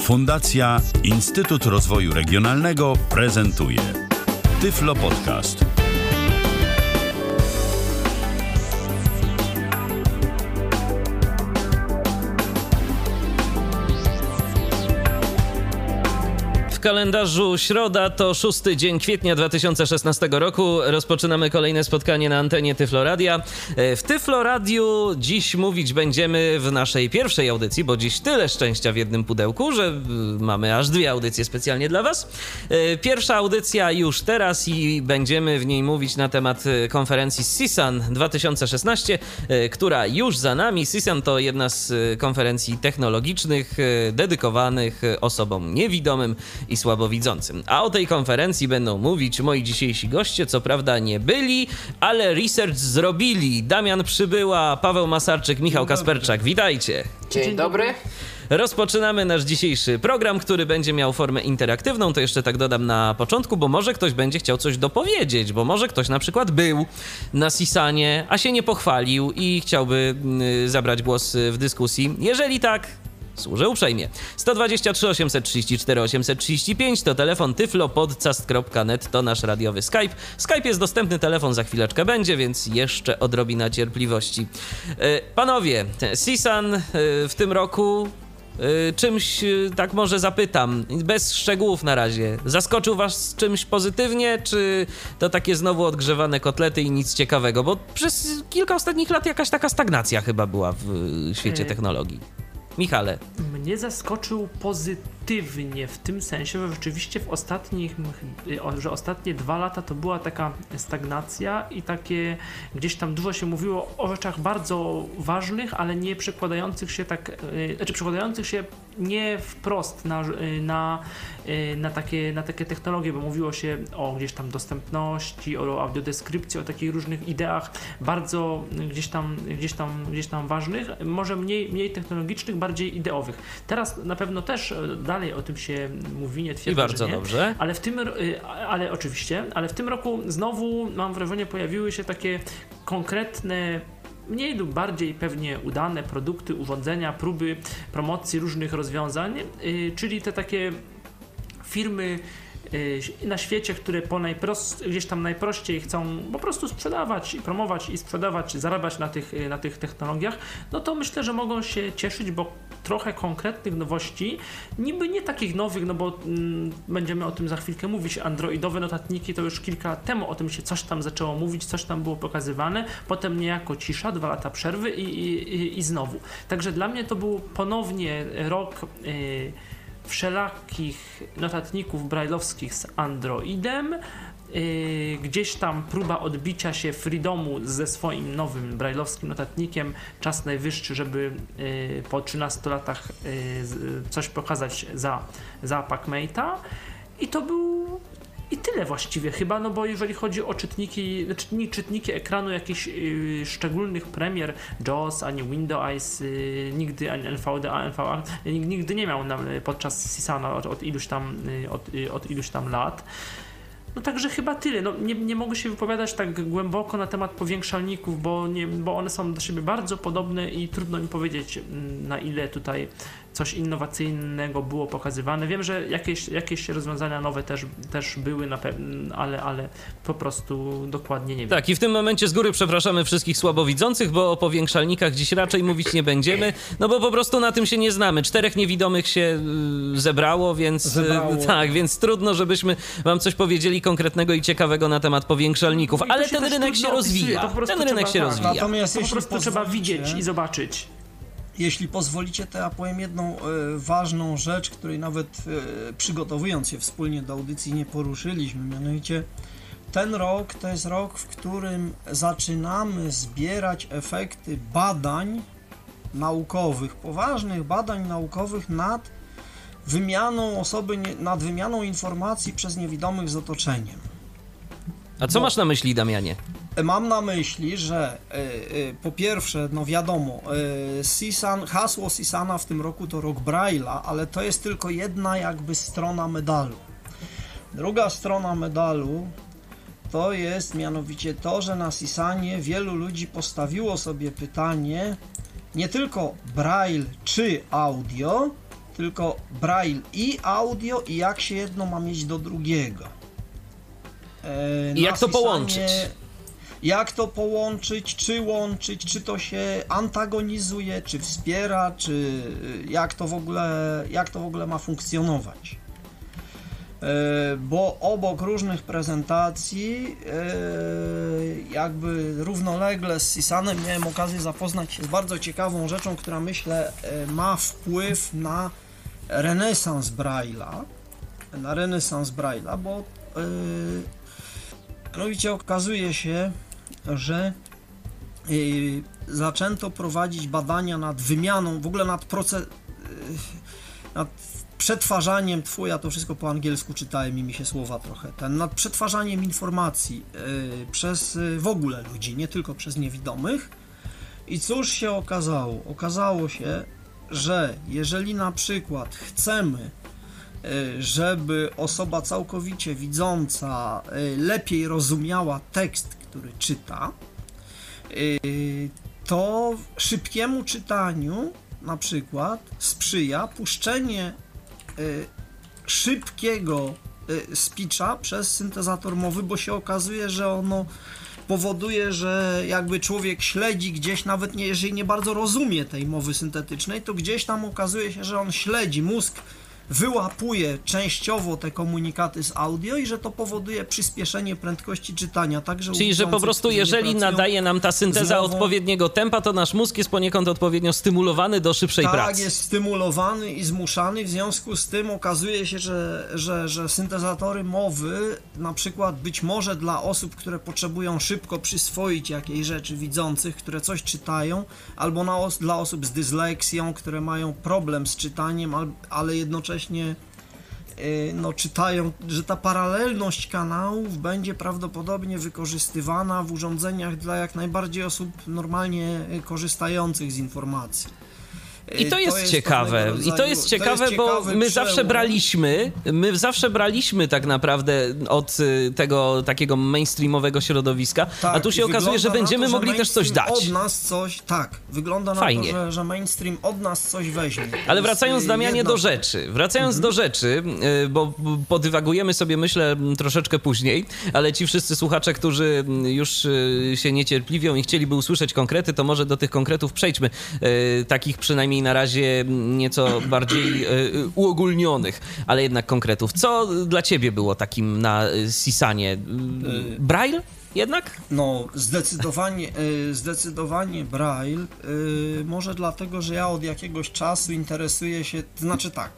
Fundacja Instytut Rozwoju Regionalnego prezentuje Tyflo Podcast. W kalendarzu środa to 6 dzień kwietnia 2016 roku. Rozpoczynamy kolejne spotkanie na antenie Tyflo Radia. W Tyflo Radiu dziś mówić będziemy w naszej pierwszej audycji, bo dziś tyle szczęścia w jednym pudełku, że mamy aż 2 audycje specjalnie dla Was. Pierwsza audycja już teraz i będziemy w niej mówić na temat konferencji CSUN 2016, która już za nami. CSUN to jedna z konferencji technologicznych dedykowanych osobom niewidomym i słabowidzącym. A o tej konferencji będą mówić moi dzisiejsi goście, co prawda nie byli, ale research zrobili. Damian Przybyła, Paweł Masarczyk, Michał Kasperczak. Witajcie. Dzień dobry. Rozpoczynamy nasz dzisiejszy program, który będzie miał formę interaktywną. To jeszcze tak dodam na początku, bo może ktoś będzie chciał coś dopowiedzieć, bo może ktoś na przykład był na CSUNie, a się nie pochwalił i chciałby zabrać głos w dyskusji. Jeżeli tak, służę uprzejmie. 123 834 835 to telefon tyflopodcast.net, to nasz radiowy Skype. Skype jest dostępny, telefon za chwileczkę będzie, więc jeszcze odrobina cierpliwości. Panowie, CSUN w tym roku czymś, tak może zapytam, bez szczegółów na razie, zaskoczył was czymś pozytywnie, czy to takie znowu odgrzewane kotlety i nic ciekawego? Bo przez kilka ostatnich lat jakaś taka stagnacja chyba była w świecie technologii. Michale. Mnie zaskoczył pozytywnie w tym sensie, że rzeczywiście że ostatnie 2 lata to była taka stagnacja i takie gdzieś tam dużo się mówiło o rzeczach bardzo ważnych, ale nie przekładających się przekładających się nie wprost na takie technologie, bo mówiło się o gdzieś tam dostępności, o audiodeskrypcji, o takich różnych ideach bardzo gdzieś tam ważnych, może mniej technologicznych, bardziej ideowych. Teraz na pewno też dalej o tym się mówi, nie twierdzę, i bardzo że nie, dobrze. Ale w tym roku znowu, mam wrażenie, pojawiły się takie konkretne, mniej lub bardziej pewnie udane produkty, urządzenia, próby promocji różnych rozwiązań, czyli te takie firmy na świecie, które gdzieś tam najprościej chcą po prostu sprzedawać, promować i sprzedawać, zarabiać na tych technologiach, no to myślę, że mogą się cieszyć, bo trochę konkretnych nowości, niby nie takich nowych, no bo będziemy o tym za chwilkę mówić, androidowe notatniki to już kilka lat temu o tym się coś tam zaczęło mówić, coś tam było pokazywane, potem niejako cisza, 2 lata przerwy i znowu. Także dla mnie to był ponownie rok wszelakich notatników brajlowskich z Androidem, gdzieś tam próba odbicia się Freedomu ze swoim nowym brajlowskim notatnikiem, czas najwyższy, żeby po 13 latach coś pokazać za PacMate'a i to był i tyle właściwie chyba, no bo jeżeli chodzi o czytniki ekranu jakichś szczególnych premier, JAWS, ani Windows, nigdy, ani NVDA, NVA, nigdy nie miał podczas CSUNa od iluś tam lat. No także chyba tyle. No, nie mogę się wypowiadać tak głęboko na temat powiększalników, bo one są do siebie bardzo podobne i trudno mi powiedzieć, na ile tutaj coś innowacyjnego było pokazywane. Wiem, że jakieś rozwiązania nowe też były, ale po prostu dokładnie nie wiem. Tak, i w tym momencie z góry przepraszamy wszystkich słabowidzących, bo o powiększalnikach dziś raczej mówić nie będziemy, no bo po prostu na tym się nie znamy. 4 niewidomych się zebrało, więc tak, więc trudno, żebyśmy wam coś powiedzieli konkretnego i ciekawego na temat powiększalników, ale ten rynek się rozwija. Natomiast to po prostu trzeba widzieć i zobaczyć. Jeśli pozwolicie, to ja powiem jedną ważną rzecz, której nawet przygotowując się wspólnie do audycji nie poruszyliśmy. Mianowicie ten rok to jest rok, w którym zaczynamy zbierać efekty badań naukowych, poważnych badań naukowych nad wymianą informacji przez niewidomych z otoczeniem. A co masz na myśli, Damianie? Mam na myśli, że po pierwsze, no wiadomo, hasło CSUNa w tym roku to rok Braille'a, ale to jest tylko jedna jakby strona medalu. Druga strona medalu to jest mianowicie to, że na CSUNie wielu ludzi postawiło sobie pytanie nie tylko Braille czy audio, tylko Braille i audio i jak się jedno ma mieć do drugiego. I jak to połączyć? Jak to połączyć, czy łączyć, czy to się antagonizuje, czy wspiera, czy jak to w ogóle ma funkcjonować. Bo obok różnych prezentacji, jakby równolegle z CISAN-em miałem okazję zapoznać się z bardzo ciekawą rzeczą, która myślę ma wpływ na renesans Braille'a, bo mianowicie okazuje się, że zaczęto prowadzić badania nad wymianą, w ogóle nad przetwarzaniem, ja to wszystko po angielsku czytałem i mi się słowa trochę, nad przetwarzaniem informacji przez w ogóle ludzi, nie tylko przez niewidomych. I cóż się okazało? Okazało się, że jeżeli na przykład chcemy, żeby osoba całkowicie widząca lepiej rozumiała tekst, który czyta, to szybkiemu czytaniu na przykład sprzyja puszczenie szybkiego speecha przez syntezator mowy, bo się okazuje, że ono powoduje, że jakby człowiek śledzi gdzieś, nawet jeżeli nie bardzo rozumie tej mowy syntetycznej, to gdzieś tam okazuje się, że on śledzi, mózg wyłapuje częściowo te komunikaty z audio i że to powoduje przyspieszenie prędkości czytania. Także czyli, że po prostu jeżeli nadaje nam ta synteza odpowiedniego tempa, to nasz mózg jest poniekąd odpowiednio stymulowany do szybszej pracy. Tak, jest stymulowany i zmuszany, w związku z tym okazuje się, że syntezatory mowy, na przykład być może dla osób, które potrzebują szybko przyswoić jakiejś rzeczy widzących, które coś czytają, albo dla osób z dysleksją, które mają problem z czytaniem, ale jednocześnie czytają, że ta paralelność kanałów będzie prawdopodobnie wykorzystywana w urządzeniach dla jak najbardziej osób normalnie korzystających z informacji. I to jest ciekawe, bo my zawsze braliśmy tak naprawdę od tego takiego mainstreamowego środowiska, tak, a tu się okazuje, że będziemy mogli też coś dać. Od nas coś, tak, wygląda fajnie na to, że mainstream od nas coś weźmie. Ale wracając, Damianie, do rzeczy, bo podywagujemy sobie, myślę, troszeczkę później, ale ci wszyscy słuchacze, którzy już się niecierpliwią i chcieliby usłyszeć konkrety, to może do tych konkretów przejdźmy, takich przynajmniej na razie nieco bardziej uogólnionych, ale jednak konkretów. Co dla ciebie było takim na CISAN-ie? Braille jednak? No, zdecydowanie Braille. Może dlatego, że ja od jakiegoś czasu interesuję się, to znaczy tak,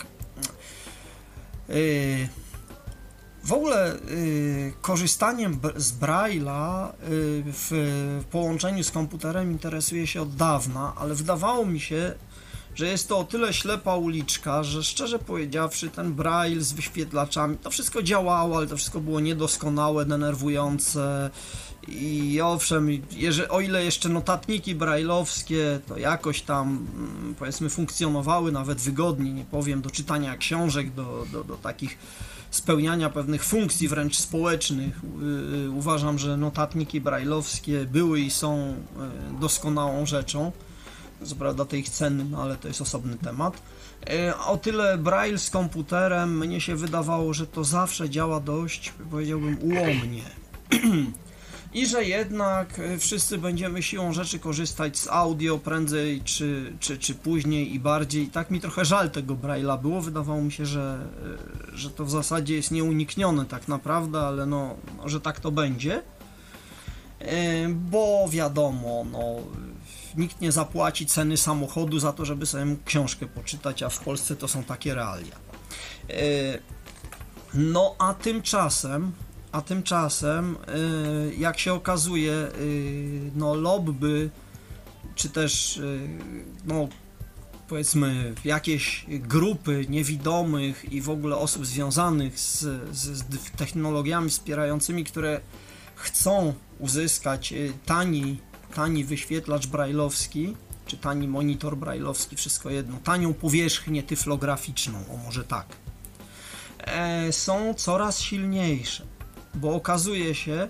w ogóle korzystaniem z Braille'a w połączeniu z komputerem interesuję się od dawna, ale wydawało mi się, że jest to o tyle ślepa uliczka, że szczerze powiedziawszy ten Braille z wyświetlaczami, to wszystko działało, ale to wszystko było niedoskonałe, denerwujące i owszem, o ile jeszcze notatniki brajlowskie to jakoś tam powiedzmy funkcjonowały nawet wygodnie, nie powiem, do czytania książek, do takich spełniania pewnych funkcji wręcz społecznych. Uważam, że notatniki brajlowskie były i są doskonałą rzeczą. Co prawda tej ich ceny, no ale to jest osobny temat. O tyle Braille z komputerem mnie się wydawało, że to zawsze działa dość, powiedziałbym, ułomnie. I że jednak wszyscy będziemy siłą rzeczy korzystać z audio prędzej czy później i bardziej. Tak mi trochę żal tego Braille'a było. Wydawało mi się, że to w zasadzie jest nieuniknione tak naprawdę, ale no, że tak to będzie. Bo wiadomo, nikt nie zapłaci ceny samochodu za to, żeby sobie książkę poczytać, a w Polsce to są takie realia. No a tymczasem, jak się okazuje, lobby, czy też, powiedzmy, jakieś grupy niewidomych i w ogóle osób związanych z technologiami wspierającymi, które chcą uzyskać tani wyświetlacz brajlowski, czy tani monitor brajlowski, wszystko jedno, tanią powierzchnię tyflograficzną, o może tak, są coraz silniejsze, bo okazuje się,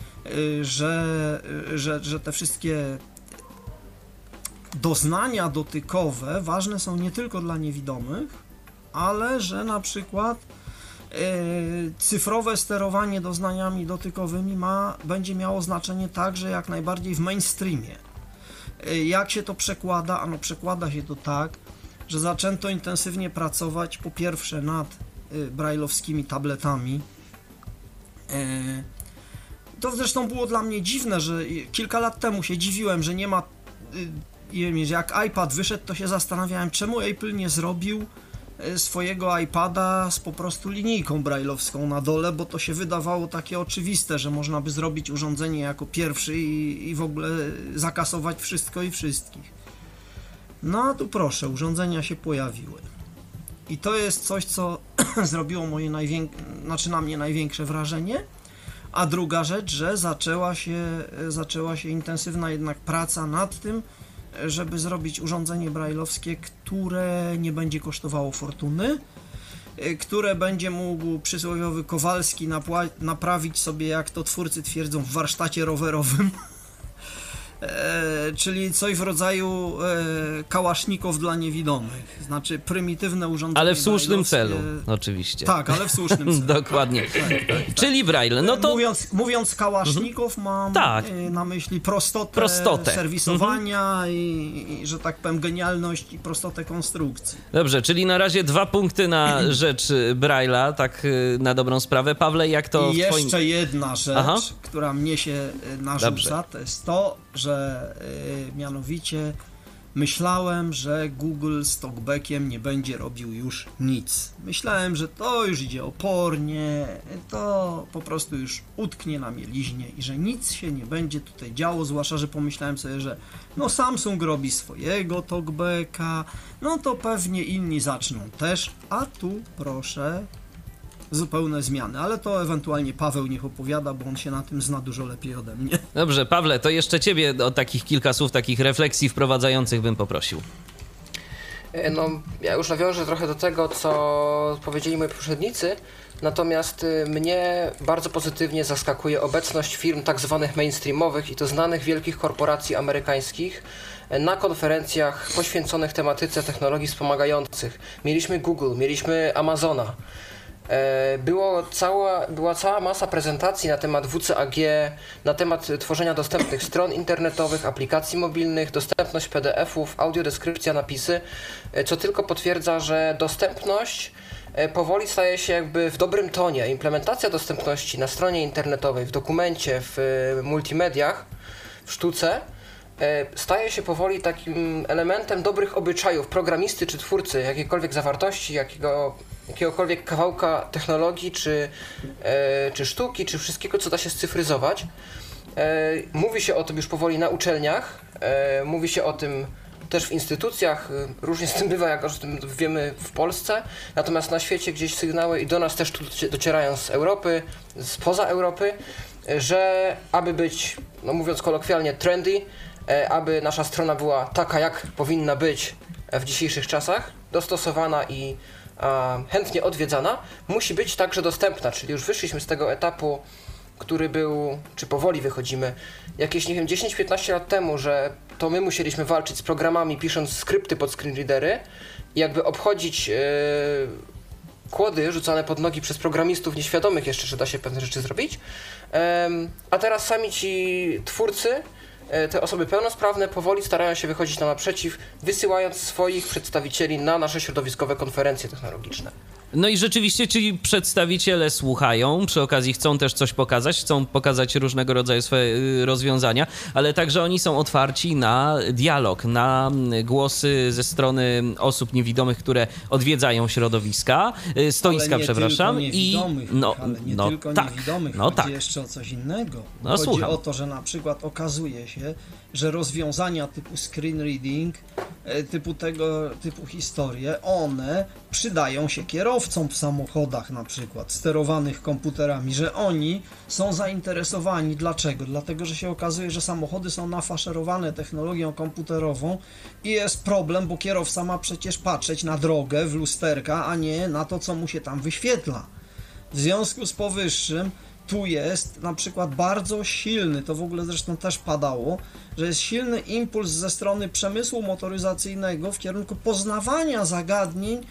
że te wszystkie doznania dotykowe ważne są nie tylko dla niewidomych, ale że na przykład cyfrowe sterowanie doznaniami dotykowymi będzie miało znaczenie także jak najbardziej w mainstreamie. Jak się to przekłada? Ano przekłada się to tak, że zaczęto intensywnie pracować po pierwsze nad brajlowskimi tabletami. To zresztą było dla mnie dziwne, że kilka lat temu się dziwiłem, że nie ma, jak iPad wyszedł, to się zastanawiałem, czemu Apple nie zrobił swojego iPada z po prostu linijką brajlowską na dole, bo to się wydawało takie oczywiste, że można by zrobić urządzenie jako pierwszy i w ogóle zakasować wszystko i wszystkich. No a tu proszę, urządzenia się pojawiły. I to jest coś, co zrobiło na mnie największe wrażenie. A druga rzecz, że zaczęła się intensywna jednak praca nad tym, żeby zrobić urządzenie brajlowskie, które nie będzie kosztowało fortuny, które będzie mógł przysłowiowy Kowalski naprawić sobie, jak to twórcy twierdzą, w warsztacie rowerowym. Czyli coś w rodzaju kałasznikow dla niewidomych, znaczy prymitywne urządzenie. Ale w słusznym celu, oczywiście. Tak, ale w słusznym celu. Dokładnie. Tak. Czyli Braille, no to... Mówiąc kałasznikow, mam na myśli prostotę serwisowania i, że tak powiem, genialność i prostotę konstrukcji. Dobrze, czyli na razie 2 punkty na rzecz Braille'a, tak na dobrą sprawę. Pawle, jak to I jeszcze jedna rzecz, która mnie się narzuca, to jest to, że mianowicie myślałem, że Google z talkbackiem nie będzie robił już nic. Myślałem, że to już idzie opornie, to po prostu już utknie na mieliźnie i że nic się nie będzie tutaj działo, zwłaszcza, że pomyślałem sobie, że no Samsung robi swojego talkbacka, no to pewnie inni zaczną też, a tu proszę, zupełne zmiany, ale to ewentualnie Paweł niech opowiada, bo on się na tym zna dużo lepiej ode mnie. Dobrze, Pawle, to jeszcze ciebie o takich kilka słów, takich refleksji wprowadzających bym poprosił. No, ja już nawiążę trochę do tego, co powiedzieli moi poprzednicy, natomiast mnie bardzo pozytywnie zaskakuje obecność firm tak zwanych mainstreamowych i to znanych wielkich korporacji amerykańskich na konferencjach poświęconych tematyce technologii wspomagających. Mieliśmy Google, mieliśmy Amazona. Była cała masa prezentacji na temat WCAG, na temat tworzenia dostępnych stron internetowych, aplikacji mobilnych, dostępność PDF-ów, audiodeskrypcja, napisy, co tylko potwierdza, że dostępność powoli staje się jakby w dobrym tonie. Implementacja dostępności na stronie internetowej, w dokumencie, w multimediach, w sztuce staje się powoli takim elementem dobrych obyczajów programisty czy twórcy jakiejkolwiek zawartości, jakiegokolwiek kawałka technologii, czy sztuki, czy wszystkiego, co da się scyfryzować. Mówi się o tym już powoli na uczelniach, mówi się o tym też w instytucjach, różnie z tym bywa, jak o tym wiemy w Polsce, natomiast na świecie gdzieś sygnały i do nas też tu docierają z Europy, spoza Europy, że aby być, no mówiąc kolokwialnie, trendy, aby nasza strona była taka, jak powinna być w dzisiejszych czasach, dostosowana i chętnie odwiedzana, musi być także dostępna, czyli już wyszliśmy z tego etapu, który był, czy powoli wychodzimy, jakieś, nie wiem, 10-15 lat temu, że to my musieliśmy walczyć z programami, pisząc skrypty pod screenreadery i jakby obchodzić kłody rzucane pod nogi przez programistów nieświadomych jeszcze, że da się pewne rzeczy zrobić, a teraz sami ci twórcy, te osoby pełnosprawne powoli starają się wychodzić nam naprzeciw, wysyłając swoich przedstawicieli na nasze środowiskowe konferencje technologiczne. No i rzeczywiście ci przedstawiciele słuchają, przy okazji chcą też coś pokazać, chcą pokazać różnego rodzaju swoje rozwiązania, ale także oni są otwarci na dialog, na głosy ze strony osób niewidomych, które odwiedzają środowiska, stoiska, ale nie przepraszam. Tylko niewidomych, tylko tak, niewidomych, no chodzi tak. jeszcze o coś innego. No, chodzi słucham. o to, że na przykład okazuje się, że rozwiązania typu screen reading, typu historie, one przydają się kierowcom w samochodach na przykład, sterowanych komputerami, że oni są zainteresowani. Dlaczego? Dlatego, że się okazuje, że samochody są nafaszerowane technologią komputerową i jest problem, bo kierowca ma przecież patrzeć na drogę w lusterka, a nie na to, co mu się tam wyświetla. W związku z powyższym tu jest na przykład bardzo silny, to w ogóle zresztą też padało, że jest silny impuls ze strony przemysłu motoryzacyjnego w kierunku poznawania zagadnień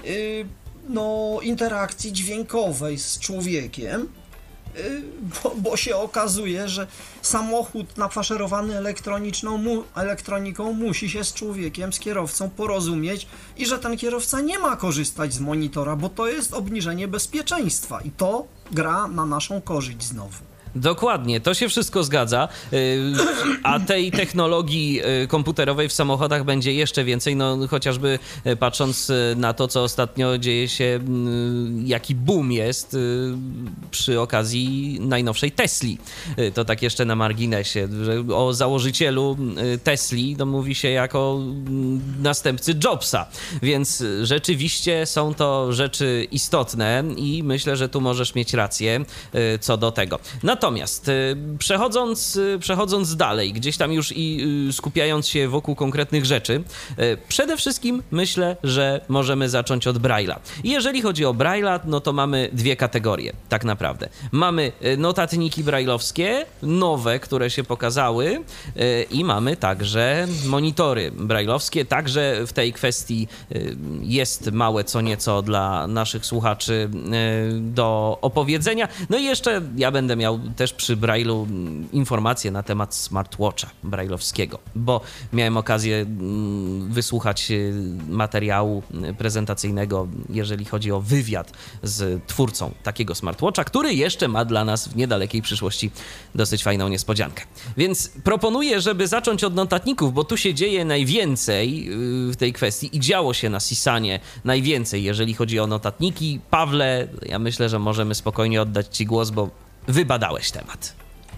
interakcji dźwiękowej z człowiekiem, bo się okazuje, że samochód nafaszerowany elektroniką musi się z człowiekiem, z kierowcą porozumieć i że ten kierowca nie ma korzystać z monitora, bo to jest obniżenie bezpieczeństwa i to gra na naszą korzyść znowu. Dokładnie, to się wszystko zgadza, a tej technologii komputerowej w samochodach będzie jeszcze więcej, no chociażby patrząc na to, co ostatnio dzieje się, jaki boom jest przy okazji najnowszej Tesli. To tak jeszcze na marginesie, że o założycielu Tesli to mówi się jako następcy Jobsa, więc rzeczywiście są to rzeczy istotne i myślę, że tu możesz mieć rację co do tego. Natomiast przechodząc dalej, gdzieś tam już i skupiając się wokół konkretnych rzeczy, przede wszystkim myślę, że możemy zacząć od Braille'a. I jeżeli chodzi o Braille'a, no to mamy dwie kategorie, tak naprawdę. Mamy notatniki braille'owskie, nowe, które się pokazały i mamy także monitory braille'owskie. Także w tej kwestii jest małe co nieco dla naszych słuchaczy do opowiedzenia. No i jeszcze ja będę miał też przy Braille'u informacje na temat smartwatcha braille'owskiego, bo miałem okazję wysłuchać materiału prezentacyjnego, jeżeli chodzi o wywiad z twórcą takiego smartwatcha, który jeszcze ma dla nas w niedalekiej przyszłości dosyć fajną niespodziankę. Więc proponuję, żeby zacząć od notatników, bo tu się dzieje najwięcej w tej kwestii i działo się na CISANie najwięcej, jeżeli chodzi o notatniki. Pawle, ja myślę, że możemy spokojnie oddać Ci głos, bo wybadałeś temat.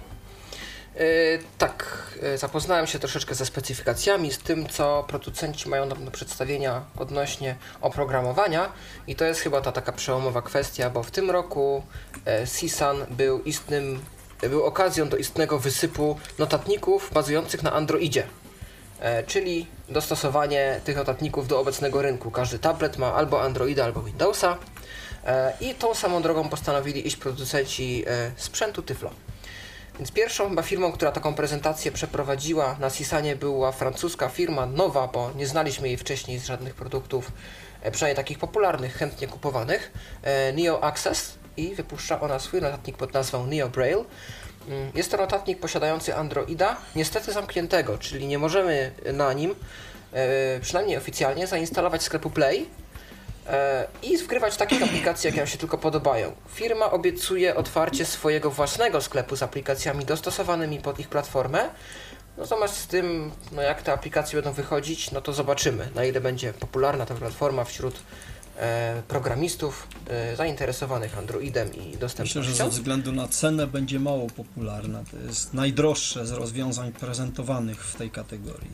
Tak, zapoznałem się troszeczkę ze specyfikacjami, z tym, co producenci mają do przedstawienia odnośnie oprogramowania i to jest chyba ta taka przełomowa kwestia, bo w tym roku CISAN był okazją do istnego wysypu notatników bazujących na Androidzie, czyli dostosowanie tych notatników do obecnego rynku. Każdy tablet ma albo Androida, albo Windowsa i tą samą drogą postanowili iść producenci sprzętu Tyflo. Więc pierwszą chyba firmą, która taką prezentację przeprowadziła na CISANie, była francuska firma, nowa, bo nie znaliśmy jej wcześniej z żadnych produktów, przynajmniej takich popularnych, chętnie kupowanych, Neo Access, i wypuszcza ona swój notatnik pod nazwą Neo Braille. Jest to notatnik posiadający Androida, niestety zamkniętego, czyli nie możemy na nim, przynajmniej oficjalnie, zainstalować sklepu Play i wgrywać takich aplikacji, jakie nam się tylko podobają. Firma obiecuje otwarcie swojego własnego sklepu z aplikacjami dostosowanymi pod ich platformę. Natomiast z tym, jak te aplikacje będą wychodzić, no to zobaczymy, na ile będzie popularna ta platforma wśród programistów zainteresowanych Androidem i dostępnością. Myślę, że ze względu na cenę będzie mało popularna. To jest najdroższe z rozwiązań prezentowanych w tej kategorii.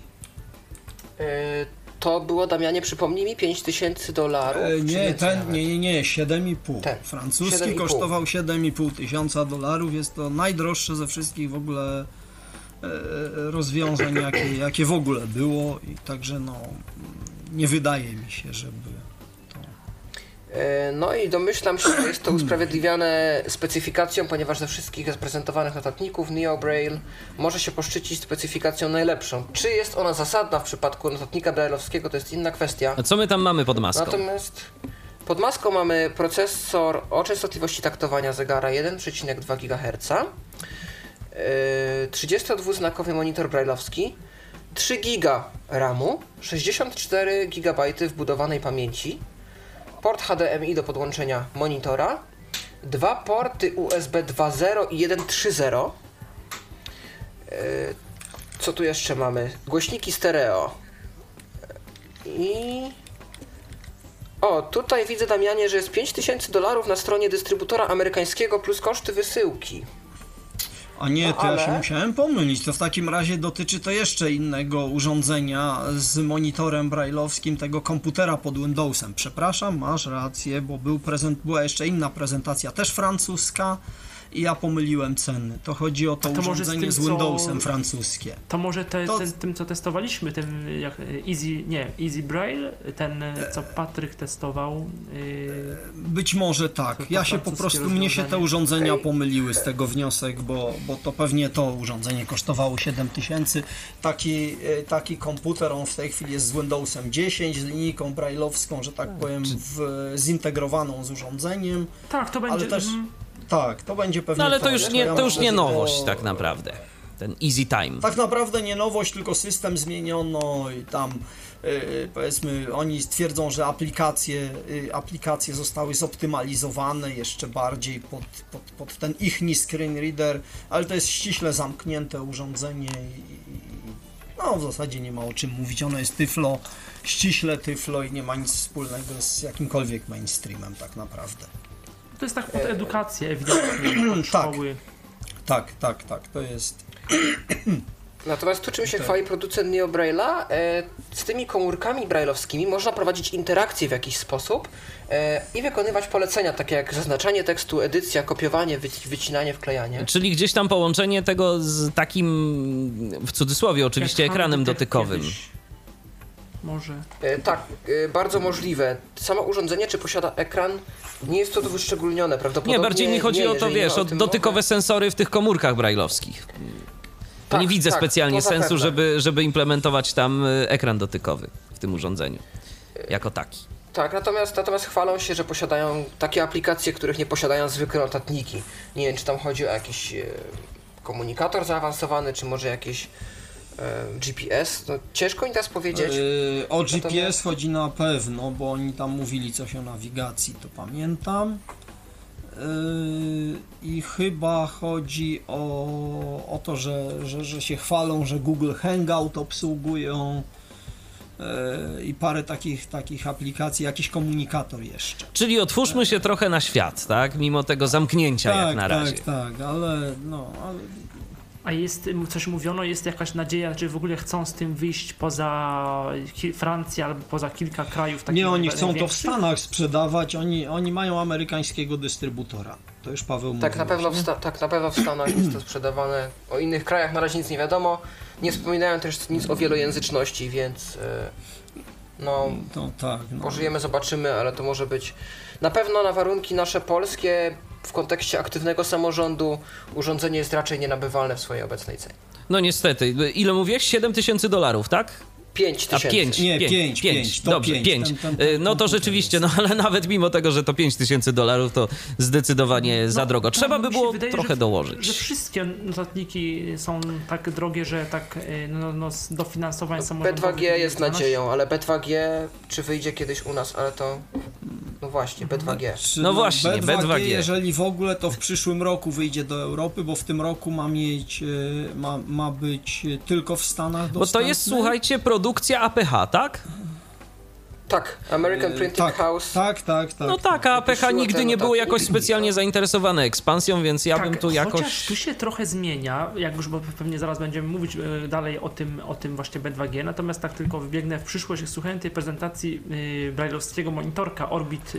To było, Damianie, przypomnij mi, $5000? Nie, 7,5. Francuski 7,5. kosztował $7,500. Jest to najdroższe ze wszystkich w ogóle rozwiązań, jakie w ogóle było i także nie wydaje mi się, żeby to... No i domyślam się, że jest to usprawiedliwiane specyfikacją, ponieważ ze wszystkich zaprezentowanych notatników Neo Braille może się poszczycić specyfikacją najlepszą. Czy jest ona zasadna w przypadku notatnika braille'owskiego, to jest inna kwestia. A co my tam mamy pod maską? Natomiast pod maską mamy procesor o częstotliwości taktowania zegara 1,2 GHz, 32-znakowy monitor braille'owski, 3 GB RAMu, 64 GB wbudowanej pamięci, port HDMI do podłączenia monitora, 2 porty USB 2.0 i 1.3.0. Co tu jeszcze mamy? Głośniki stereo. Tutaj widzę, Damianie, że jest $5000 na stronie dystrybutora amerykańskiego plus koszty wysyłki. A nie, to ja się musiałem pomylić. To w takim razie dotyczy to jeszcze innego urządzenia z monitorem braille'owskim, tego komputera pod Windowsem. Przepraszam, masz rację, bo była jeszcze inna prezentacja, też francuska i ja pomyliłem ceny. To chodzi o to może urządzenie z Windowsem francuskie. To może tym, co testowaliśmy, tym jak Easy Braille, ten, co Patryk testował. Być może tak. Ja się po prostu, mnie się te urządzenia pomyliły, z tego wniosek, bo to pewnie to urządzenie kosztowało 7000. Taki komputer, on w tej chwili jest z Windowsem 10, z linijką brailleowską, że tak powiem, zintegrowaną z urządzeniem. Tak, to będzie... Ale też, tak, to będzie pewnie... No ale to już nie nowość tak naprawdę. Ten Easy Time. Tak naprawdę nie nowość, tylko system zmieniono i tam powiedzmy oni twierdzą, że aplikacje zostały zoptymalizowane jeszcze bardziej pod ten ich screen reader, ale to jest ściśle zamknięte urządzenie i no w zasadzie nie ma o czym mówić. Ono jest tyflo, ściśle tyflo i nie ma nic wspólnego z jakimkolwiek mainstreamem tak naprawdę. To jest tak pod edukację ewidentnie, od szkoły. Tak, to jest... Natomiast tu, czym się chwali producent Neo Braille'a, z tymi komórkami brailleowskimi można prowadzić interakcje w jakiś sposób i wykonywać polecenia, takie jak zaznaczanie tekstu, edycja, kopiowanie, wycinanie, wklejanie. Czyli gdzieś tam połączenie tego z takim, w cudzysłowie oczywiście, ekranem dotykowym. Może. Tak, bardzo możliwe. Samo urządzenie, czy posiada ekran, nie jest to wyszczególnione, prawdopodobnie. Nie, bardziej mi chodzi o to, wiesz, o dotykowe sensory w tych komórkach brailleowskich. To nie widzę specjalnie sensu, żeby implementować tam ekran dotykowy w tym urządzeniu, jako taki. Tak, natomiast chwalą się, że posiadają takie aplikacje, których nie posiadają zwykłe notatniki. Nie wiem, czy tam chodzi o jakiś komunikator zaawansowany, czy może jakieś GPS. No, ciężko mi teraz powiedzieć. O GPS chodzi na pewno, bo oni tam mówili coś o nawigacji, to pamiętam. I chyba chodzi o to, że się chwalą, że Google Hangout obsługują i parę takich aplikacji, jakiś komunikator jeszcze. Czyli otwórzmy się trochę na świat, tak? Mimo tego zamknięcia jak na razie. Tak, ale A jest, coś mówiono, jest jakaś nadzieja, że w ogóle chcą z tym wyjść poza Francję albo poza kilka krajów takich. Nie, oni chcą to w Stanach sprzedawać, oni mają amerykańskiego dystrybutora. To już Paweł mówił. Tak, na pewno w Stanach jest to sprzedawane. O innych krajach na razie nic nie wiadomo. Nie wspominają też nic o wielojęzyczności, więc pożyjemy, zobaczymy, ale to może być na pewno na warunki nasze polskie. W kontekście aktywnego samorządu urządzenie jest raczej nienabywalne w swojej obecnej cenie. No niestety. Ile mówiłeś? $7,000, tak? 5,000. 5. Dobrze, 5. No to rzeczywiście, no ale nawet mimo tego, że to $5,000, to zdecydowanie za drogo. Trzeba by było trochę dołożyć. Że wszystkie notatniki są tak drogie, że tak z dofinansowań samorządowych... B2G jest nadzieją, ale B2G czy wyjdzie kiedyś u nas, ale to... No właśnie, B2G. No właśnie, B2G. Jeżeli w ogóle, to w przyszłym roku wyjdzie do Europy, bo w tym roku ma być tylko w Stanach dostępny. Bo to jest, słuchajcie, produkcja APH, tak? Tak, American Printing House. Tak. No tak, a APH nigdy nie było jakoś specjalnie zainteresowane ekspansją, więc ja bym tu jakoś... Chociaż tu się trochę zmienia, jak już, bo pewnie zaraz będziemy mówić dalej o tym właśnie B2G, natomiast tak tylko wybiegnę w przyszłość, słuchałem tej prezentacji brailleowskiego monitorka Orbit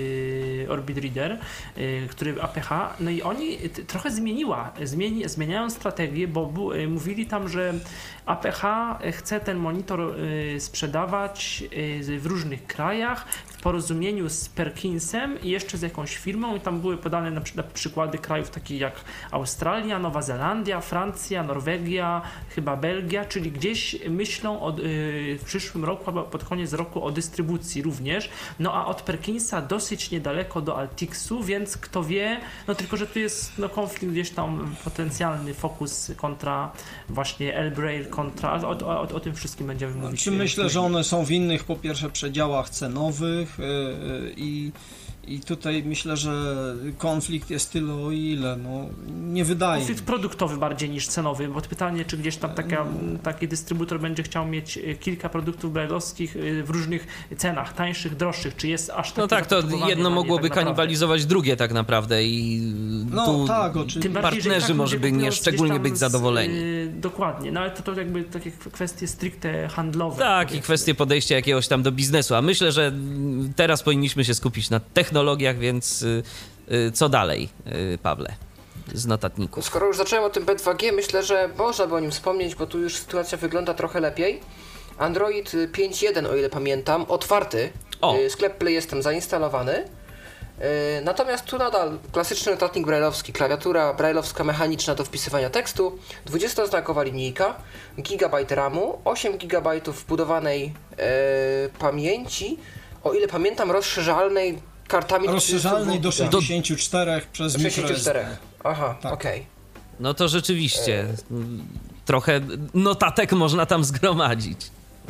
Reader, który APH, no i oni trochę zmieniają strategię, bo mówili tam, że APH chce ten monitor sprzedawać w różnych krajach w porozumieniu z Perkinsem i jeszcze z jakąś firmą i tam były podane na przykłady krajów takich jak Australia, Nowa Zelandia, Francja, Norwegia, chyba Belgia, czyli gdzieś myślą w przyszłym roku albo pod koniec roku o dystrybucji również, no a od Perkinsa dosyć niedaleko do Altixu, więc kto wie, no tylko, że tu jest konflikt gdzieś tam potencjalny, Focus kontra właśnie L-Braille kontra, o tym wszystkim będziemy mówić. Myślę, że one są w innych po pierwsze przedziałach cenowych i tutaj myślę, że konflikt jest tyle o ile, nie wydaje. Konflikt produktowy bardziej niż cenowy, bo pytanie, czy gdzieś tam taki dystrybutor będzie chciał mieć kilka produktów brailleowskich w różnych cenach, tańszych, droższych, czy jest aż takie... No tak, to jedno mogłoby kanibalizować drugie tak naprawdę i tu partnerzy może by nie szczególnie być zadowoleni. Dokładnie, no ale to jakby takie kwestie stricte handlowe. Tak, i kwestie podejścia jakiegoś tam do biznesu, a myślę, że teraz powinniśmy się skupić na technologiach, więc co dalej, Pawle? z notatników. Skoro już zacząłem o tym B2G, myślę, że można by o nim wspomnieć, bo tu już sytuacja wygląda trochę lepiej. Android 5.1, o ile pamiętam, otwarty. Sklep Play jestem zainstalowany. Natomiast tu nadal klasyczny notatnik brajlowski, klawiatura brajlowska mechaniczna do wpisywania tekstu, 20-znakowa linijka, gigabajt RAMu, 8 GB wbudowanej pamięci, o ile pamiętam rozszerzalnej kartami rozszerzalnej do 64 przez microSD. Aha, tak. Okej. No to rzeczywiście trochę notatek można tam zgromadzić.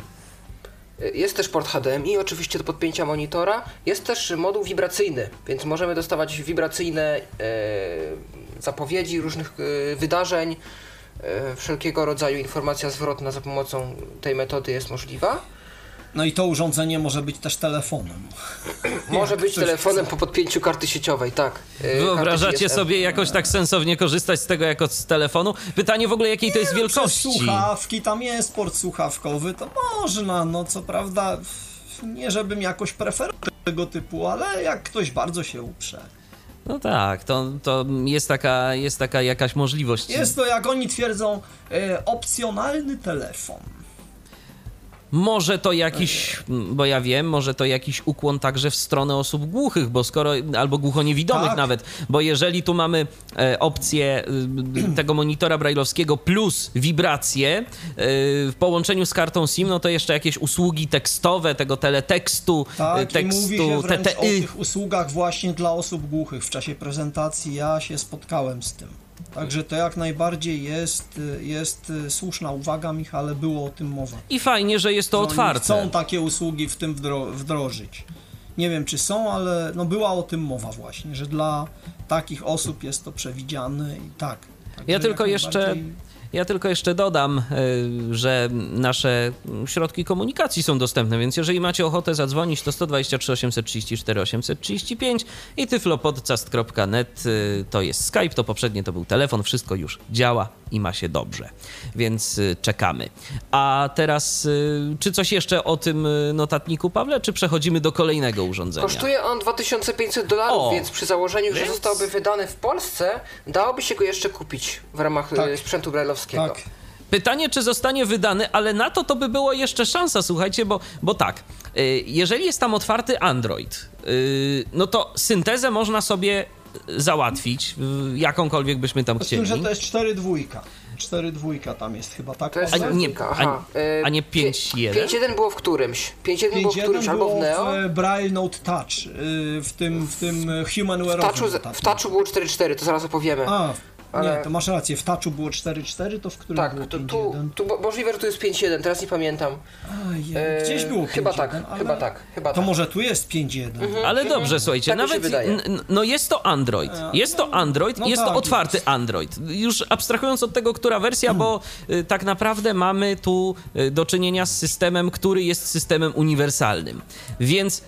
Jest też port HDMI, oczywiście do podpięcia monitora. Jest też moduł wibracyjny, więc możemy dostawać wibracyjne zapowiedzi różnych wydarzeń. Wszelkiego rodzaju informacja zwrotna za pomocą tej metody jest możliwa. No i to urządzenie może być też telefonem. Może być telefonem po podpięciu karty sieciowej, tak. Wyobrażacie sobie jakoś tak sensownie korzystać z tego jako z telefonu? Pytanie w ogóle, jakiej to jest wielkości? Słuchawki, tam jest port słuchawkowy, to można, no co prawda, nie żebym jakoś preferował tego typu, ale jak ktoś bardzo się uprze. No tak, to jest taka jakaś możliwość. Jest to, jak oni twierdzą, opcjonalny telefon. Może to jakiś, bo ja wiem, może to jakiś ukłon także w stronę osób głuchych, bo skoro, albo głuchoniewidomych nawet, bo jeżeli tu mamy opcję tego monitora brajlowskiego plus wibracje w połączeniu z kartą SIM, no to jeszcze jakieś usługi tekstowe, tego teletekstu, tekstu, i mówi się wręcz TTY. o tych usługach właśnie dla osób głuchych. W czasie prezentacji ja się spotkałem z tym. Także to jak najbardziej jest słuszna uwaga, Michale, było o tym mowa. I fajnie, że jest to otwarte. Chcą takie usługi w tym wdrożyć. Nie wiem, czy są, ale no była o tym mowa właśnie, że dla takich osób jest to przewidziane i tak. Ja tylko jeszcze dodam, że nasze środki komunikacji są dostępne, więc jeżeli macie ochotę zadzwonić, to 123 834 835 i tyflopodcast.net to jest Skype, to poprzednie to był telefon, wszystko już działa i ma się dobrze, więc czekamy. A teraz, czy coś jeszcze o tym notatniku, Pawle, czy przechodzimy do kolejnego urządzenia? Kosztuje on $2500, więc przy założeniu, że zostałby wydany w Polsce, dałoby się go jeszcze kupić w ramach sprzętu brajlowskiego. Tak. Pytanie, czy zostanie wydany, ale na to by było jeszcze szansa, słuchajcie, bo tak, jeżeli jest tam otwarty Android, no to syntezę można sobie załatwić, jakąkolwiek byśmy tam chcieli. Z tym, że to jest 4.2. 4.2 tam jest chyba, tak? To jest a nie 5.1? 5.1 było w którymś. 5.1 było w którymś, albo w Neo. W Braille Note Touch, w tym Humanware'owym. W Touchu było 4.4, to zaraz opowiemy. Nie, to masz rację, w Touchu było 4.4, to w którym było 5.1? Tu możliwe, że tu jest 5.1, teraz nie pamiętam. Gdzieś było 5.1, chyba tak. To może tu jest 5.1. Ale dobrze, słuchajcie, tak nawet no jest to Android. Jest to Android, jest to otwarty Android. Już abstrahując od tego, która wersja, bo tak naprawdę mamy tu do czynienia z systemem, który jest systemem uniwersalnym. Więc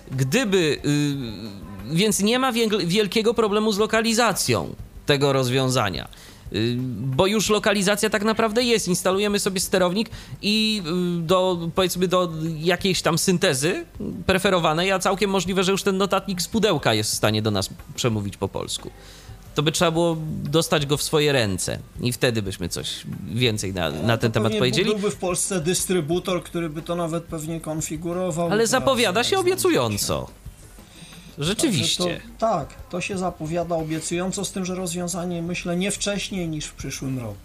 więc nie ma wielkiego problemu z lokalizacją tego rozwiązania, bo już lokalizacja tak naprawdę jest. Instalujemy sobie sterownik i powiedzmy do jakiejś tam syntezy preferowanej, a całkiem możliwe, że już ten notatnik z pudełka jest w stanie do nas przemówić po polsku. To by trzeba było dostać go w swoje ręce i wtedy byśmy coś więcej na ten temat powiedzieli. Byłby w Polsce dystrybutor, który by to nawet pewnie konfigurował. Ale zapowiada się obiecująco. Rzeczywiście. To się zapowiada obiecująco, z tym, że rozwiązanie, myślę, nie wcześniej niż w przyszłym roku.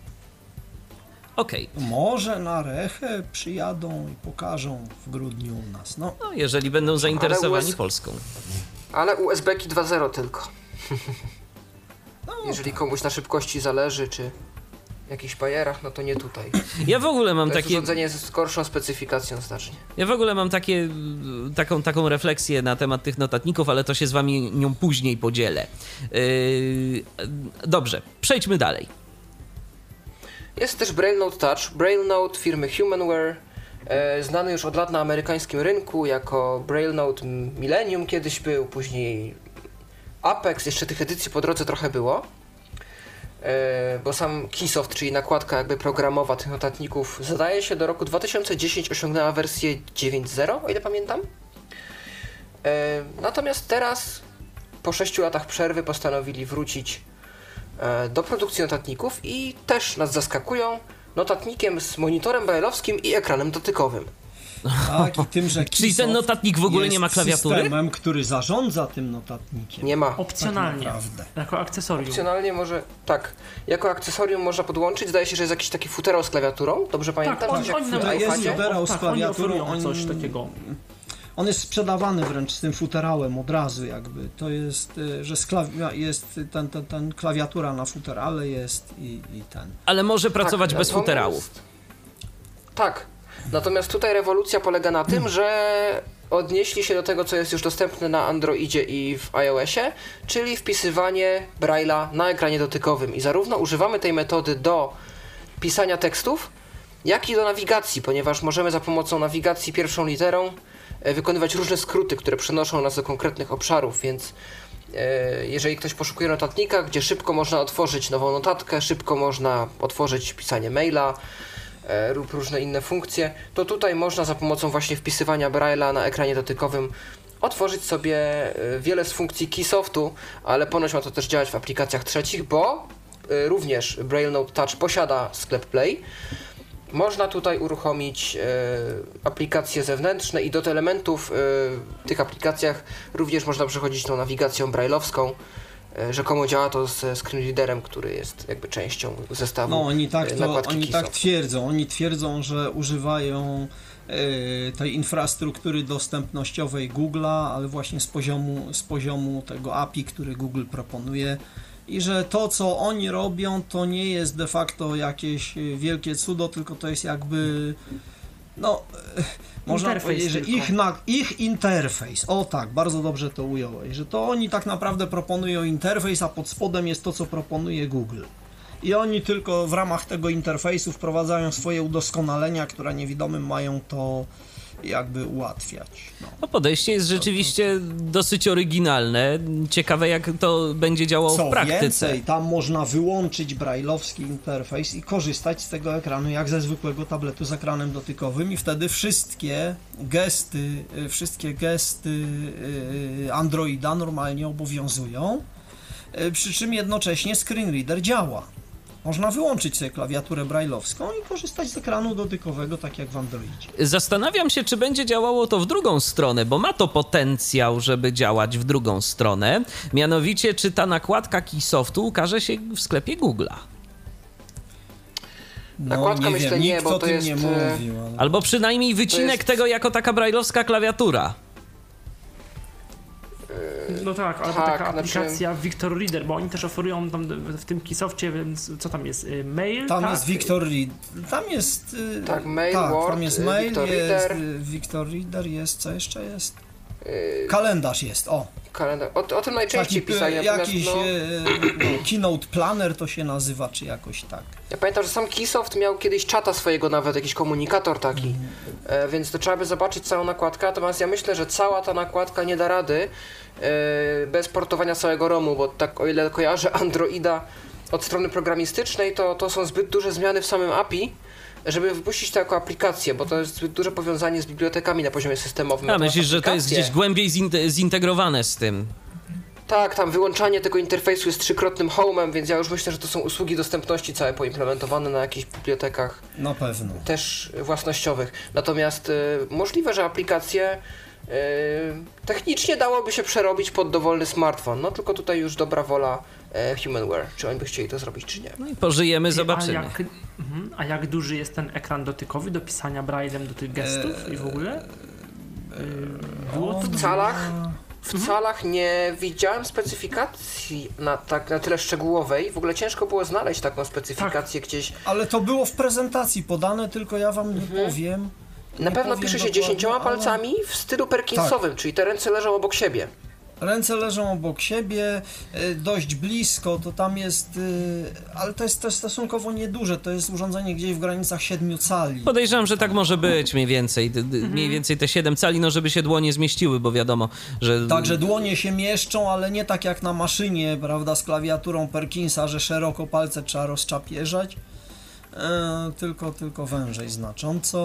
Okej. Może na Rechę przyjadą i pokażą w grudniu u nas. No jeżeli będą zainteresowani Polską. Ale USB-ki 2.0 tylko. Jeżeli komuś na szybkości zależy, czy jakichś bajerach, no to nie tutaj. Ja w ogóle mam takie urządzenie z gorszą specyfikacją znacznie. Ja w ogóle mam taką refleksję na temat tych notatników, ale to się z wami nią później podzielę. Dobrze, przejdźmy dalej. Jest też Braille Note Touch, Braille Note firmy Humanware, znany już od lat na amerykańskim rynku jako Braille Note Millennium kiedyś był, później Apex, jeszcze tych edycji po drodze trochę było. Bo sam Keysoft, czyli nakładka jakby programowa tych notatników, zdaje się do roku 2010 osiągnęła wersję 9.0, o ile pamiętam. Natomiast teraz, po 6 latach przerwy, postanowili wrócić do produkcji notatników i też nas zaskakują notatnikiem z monitorem braille'owskim i ekranem dotykowym. Tak, i tym, że Czyli ten notatnik w ogóle nie ma klawiatury? Systemem, który zarządza tym notatnikiem. Nie ma. Opcjonalnie, naprawdę. jako akcesorium. Opcjonalnie może, tak, jako akcesorium można podłączyć. Zdaje się, że jest jakiś taki futerał z klawiaturą, dobrze pamiętam? Tak, Coś jak oni w nam jest iPadzie? futerał z klawiaturą, oni coś takiego. On jest sprzedawany wręcz z tym futerałem od razu jakby. To jest, że jest ten klawiatura na futerale jest i ten. Ale może pracować Tak, bez natomiast- futerałów. Tak. Natomiast tutaj rewolucja polega na tym, że odnieśli się do tego, co jest już dostępne na Androidzie i w iOSie, czyli wpisywanie Braille'a na ekranie dotykowym. I zarówno używamy tej metody do pisania tekstów, jak i do nawigacji, ponieważ możemy za pomocą nawigacji pierwszą literą wykonywać różne skróty, które przenoszą nas do konkretnych obszarów, więc jeżeli ktoś poszukuje notatnika, gdzie szybko można otworzyć nową notatkę, szybko można otworzyć pisanie maila lub różne inne funkcje, to tutaj można za pomocą właśnie wpisywania Braille'a na ekranie dotykowym otworzyć sobie wiele z funkcji Keysoftu, ale ponoć ma to też działać w aplikacjach trzecich, bo również Braille Note Touch posiada sklep Play. Można tutaj uruchomić aplikacje zewnętrzne i do elementów w tych aplikacjach również można przechodzić tą nawigacją braille'owską. Rzekomo działa to ze screen readerem, który jest jakby częścią zestawu. No oni tak Keysoft. twierdzą. Oni twierdzą, że używają tej infrastruktury dostępnościowej Google'a, ale właśnie z poziomu tego API, który Google proponuje. I że to, co oni robią, to nie jest de facto jakieś wielkie cudo, tylko to jest jakby, no, można Interfejs powiedzieć, że tylko. ich interfejs, o tak, bardzo dobrze to ująłeś, że to oni tak naprawdę proponują interfejs, a pod spodem jest to, co proponuje Google. I oni tylko w ramach tego interfejsu wprowadzają swoje udoskonalenia, które niewidomym mają to jakby ułatwiać. No, podejście jest rzeczywiście dosyć oryginalne. Ciekawe, jak to będzie działało Co w praktyce. więcej, tam można wyłączyć braille'owski interfejs i korzystać z tego ekranu jak ze zwykłego tabletu z ekranem dotykowym i wtedy wszystkie gesty Androida normalnie obowiązują, przy czym jednocześnie screen reader działa. Można wyłączyć sobie klawiaturę braille'owską i korzystać z ekranu dotykowego, tak jak w Androidzie. Zastanawiam się, czy będzie działało to w drugą stronę, bo ma to potencjał, żeby działać w drugą stronę. Mianowicie, czy ta nakładka Keysoftu ukaże się w sklepie Google'a? Nakładka nie myślę wiem, nie, nikt bo o to tym jest, nie mówił. Ale... Albo przynajmniej wycinek jest- tego jako taka braille'owska klawiatura. No tak, albo tak, taka znaczy- aplikacja Victor Reader, bo oni też oferują tam w tym Keysoftie, więc co tam jest? Mail? Tam tak? jest Victor Reader, tam jest... Tak, mail, Word, tam jest mail, Victor jest Reader. Victor Reader, jest, co jeszcze jest? Kalendarz jest, o. Kalendar. O tym najczęściej pisali, natomiast jakiś no, Keynote Planner to się nazywa, czy jakoś tak. ja pamiętam, że sam Keysoft miał kiedyś czata swojego nawet, jakiś komunikator taki, więc to trzeba by zobaczyć całą nakładkę, natomiast ja myślę, że cała ta nakładka nie da rady bez portowania całego ROMu, bo tak o ile kojarzę Androida od strony programistycznej, to są zbyt duże zmiany w samym API, żeby wypuścić to jako aplikację, bo to jest zbyt duże powiązanie z bibliotekami na poziomie systemowym. A Natomiast myślisz, że to jest aplikacje- gdzieś głębiej zintegrowane z tym? Tak, tam wyłączanie tego interfejsu jest trzykrotnym home'em, więc ja już myślę, że to są usługi dostępności całe poimplementowane na jakichś bibliotekach Na pewno. też własnościowych. Natomiast możliwe, że aplikacje technicznie dałoby się przerobić pod dowolny smartfon, no tylko tutaj już dobra wola Humanware, czy oni by chcieli to zrobić, czy nie. No i pożyjemy, zobaczymy. A jak duży jest ten ekran dotykowy do pisania braillem do tych gestów i w ogóle? Było to W calach nie widziałem specyfikacji na tyle szczegółowej. W ogóle ciężko było znaleźć taką specyfikację gdzieś. Ale to było w prezentacji podane, tylko ja wam nie powiem. Na Nie pewno powiem pisze się dokładnie, 10 ale- palcami w stylu Perkinsowym, czyli te ręce leżą obok siebie. Ręce leżą obok siebie, dość blisko, to tam jest, ale to jest też stosunkowo nieduże, to jest urządzenie gdzieś w granicach 7 cali. Podejrzewam, że tak może być mniej więcej. Mniej więcej te 7 cali, no żeby się dłonie zmieściły, bo wiadomo, że... Także dłonie się mieszczą, ale nie tak jak na maszynie, prawda, z klawiaturą Perkinsa, że szeroko palce trzeba rozczapieżać, tylko wężej znacząco.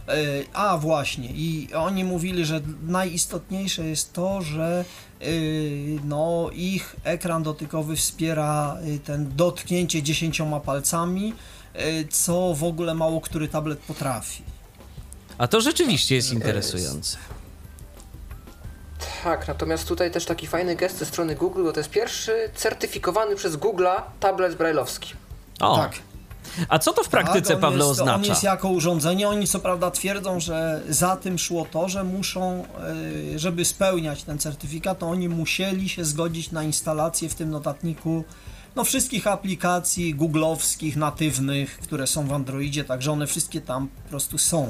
A właśnie, i oni mówili, że najistotniejsze jest to, że no, ich ekran dotykowy wspiera ten dotknięcie 10 palcami, co w ogóle mało który tablet potrafi. A to rzeczywiście jest interesujące. Tak, natomiast tutaj też taki fajny gest ze strony Google, bo to jest pierwszy certyfikowany przez Google'a tablet brajlowski. O, Tak. a co to w praktyce, Tak, Pawle, on oznacza? jest jako urządzenie. Oni co prawda twierdzą, że za tym szło to, że muszą, żeby spełniać ten certyfikat, to oni musieli się zgodzić na instalację w tym notatniku no, wszystkich aplikacji googlowskich, natywnych, które są w Androidzie, także one wszystkie tam po prostu są.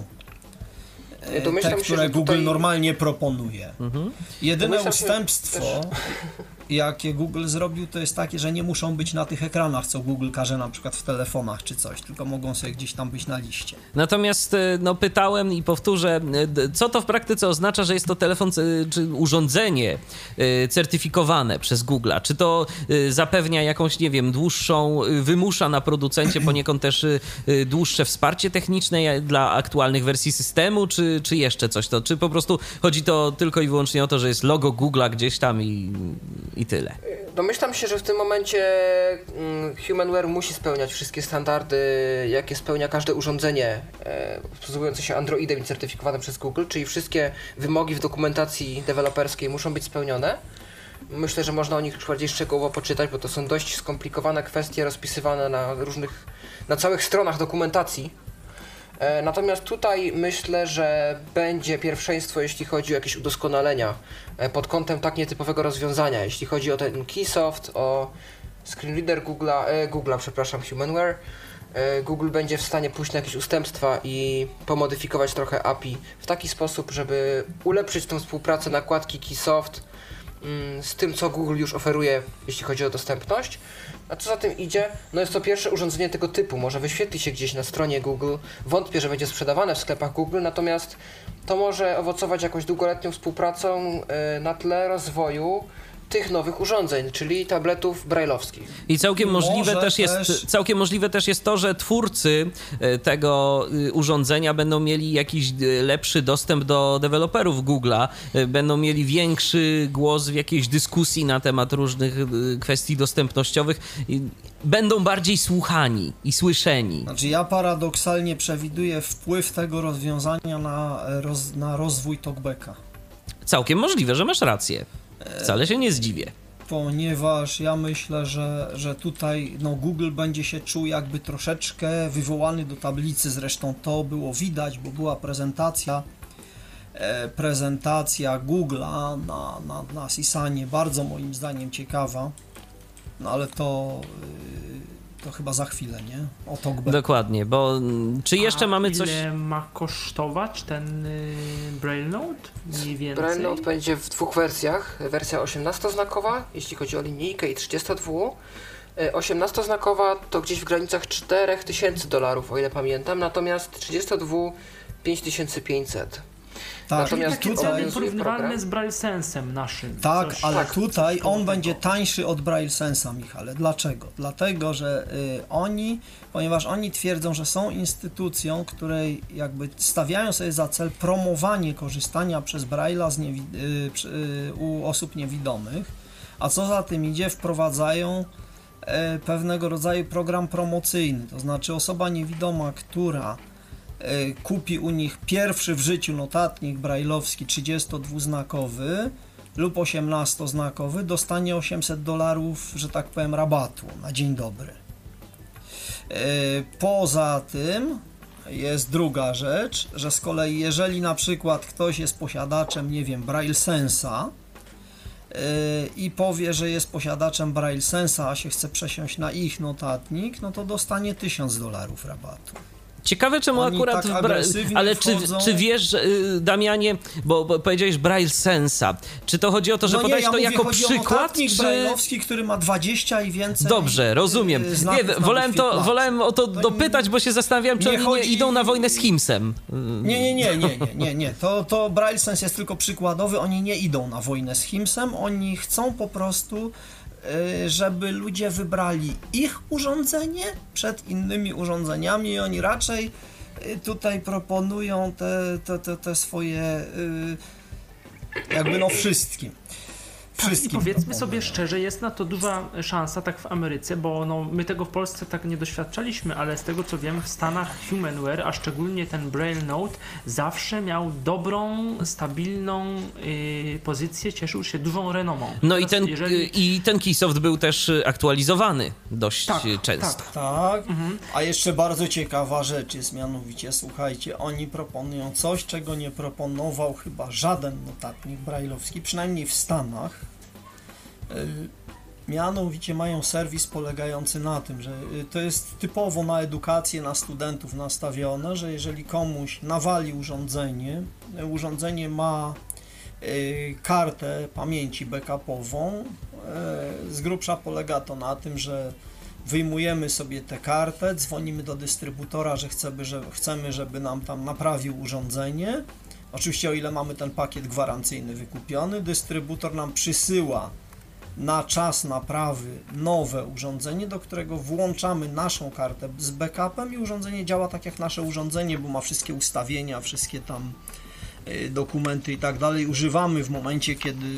Te, które Google normalnie proponuje. Jedyne ustępstwo, jakie Google zrobił, to jest takie, że nie muszą być na tych ekranach, co Google każe na przykład w telefonach czy coś, tylko mogą sobie gdzieś tam być na liście. Natomiast no, pytałem i powtórzę, co to w praktyce oznacza, że jest to telefon czy urządzenie certyfikowane przez Google'a? Czy to zapewnia jakąś, nie wiem, dłuższą, wymusza na producencie poniekąd też dłuższe wsparcie techniczne dla aktualnych wersji systemu, czy jeszcze coś? Czy po prostu chodzi to tylko i wyłącznie o to, że jest logo Google'a gdzieś tam i tyle? Domyślam się, że w tym momencie HumanWare musi spełniać wszystkie standardy, jakie spełnia każde urządzenie posługujące się Androidem i certyfikowane przez Google, czyli wszystkie wymogi w dokumentacji deweloperskiej muszą być spełnione. Myślę, że można o nich bardziej szczegółowo poczytać, bo to są dość skomplikowane kwestie rozpisywane na całych stronach dokumentacji. Natomiast tutaj myślę, że będzie pierwszeństwo, jeśli chodzi o jakieś udoskonalenia pod kątem tak nietypowego rozwiązania. Jeśli chodzi o ten Keysoft, o screen reader HumanWare, Google będzie w stanie pójść na jakieś ustępstwa i pomodyfikować trochę API w taki sposób, żeby ulepszyć tą współpracę nakładki Keysoft z tym, co Google już oferuje, jeśli chodzi o dostępność. A co za tym idzie? No jest to pierwsze urządzenie tego typu. Może wyświetli się gdzieś na stronie Google. Wątpię, że będzie sprzedawane w sklepach Google, natomiast to może owocować jakąś długoletnią współpracą na tle rozwoju tych nowych urządzeń, czyli tabletów brajlowskich. I całkiem możliwe też jest to, że twórcy tego urządzenia będą mieli jakiś lepszy dostęp do deweloperów Google'a, będą mieli większy głos w jakiejś dyskusji na temat różnych kwestii dostępnościowych, będą bardziej słuchani i słyszeni. Znaczy ja paradoksalnie przewiduję wpływ tego rozwiązania na rozwój TalkBacka. Całkiem możliwe, że masz rację. Wcale się nie zdziwię. Ponieważ ja myślę, że tutaj no, Google będzie się czuł jakby troszeczkę wywołany do tablicy. Zresztą to było widać, bo była prezentacja Google'a na CISANie, bardzo moim zdaniem ciekawa. No ale to chyba za chwilę, nie? O TalkBack. Dokładnie, bo czy jeszcze mamy coś... Ile ma kosztować ten Braille Note? Mniej więcej? Braille Note będzie w dwóch wersjach. Wersja 18-znakowa, jeśli chodzi o linijkę, i 32. 18-znakowa to gdzieś w granicach $4000, o ile pamiętam, natomiast 32 5500. Tak, natomiast tutaj porównywalne z BrailleSense'em naszym. Tak, ale tutaj on będzie tańszy od BrailleSense'a, Michale. Dlaczego? Dlatego, że ponieważ oni twierdzą, że są instytucją, której jakby stawiają sobie za cel promowanie korzystania przez Braille'a u osób niewidomych, a co za tym idzie, wprowadzają pewnego rodzaju program promocyjny, to znaczy osoba niewidoma, która kupi u nich pierwszy w życiu notatnik brajlowski 32-znakowy lub 18-znakowy, dostanie $800, że tak powiem, rabatu na dzień dobry. Poza tym jest druga rzecz, że z kolei jeżeli na przykład ktoś jest posiadaczem, nie wiem, BrailleSense'a i powie, że jest posiadaczem BrailleSense'a, a się chce przesiąść na ich notatnik, no to dostanie $1000 rabatu. Ciekawe, czemu oni akurat... Tak ale czy wiesz, Damianie, bo powiedziałeś BrailleSense'a, czy to chodzi o to, że podać to jako przykład? Chodzi o brajlowski, który ma 20 i więcej. Dobrze, rozumiem. Nie, wolałem o to dopytać, bo się zastanawiałem, czy oni nie idą na wojnę z HIMSem. Nie. To BrailleSense jest tylko przykładowy, oni nie idą na wojnę z HIMSem, oni chcą po prostu, żeby ludzie wybrali ich urządzenie przed innymi urządzeniami i oni raczej tutaj proponują te swoje jakby no wszystkim. I powiedzmy sobie szczerze, jest na to duża szansa tak w Ameryce, bo no, my tego w Polsce tak nie doświadczaliśmy, ale z tego co wiem w Stanach Humanware, a szczególnie ten Braille Note zawsze miał dobrą, stabilną pozycję, cieszył się dużą renomą. No teraz, i ten Keysoft był też aktualizowany dość często. Tak. A jeszcze bardzo ciekawa rzecz jest, mianowicie, słuchajcie, oni proponują coś, czego nie proponował chyba żaden notatnik brajlowski, przynajmniej w Stanach. Mianowicie mają serwis polegający na tym, że to jest typowo na edukację, na studentów nastawione, że jeżeli komuś nawali urządzenie ma kartę pamięci backupową, z grubsza polega to na tym, że wyjmujemy sobie tę kartę, dzwonimy do dystrybutora, że chcemy, żeby nam tam naprawił urządzenie. Oczywiście o ile mamy ten pakiet gwarancyjny wykupiony, dystrybutor nam przysyła na czas naprawy nowe urządzenie, do którego włączamy naszą kartę z backupem i urządzenie działa tak jak nasze urządzenie, bo ma wszystkie ustawienia, wszystkie tam dokumenty i tak dalej. Używamy w momencie, kiedy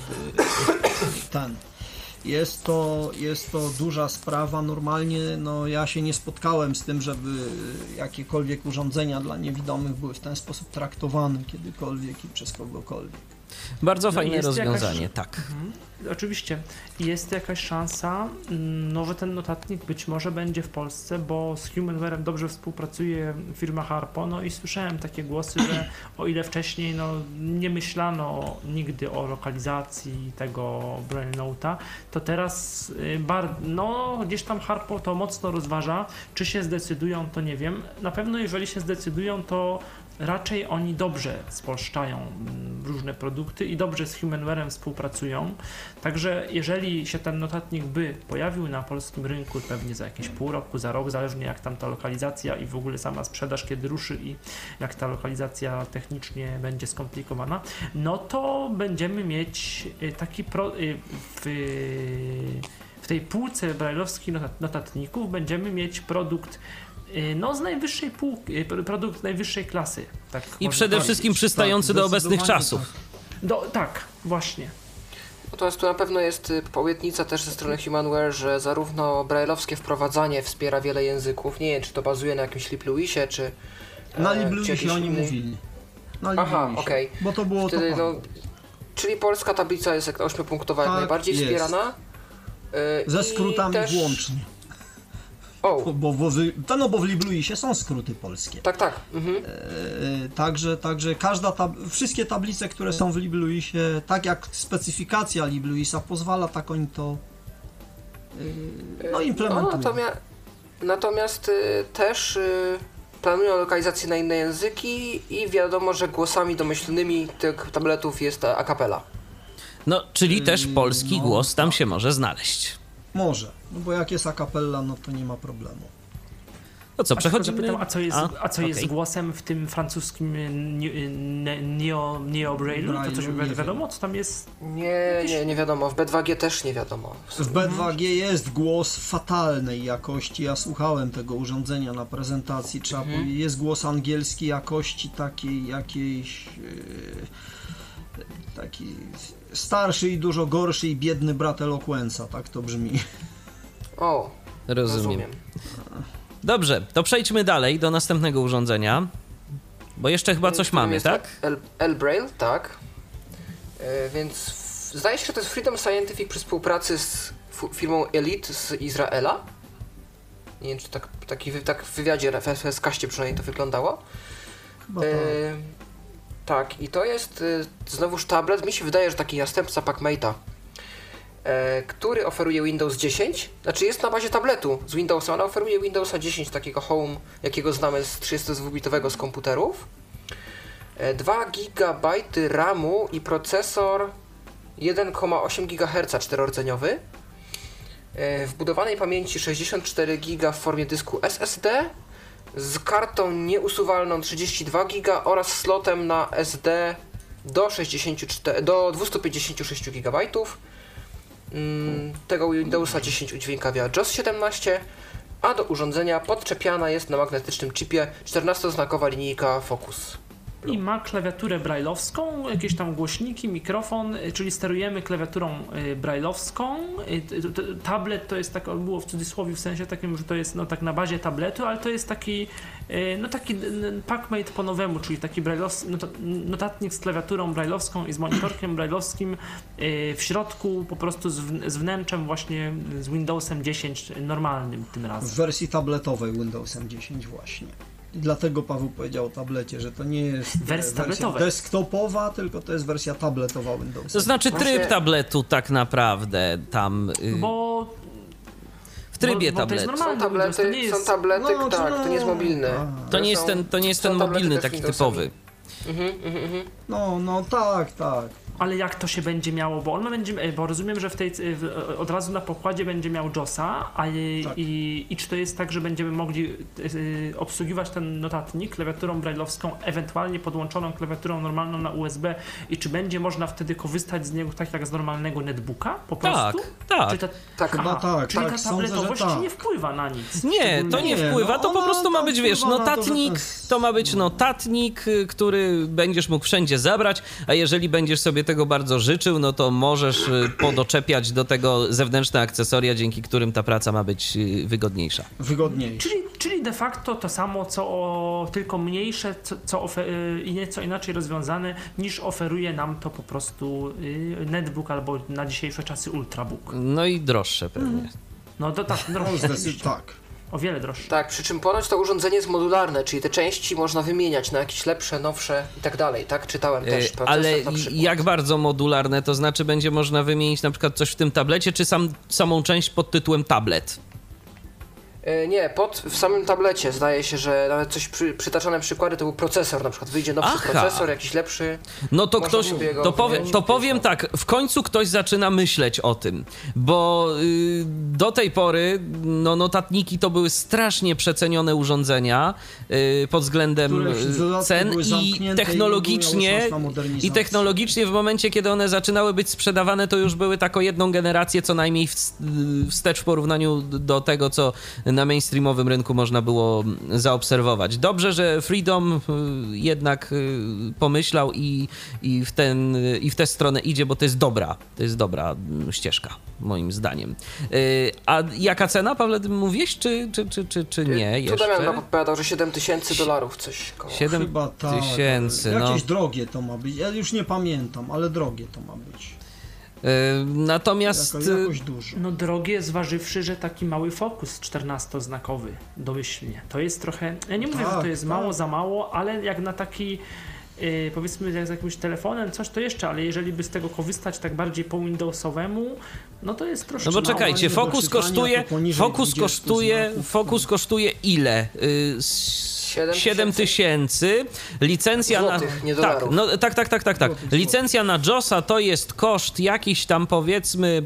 Jest to duża sprawa. Normalnie no, ja się nie spotkałem z tym, żeby jakiekolwiek urządzenia dla niewidomych były w ten sposób traktowane kiedykolwiek i przez kogokolwiek. Bardzo fajne rozwiązanie, tak. Oczywiście. Jest jakaś szansa, że ten notatnik być może będzie w Polsce, bo z Humanware'em dobrze współpracuje firma Harpo, no i słyszałem takie głosy, że o ile wcześniej nie myślano nigdy o lokalizacji tego Braille Note'a, to teraz gdzieś tam Harpo to mocno rozważa. Czy się zdecydują, to nie wiem. Na pewno jeżeli się zdecydują, to raczej oni dobrze spolszczają różne produkty i dobrze z Humanware'em współpracują. Także jeżeli się ten notatnik by pojawił na polskim rynku, pewnie za jakieś pół roku, za rok, zależnie jak tam ta lokalizacja i w ogóle sama sprzedaż kiedy ruszy i jak ta lokalizacja technicznie będzie skomplikowana, no to będziemy mieć taki w tej półce brajlowskich notatników będziemy mieć produkt z najwyższej półki, produkt najwyższej klasy. Tak i przede wszystkim przystający do obecnych czasów. Tak, właśnie. Natomiast tu na pewno jest obietnica też ze strony Humanware, że zarówno brajlowskie wprowadzanie wspiera wiele języków. Nie wiem, czy to bazuje na jakimś LibLouisie, czy na LibLouisie oni mówili. Aha, okej. Bo to było wtedy, czyli polska tablica jest 8-punktowa jak najbardziej wspierana. Ze skrótami też włącznie. Bo w LibLouisie są skróty polskie. Tak. Także wszystkie tablice, które są w LibLouisie, tak jak specyfikacja LibLouisa pozwala, tak oni to implementują. Natomiast też planują lokalizację na inne języki i wiadomo, że głosami domyślnymi tych tabletów jest a cappella. Czyli też polski głos tam się może znaleźć. Może, bo jak jest a cappella, no to nie ma problemu. No co, przechodzimy... Zapytam, a co jest głosem w tym francuskim Neo Braille'u? To coś wiadomo, co tam jest? Nie wiadomo. W B2G też nie wiadomo. W B2G jest głos fatalnej jakości. Ja słuchałem tego urządzenia na prezentacji. Jest głos angielski jakości takiej jakiejś... taki starszy i dużo gorszy i biedny brat Eloquence'a, tak to brzmi. Rozumiem. Dobrze, to przejdźmy dalej do następnego urządzenia, bo jeszcze chyba coś mamy, tak? L-Braille, tak. Więc zdaje się, że to jest Freedom Scientific przy współpracy z firmą Elite z Izraela. Nie wiem, czy tak w wywiadzie, w FSCaście przynajmniej to wyglądało. Chyba tak. Tak, i to jest znowuż tablet, mi się wydaje, że taki następca PacMate'a, który oferuje Windows 10, znaczy jest na bazie tabletu z Windowsem, ale oferuje Windowsa 10, takiego Home, jakiego znamy z 32-bitowego z komputerów, 2 GB RAMu i procesor 1,8 GHz czterordzeniowy, wbudowanej pamięci 64 GB w formie dysku SSD, z kartą nieusuwalną 32 GB oraz slotem na SD do 256 GB. Tego Windowsa 10 udźwiękawia JOS 17, a do urządzenia podczepiana jest na magnetycznym chipie 14-znakowa linijka Focus. I ma klawiaturę braille'owską, jakieś tam głośniki, mikrofon, czyli sterujemy klawiaturą braille'owską. Tablet to jest tak, było w cudzysłowie, w sensie takim, że to jest no, tak na bazie tabletu, ale to jest taki PackMate po nowemu, czyli taki notatnik z klawiaturą braille'owską i z monitorkiem braille'owskim w środku, po prostu z wnętrzem właśnie z Windowsem 10 normalnym tym razem. W wersji tabletowej Windowsem 10 właśnie. I dlatego Paweł powiedział o tablecie, że to nie jest wersja desktopowa, tylko to jest wersja tabletowa Windowsa. To znaczy tryb tabletu tak naprawdę tam... Bo w trybie tabletu. Są tablety, tak, to nie jest mobilny. To nie jest ten mobilny taki typowy. No tak. Ale jak to się będzie miało, bo rozumiem, że od razu na pokładzie będzie miał JOSa, Tak. i czy to jest tak, że będziemy mogli obsługiwać ten notatnik klawiaturą braille'owską, ewentualnie podłączoną klawiaturą normalną na USB i czy będzie można wtedy korzystać z niego tak jak z normalnego netbooka po prostu? Tak. Chyba tak. Czyli tak, ta tabletowość tak. nie wpływa na nic. Nie, to nie wpływa, to po prostu ma być, wiesz, notatnik, to ma być No. notatnik, który będziesz mógł wszędzie zabrać, a jeżeli będziesz sobie tego bardzo życzył, no to możesz podoczepiać do tego zewnętrzne akcesoria, dzięki którym ta praca ma być wygodniejsza. Czyli de facto to samo, tylko mniejsze i nieco inaczej rozwiązane, niż oferuje nam to po prostu netbook albo na dzisiejsze czasy ultrabook. No i droższe pewnie. No to tak, droższe. Tak. O wiele droższe. Tak, przy czym ponoć to urządzenie jest modularne, czyli te części można wymieniać na jakieś lepsze, nowsze i tak dalej, tak? Czytałem też. Ale jak bardzo modularne, to znaczy będzie można wymienić na przykład coś w tym tablecie, czy samą część pod tytułem tablet? Nie, w samym tablecie zdaje się, że nawet coś przytaczane przykłady to był procesor, na przykład wyjdzie nowszy procesor, jakiś lepszy. No to ktoś, powiem tak, w końcu ktoś zaczyna myśleć o tym, bo do tej pory notatniki to były strasznie przecenione urządzenia pod względem cen i technologicznie w momencie, kiedy one zaczynały być sprzedawane, to już były tak o jedną generację co najmniej wstecz w porównaniu do tego, co na mainstreamowym rynku można było zaobserwować. Dobrze, że Freedom jednak pomyślał i w tę stronę idzie, bo to jest dobra ścieżka, moim zdaniem. A jaka cena, Pawle, mówisz, czy nie jeszcze? Tu Damian opowiadał, że $7,000 coś koło. 7,000, no. Jakieś drogie to ma być, ja już nie pamiętam, ale drogie to ma być. Natomiast jakoś dużo. No drogie, zważywszy, że taki mały Focus 14-znakowy domyślnie. To jest trochę, ja nie mówię, że to jest mało za mało, ale jak na taki powiedzmy jak z jakimś telefonem, coś to jeszcze, ale jeżeli by z tego korzystać tak bardziej po Windowsowemu, no to jest troszkę. No bo czekajcie, Focus kosztuje ile? 7,000. Licencja złotych, nie dolarów. Tak. Licencja na JOSa to jest koszt jakiś tam powiedzmy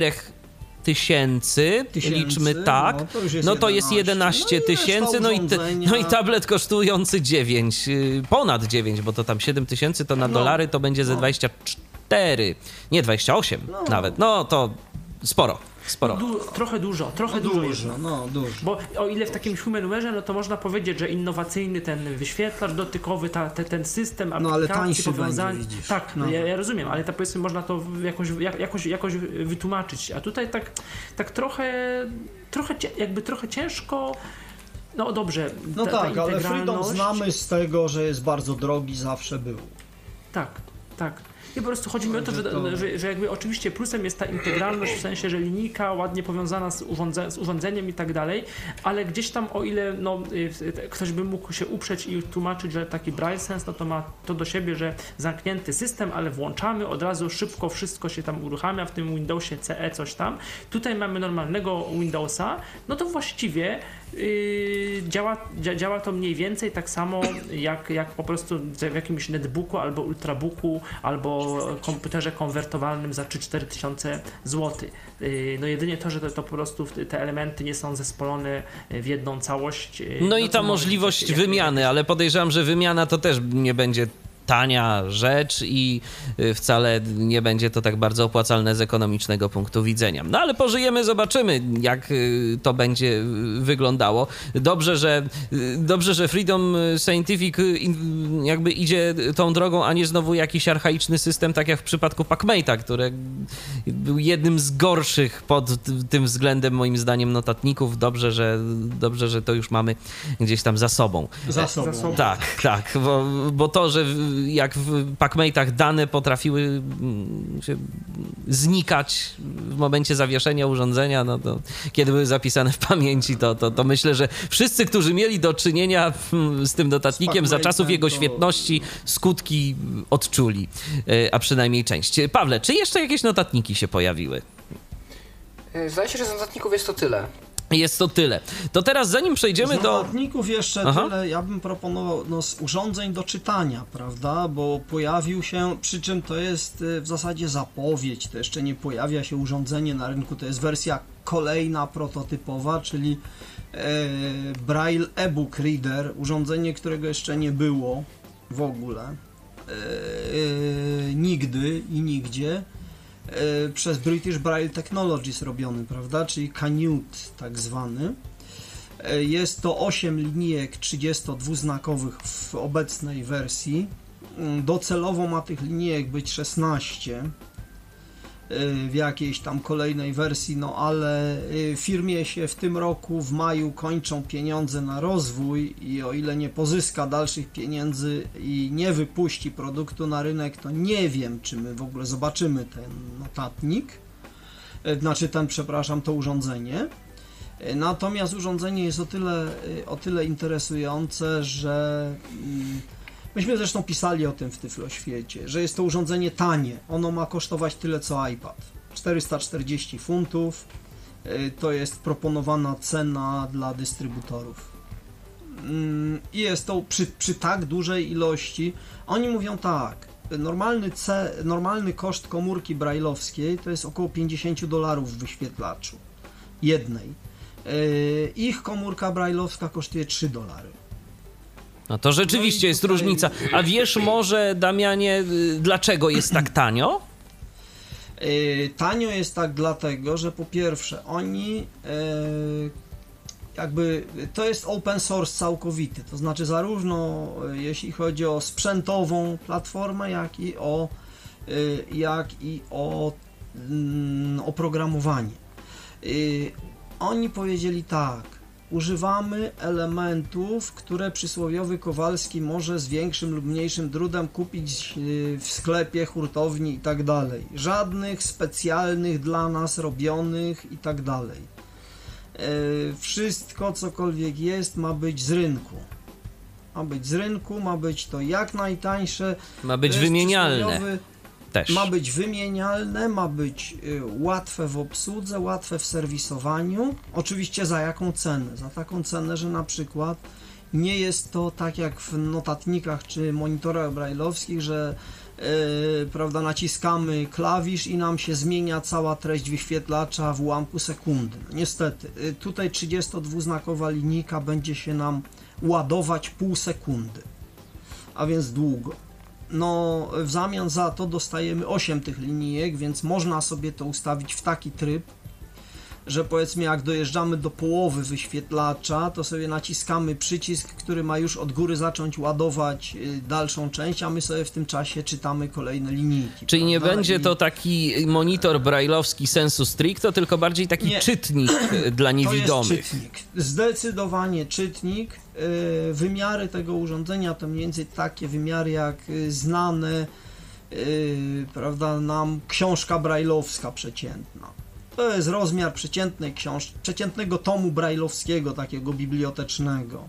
4,000, liczmy tak, no to jest 11,000, no i tablet kosztujący 9, ponad 9, bo to tam 7,000 to na dolary to będzie ze 24, nie 28 nawet, no to sporo. Trochę dużo. Bo o ile w takim Humanware'ze, no to można powiedzieć, że innowacyjny ten wyświetlacz dotykowy, ten system aplikacji powiązania. Tak, ja rozumiem, ale powiedzmy można to jakoś wytłumaczyć. A tutaj tak trochę ciężko. No dobrze. No tak, ale Freedom znamy z tego, że jest bardzo drogi, zawsze był. Tak. I po prostu chodzi mi o to, że jakby oczywiście plusem jest ta integralność, w sensie, że linijka ładnie powiązana z urządzeniem i tak dalej, ale gdzieś tam o ile ktoś by mógł się uprzeć i tłumaczyć, że taki Braille Sense, no to ma to do siebie, że zamknięty system, ale włączamy, od razu szybko wszystko się tam uruchamia w tym Windowsie CE coś tam. Tutaj mamy normalnego Windowsa, no to właściwie działa to mniej więcej tak samo jak po prostu w jakimś netbooku albo ultrabooku albo komputerze konwertowalnym za 3-4 tysiące złotych. No jedynie to, że to po prostu te elementy nie są zespolone w jedną całość. No i ta możliwość wymiany, ale podejrzewam, że wymiana to też nie będzie tania rzecz i wcale nie będzie to tak bardzo opłacalne z ekonomicznego punktu widzenia. No ale pożyjemy, zobaczymy, jak to będzie wyglądało. Dobrze, że Freedom Scientific jakby idzie tą drogą, a nie znowu jakiś archaiczny system, tak jak w przypadku PacMate'a, który był jednym z gorszych pod tym względem, moim zdaniem, notatników. Dobrze, że to już mamy gdzieś tam za sobą. Tak, bo to, że jak w PacMate'ach dane potrafiły się znikać w momencie zawieszenia urządzenia, no to kiedy były zapisane w pamięci, to myślę, że wszyscy, którzy mieli do czynienia z tym notatnikiem za czasów jego świetności, skutki odczuli, a przynajmniej część. Pawle, czy jeszcze jakieś notatniki się pojawiły? Zdaje się, że z notatników jest to tyle. Jest to tyle. To teraz zanim przejdziemy do... Z notatników jeszcze tyle, ja bym proponował z urządzeń do czytania, prawda, bo pojawił się, przy czym to jest w zasadzie zapowiedź, to jeszcze nie pojawia się urządzenie na rynku, to jest wersja kolejna, prototypowa, czyli Braille e-book reader, urządzenie, którego jeszcze nie było w ogóle, nigdy i nigdzie, przez British Braille Technologies robiony, prawda, czyli Canute tak zwany. Jest to 8 linijek 32-znakowych w obecnej wersji. Docelowo ma tych linijek być 16 w jakiejś tam kolejnej wersji, no ale firmie się w tym roku w maju kończą pieniądze na rozwój i o ile nie pozyska dalszych pieniędzy i nie wypuści produktu na rynek, to nie wiem, czy my w ogóle zobaczymy ten notatnik, to urządzenie. Natomiast urządzenie jest o tyle interesujące, że myśmy zresztą pisali o tym w Tyfloświecie, że jest to urządzenie tanie. Ono ma kosztować tyle co iPad. 440 funtów. To jest proponowana cena dla dystrybutorów. I jest to przy tak dużej ilości. Oni mówią tak, normalny koszt komórki brajlowskiej to jest około $50 w wyświetlaczu. Jednej. Ich komórka brajlowska kosztuje $3. No to rzeczywiście jest różnica. A wiesz może, Damianie, dlaczego jest tak tanio? Tanio jest tak dlatego, że po pierwsze oni to jest open source całkowity, to znaczy zarówno jeśli chodzi o sprzętową platformę, jak i o oprogramowanie. Oni powiedzieli tak: używamy elementów, które przysłowiowy Kowalski może z większym lub mniejszym trudem kupić w sklepie, hurtowni i tak dalej. Żadnych specjalnych dla nas robionych i tak dalej. Wszystko, cokolwiek jest, ma być z rynku. Ma być to jak najtańsze. Ma być wymienialne. Też. Ma być wymienialne, ma być łatwe w obsłudze, łatwe w serwisowaniu. Oczywiście za jaką cenę? Za taką cenę, że na przykład nie jest to tak jak w notatnikach czy monitorach brajlowskich, że prawda, naciskamy klawisz i nam się zmienia cała treść wyświetlacza w ułamku sekundy. No, niestety, tutaj 32-znakowa linijka będzie się nam ładować pół sekundy, a więc długo. No, w zamian za to dostajemy 8 tych linijek, więc można sobie to ustawić w taki tryb, że powiedzmy jak dojeżdżamy do połowy wyświetlacza, to sobie naciskamy przycisk, który ma już od góry zacząć ładować dalszą część, a my sobie w tym czasie czytamy kolejne linijki. Czyli nie będzie to taki monitor brajlowski sensu stricto, tylko bardziej taki czytnik dla niewidomych. To jest czytnik. Zdecydowanie czytnik. Wymiary tego urządzenia to mniej więcej takie wymiary jak znane, prawda, nam książka brajlowska przeciętna. To jest rozmiar przeciętnego tomu brajlowskiego, takiego bibliotecznego.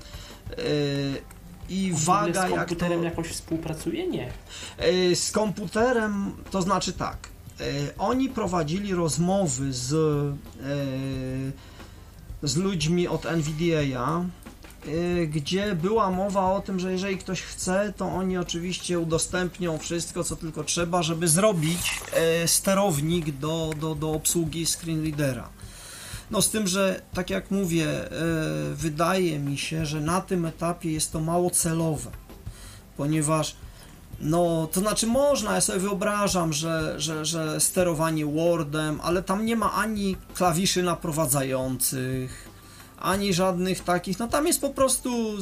I waga, z komputerem jakoś współpracuje? Nie. Z komputerem, to znaczy tak, oni prowadzili rozmowy z ludźmi od NVIDIA, gdzie była mowa o tym, że jeżeli ktoś chce, to oni oczywiście udostępnią wszystko, co tylko trzeba, żeby zrobić sterownik do obsługi screenreadera. No z tym, że tak jak mówię, wydaje mi się, że na tym etapie jest to mało celowe, ponieważ No, to znaczy można, ja sobie wyobrażam, że sterowanie Wordem, ale tam nie ma ani klawiszy naprowadzających, ani żadnych takich, no tam jest po prostu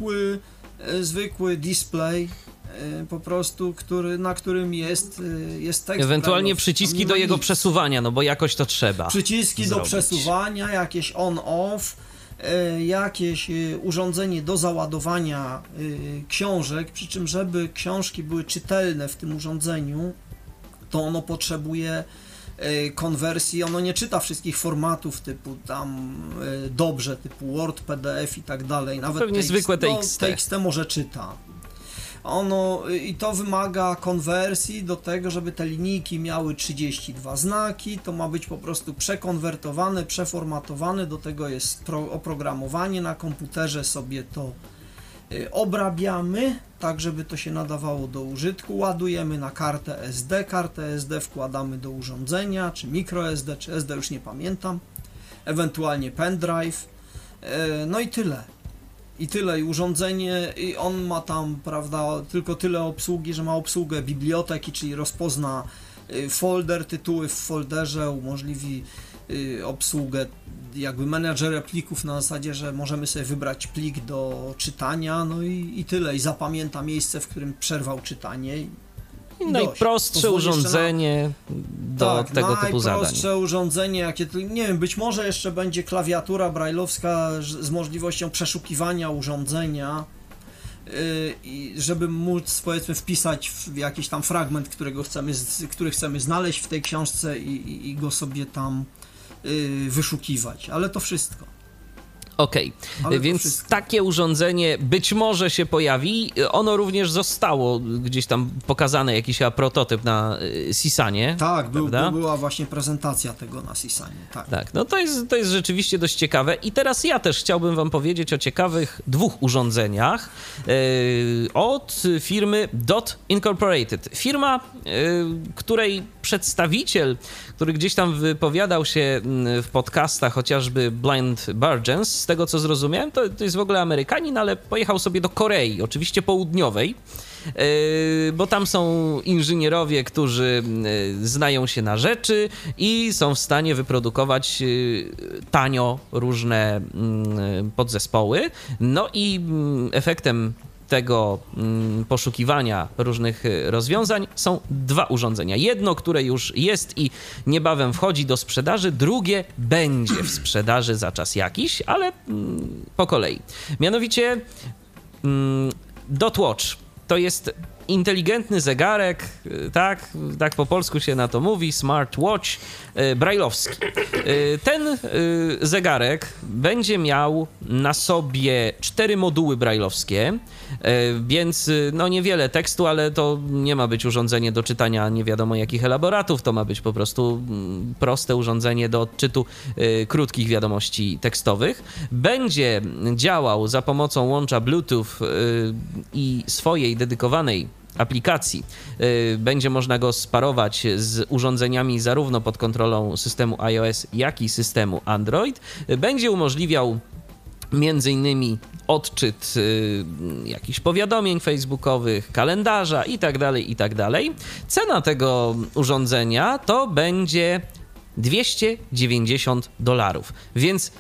zwykły display, po prostu, na którym jest tekst. Ewentualnie przyciski do jego przesuwania, no bo jakoś to trzeba. Przyciski zrobić. do przesuwania, jakieś on-off, jakieś urządzenie do załadowania książek, przy czym żeby książki były czytelne w tym urządzeniu, to ono potrzebuje konwersji, ono nie czyta wszystkich formatów typu tam dobrze, typu Word, PDF i tak dalej. Nawet pewnie zwykłe TXT. No, TXT może czyta. I to wymaga konwersji do tego, żeby te linijki miały 32 znaki, to ma być po prostu przekonwertowane, przeformatowane, do tego jest oprogramowanie na komputerze, sobie to obrabiamy, tak żeby to się nadawało do użytku, ładujemy na kartę SD wkładamy do urządzenia, czy microSD, czy SD, już nie pamiętam, ewentualnie pendrive, no i tyle. I urządzenie, i on ma tam, prawda, tylko tyle obsługi, że ma obsługę biblioteki, czyli rozpozna folder, tytuły w folderze, umożliwi obsługę jakby menedżera plików na zasadzie, że możemy sobie wybrać plik do czytania, no i tyle, i zapamięta miejsce, w którym przerwał czytanie. Najprostsze urządzenie do tego typu zadań. Najprostsze urządzenie, jakie, nie wiem, być może jeszcze będzie klawiatura brajlowska z możliwością przeszukiwania urządzenia, i żeby móc, powiedzmy, wpisać w jakiś tam fragment, który chcemy znaleźć w tej książce i go sobie tam wyszukiwać, ale to wszystko. Okej, więc takie urządzenie być może się pojawi. Ono również zostało gdzieś tam pokazane, jakiś prototyp na Sisanie. Tak, była właśnie prezentacja tego na Sisanie. Tak, no to jest rzeczywiście dość ciekawe. I teraz ja też chciałbym wam powiedzieć o ciekawych dwóch urządzeniach od firmy Dot Incorporated. Firma, której przedstawiciel, który gdzieś tam wypowiadał się w podcastach, chociażby Blind Bargains, z tego co zrozumiałem, to jest w ogóle Amerykanin, ale pojechał sobie do Korei, oczywiście południowej, bo tam są inżynierowie, którzy znają się na rzeczy i są w stanie wyprodukować tanio różne podzespoły. No i efektem tego poszukiwania różnych rozwiązań są dwa urządzenia. Jedno, które już jest i niebawem wchodzi do sprzedaży, drugie będzie w sprzedaży za czas jakiś, ale po kolei. Mianowicie Dot Watch to jest inteligentny zegarek, tak po polsku się na to mówi, smartwatch brajlowski. Ten zegarek będzie miał na sobie 4 moduły brajlowskie, więc no niewiele tekstu, ale to nie ma być urządzenie do czytania nie wiadomo jakich elaboratów, to ma być po prostu proste urządzenie do odczytu krótkich wiadomości tekstowych. Będzie działał za pomocą łącza Bluetooth i swojej dedykowanej aplikacji. Będzie można go sparować z urządzeniami zarówno pod kontrolą systemu iOS, jak i systemu Android. Będzie umożliwiał między innymi odczyt jakichś powiadomień facebookowych, kalendarza itd. Cena tego urządzenia to będzie $290, więc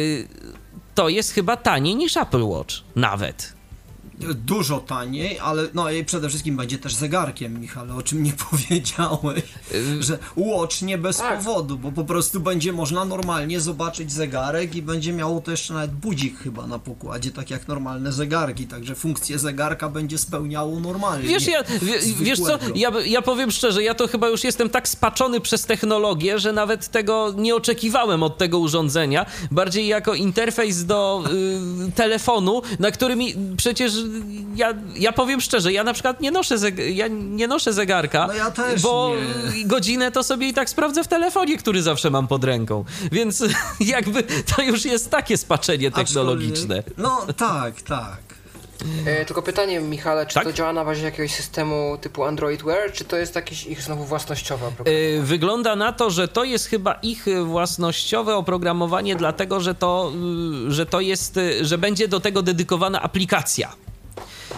to jest chyba taniej niż Apple Watch nawet. Dużo taniej, ale no i przede wszystkim będzie też zegarkiem, Michale, o czym nie powiedziałeś, że Watch nie bez powodu, bo po prostu będzie można normalnie zobaczyć zegarek i będzie miało to jeszcze nawet budzik chyba na pokładzie, tak jak normalne zegarki, także funkcję zegarka będzie spełniało normalnie. Wiesz co, ja powiem szczerze, ja to chyba już jestem tak spaczony przez technologię, że nawet tego nie oczekiwałem od tego urządzenia, bardziej jako interfejs do telefonu, na którym przecież ja powiem szczerze, ja na przykład nie noszę zegarka, no ja też bo nie. Godzinę to sobie i tak sprawdzę w telefonie, który zawsze mam pod ręką, więc jakby to już jest takie spaczenie technologiczne. No tak. Tylko pytanie, Michale, czy tak? to działa na bazie jakiegoś systemu typu Android Wear, czy to jest jakieś ich znowu własnościowe oprogramowanie? Wygląda na to, że to jest chyba ich własnościowe oprogramowanie, dlatego że to jest, że będzie do tego dedykowana aplikacja.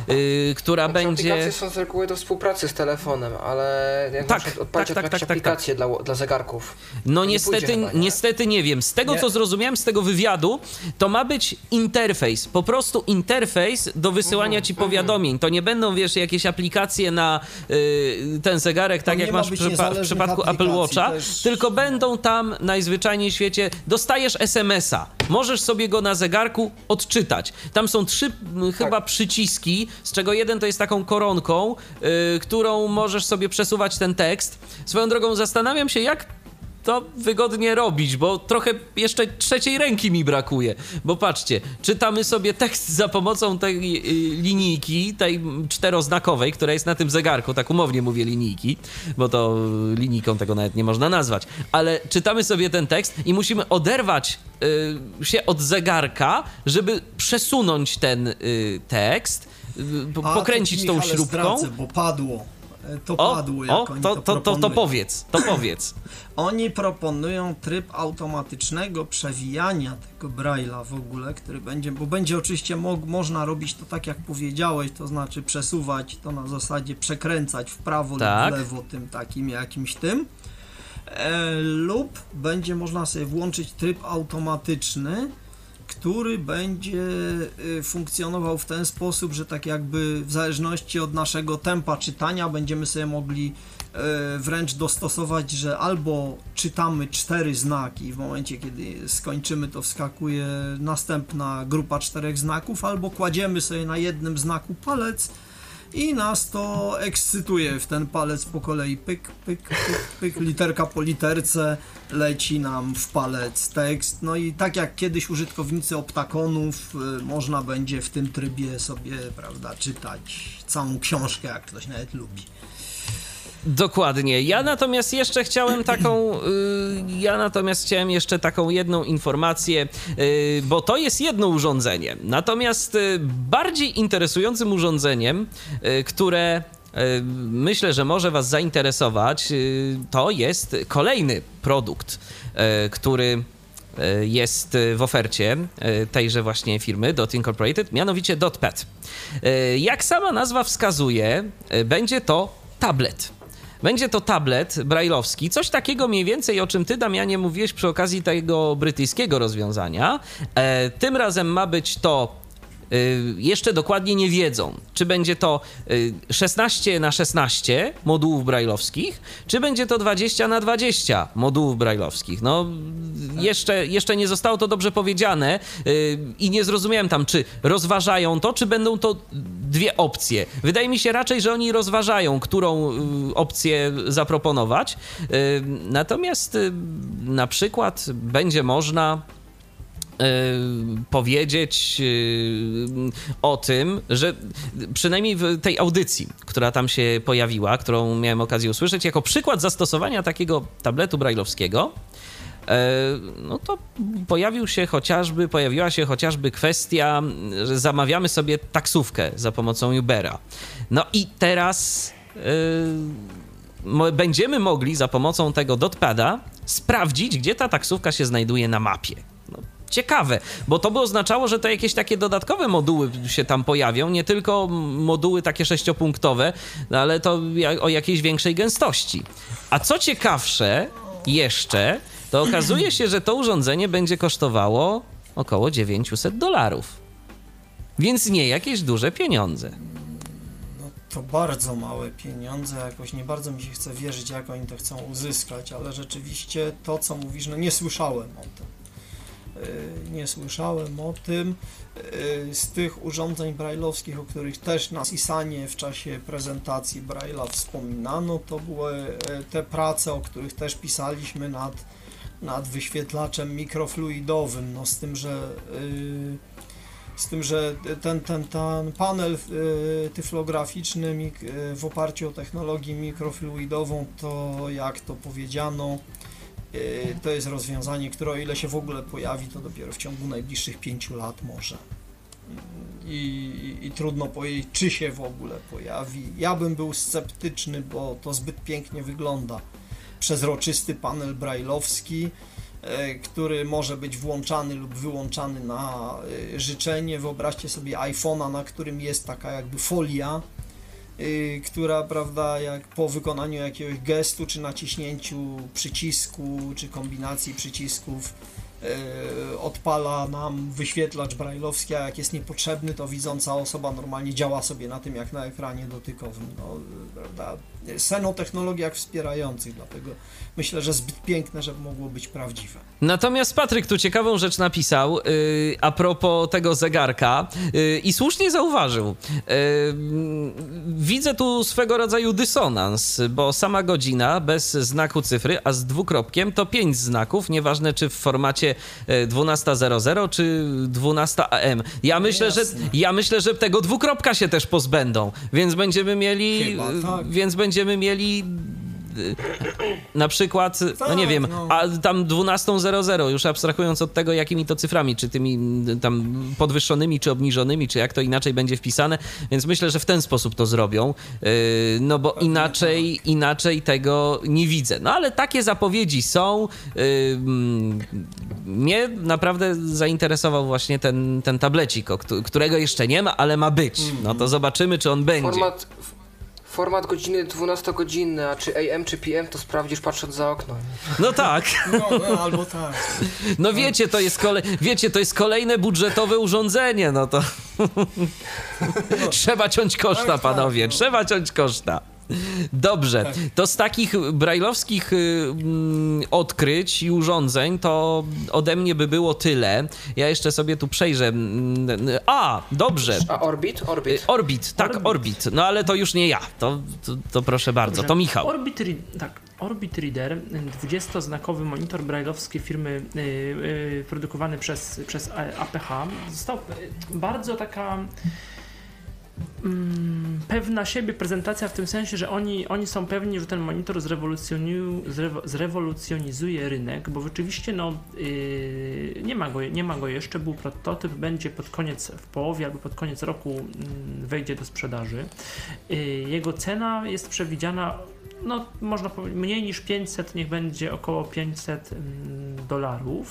która będzie... Aplikacje są z reguły do współpracy z telefonem, ale jak na przykład odpalić jakieś aplikacje dla zegarków. No niestety nie wiem. Z tego, co zrozumiałem z tego wywiadu, to ma być interfejs, po prostu interfejs do wysyłania ci powiadomień. To nie będą, wiesz, jakieś aplikacje na ten zegarek, tak jak masz w przypadku Apple Watcha, tylko będą tam najzwyczajniej w świecie, dostajesz SMS-a, możesz sobie go na zegarku odczytać. Tam są 3 chyba przyciski, z czego jeden to jest taką koronką, którą możesz sobie przesuwać ten tekst. Swoją drogą zastanawiam się, jak to wygodnie robić, bo trochę jeszcze trzeciej ręki mi brakuje. Bo patrzcie, czytamy sobie tekst za pomocą tej linijki, tej 4-znakowej, która jest na tym zegarku, tak umownie mówię linijki, bo to linijką tego nawet nie można nazwać, ale czytamy sobie ten tekst i musimy oderwać się od zegarka, żeby przesunąć ten tekst, pokręcić tą śrubką. Zdradzę, bo padło. To powiedz. Oni proponują tryb automatycznego przewijania tego Braille'a w ogóle, który będzie oczywiście można robić to tak jak powiedziałeś, to znaczy przesuwać to na zasadzie przekręcać w prawo lub w lewo tym takim jakimś tym, lub będzie można sobie włączyć tryb automatyczny, który będzie funkcjonował w ten sposób, że tak jakby w zależności od naszego tempa czytania będziemy sobie mogli wręcz dostosować, że albo czytamy 4 znaki i w momencie, kiedy skończymy, to wskakuje następna grupa 4 znaków, albo kładziemy sobie na jednym znaku palec i nas to ekscytuje w ten palec po kolei, pyk, pyk, pyk, pyk, literka po literce leci nam w palec tekst, no i tak jak kiedyś użytkownicy optakonów, można będzie w tym trybie sobie, prawda, czytać całą książkę, jak ktoś nawet lubi. Dokładnie. Ja natomiast chciałem jeszcze taką jedną informację, bo to jest jedno urządzenie. Natomiast bardziej interesującym urządzeniem, które myślę, że może was zainteresować, to jest kolejny produkt, który jest w ofercie tejże właśnie firmy Dot Incorporated, mianowicie DotPad. Jak sama nazwa wskazuje, będzie to tablet. Będzie to tablet brajlowski, coś takiego mniej więcej, o czym ty, Damianie, mówiłeś przy okazji tego brytyjskiego rozwiązania. Tym razem ma być to, jeszcze dokładnie nie wiedzą, czy będzie to 16x16 modułów brajlowskich, czy będzie to 20x20 modułów brajlowskich. No, jeszcze nie zostało to dobrze powiedziane i nie zrozumiałem tam, czy rozważają to, czy będą to 2 opcje. Wydaje mi się raczej, że oni rozważają, którą opcję zaproponować. Natomiast na przykład będzie można powiedzieć o tym, że przynajmniej w tej audycji, która tam się pojawiła, którą miałem okazję usłyszeć, jako przykład zastosowania takiego tabletu brajlowskiego, no to pojawiła się chociażby kwestia, że zamawiamy sobie taksówkę za pomocą Ubera. No i teraz będziemy mogli za pomocą tego DotPada sprawdzić, gdzie ta taksówka się znajduje na mapie. No, ciekawe, bo to by oznaczało, że to jakieś takie dodatkowe moduły się tam pojawią, nie tylko moduły takie 6-punktowe, ale to o jakiejś większej gęstości. A co ciekawsze jeszcze, to okazuje się, że to urządzenie będzie kosztowało około $900. Więc nie jakieś duże pieniądze. No to bardzo małe pieniądze, jakoś nie bardzo mi się chce wierzyć, jak oni to chcą uzyskać, ale rzeczywiście to, co mówisz, no nie słyszałem o tym. Z tych urządzeń brajlowskich, o których też na CISANie w czasie prezentacji Braille'a wspominano, to były te prace, o których też pisaliśmy nad wyświetlaczem mikrofluidowym, no z tym, że ten panel tyflograficzny w oparciu o technologię mikrofluidową, to jak to powiedziano, to jest rozwiązanie, które o ile się w ogóle pojawi, to dopiero w ciągu najbliższych 5 lat może. I trudno powiedzieć, czy się w ogóle pojawi. Ja bym był sceptyczny, bo to zbyt pięknie wygląda. Przezroczysty panel brajlowski, który może być włączany lub wyłączany na życzenie. Wyobraźcie sobie iPhone'a, na którym jest taka jakby folia, która, prawda, jak po wykonaniu jakiegoś gestu, czy naciśnięciu przycisku, czy kombinacji przycisków odpala nam wyświetlacz brajlowski, a jak jest niepotrzebny, to widząca osoba normalnie działa sobie na tym jak na ekranie dotykowym. No, prawda? Sen o technologiach wspierających, dlatego myślę, że zbyt piękne, żeby mogło być prawdziwe. Natomiast Patryk tu ciekawą rzecz napisał a propos tego zegarka i słusznie zauważył. Widzę tu swego rodzaju dysonans, bo sama godzina bez znaku cyfry, a z dwukropkiem to 5 znaków, nieważne czy w formacie 12:00 czy 12 AM. Ja myślę, że tego dwukropka się też pozbędą, więc będziemy mieli na przykład, no nie wiem, a tam 12:00, już abstrahując od tego, jakimi to cyframi, czy tymi tam podwyższonymi, czy obniżonymi, czy jak to inaczej będzie wpisane, więc myślę, że w ten sposób to zrobią, no bo inaczej tego nie widzę. No ale takie zapowiedzi są. Mnie naprawdę zainteresował właśnie ten tablecik, którego jeszcze nie ma, ale ma być. No to zobaczymy, czy on będzie. Format godziny 12-godzinny, a czy AM, czy PM, to sprawdzisz patrząc za okno. No tak. No albo tak. No wiecie, to jest kolejne budżetowe urządzenie, no to trzeba ciąć koszta, panowie, trzeba ciąć koszta. Dobrze, to z takich brajlowskich odkryć i urządzeń to ode mnie by było tyle. Ja jeszcze sobie tu przejrzę. Dobrze. A Orbit? Orbit. No ale to już nie ja. To proszę bardzo, dobrze. To Michał. Orbit Reader, 20-znakowy monitor brajlowski firmy produkowany przez APH. Został bardzo taka pewna siebie prezentacja w tym sensie, że oni są pewni, że ten monitor zrewolucjonizuje rynek, bo rzeczywiście nie ma go jeszcze, był prototyp, będzie w połowie albo pod koniec roku wejdzie do sprzedaży. Jego cena jest przewidziana, no można powiedzieć mniej niż 500, niech będzie około $500.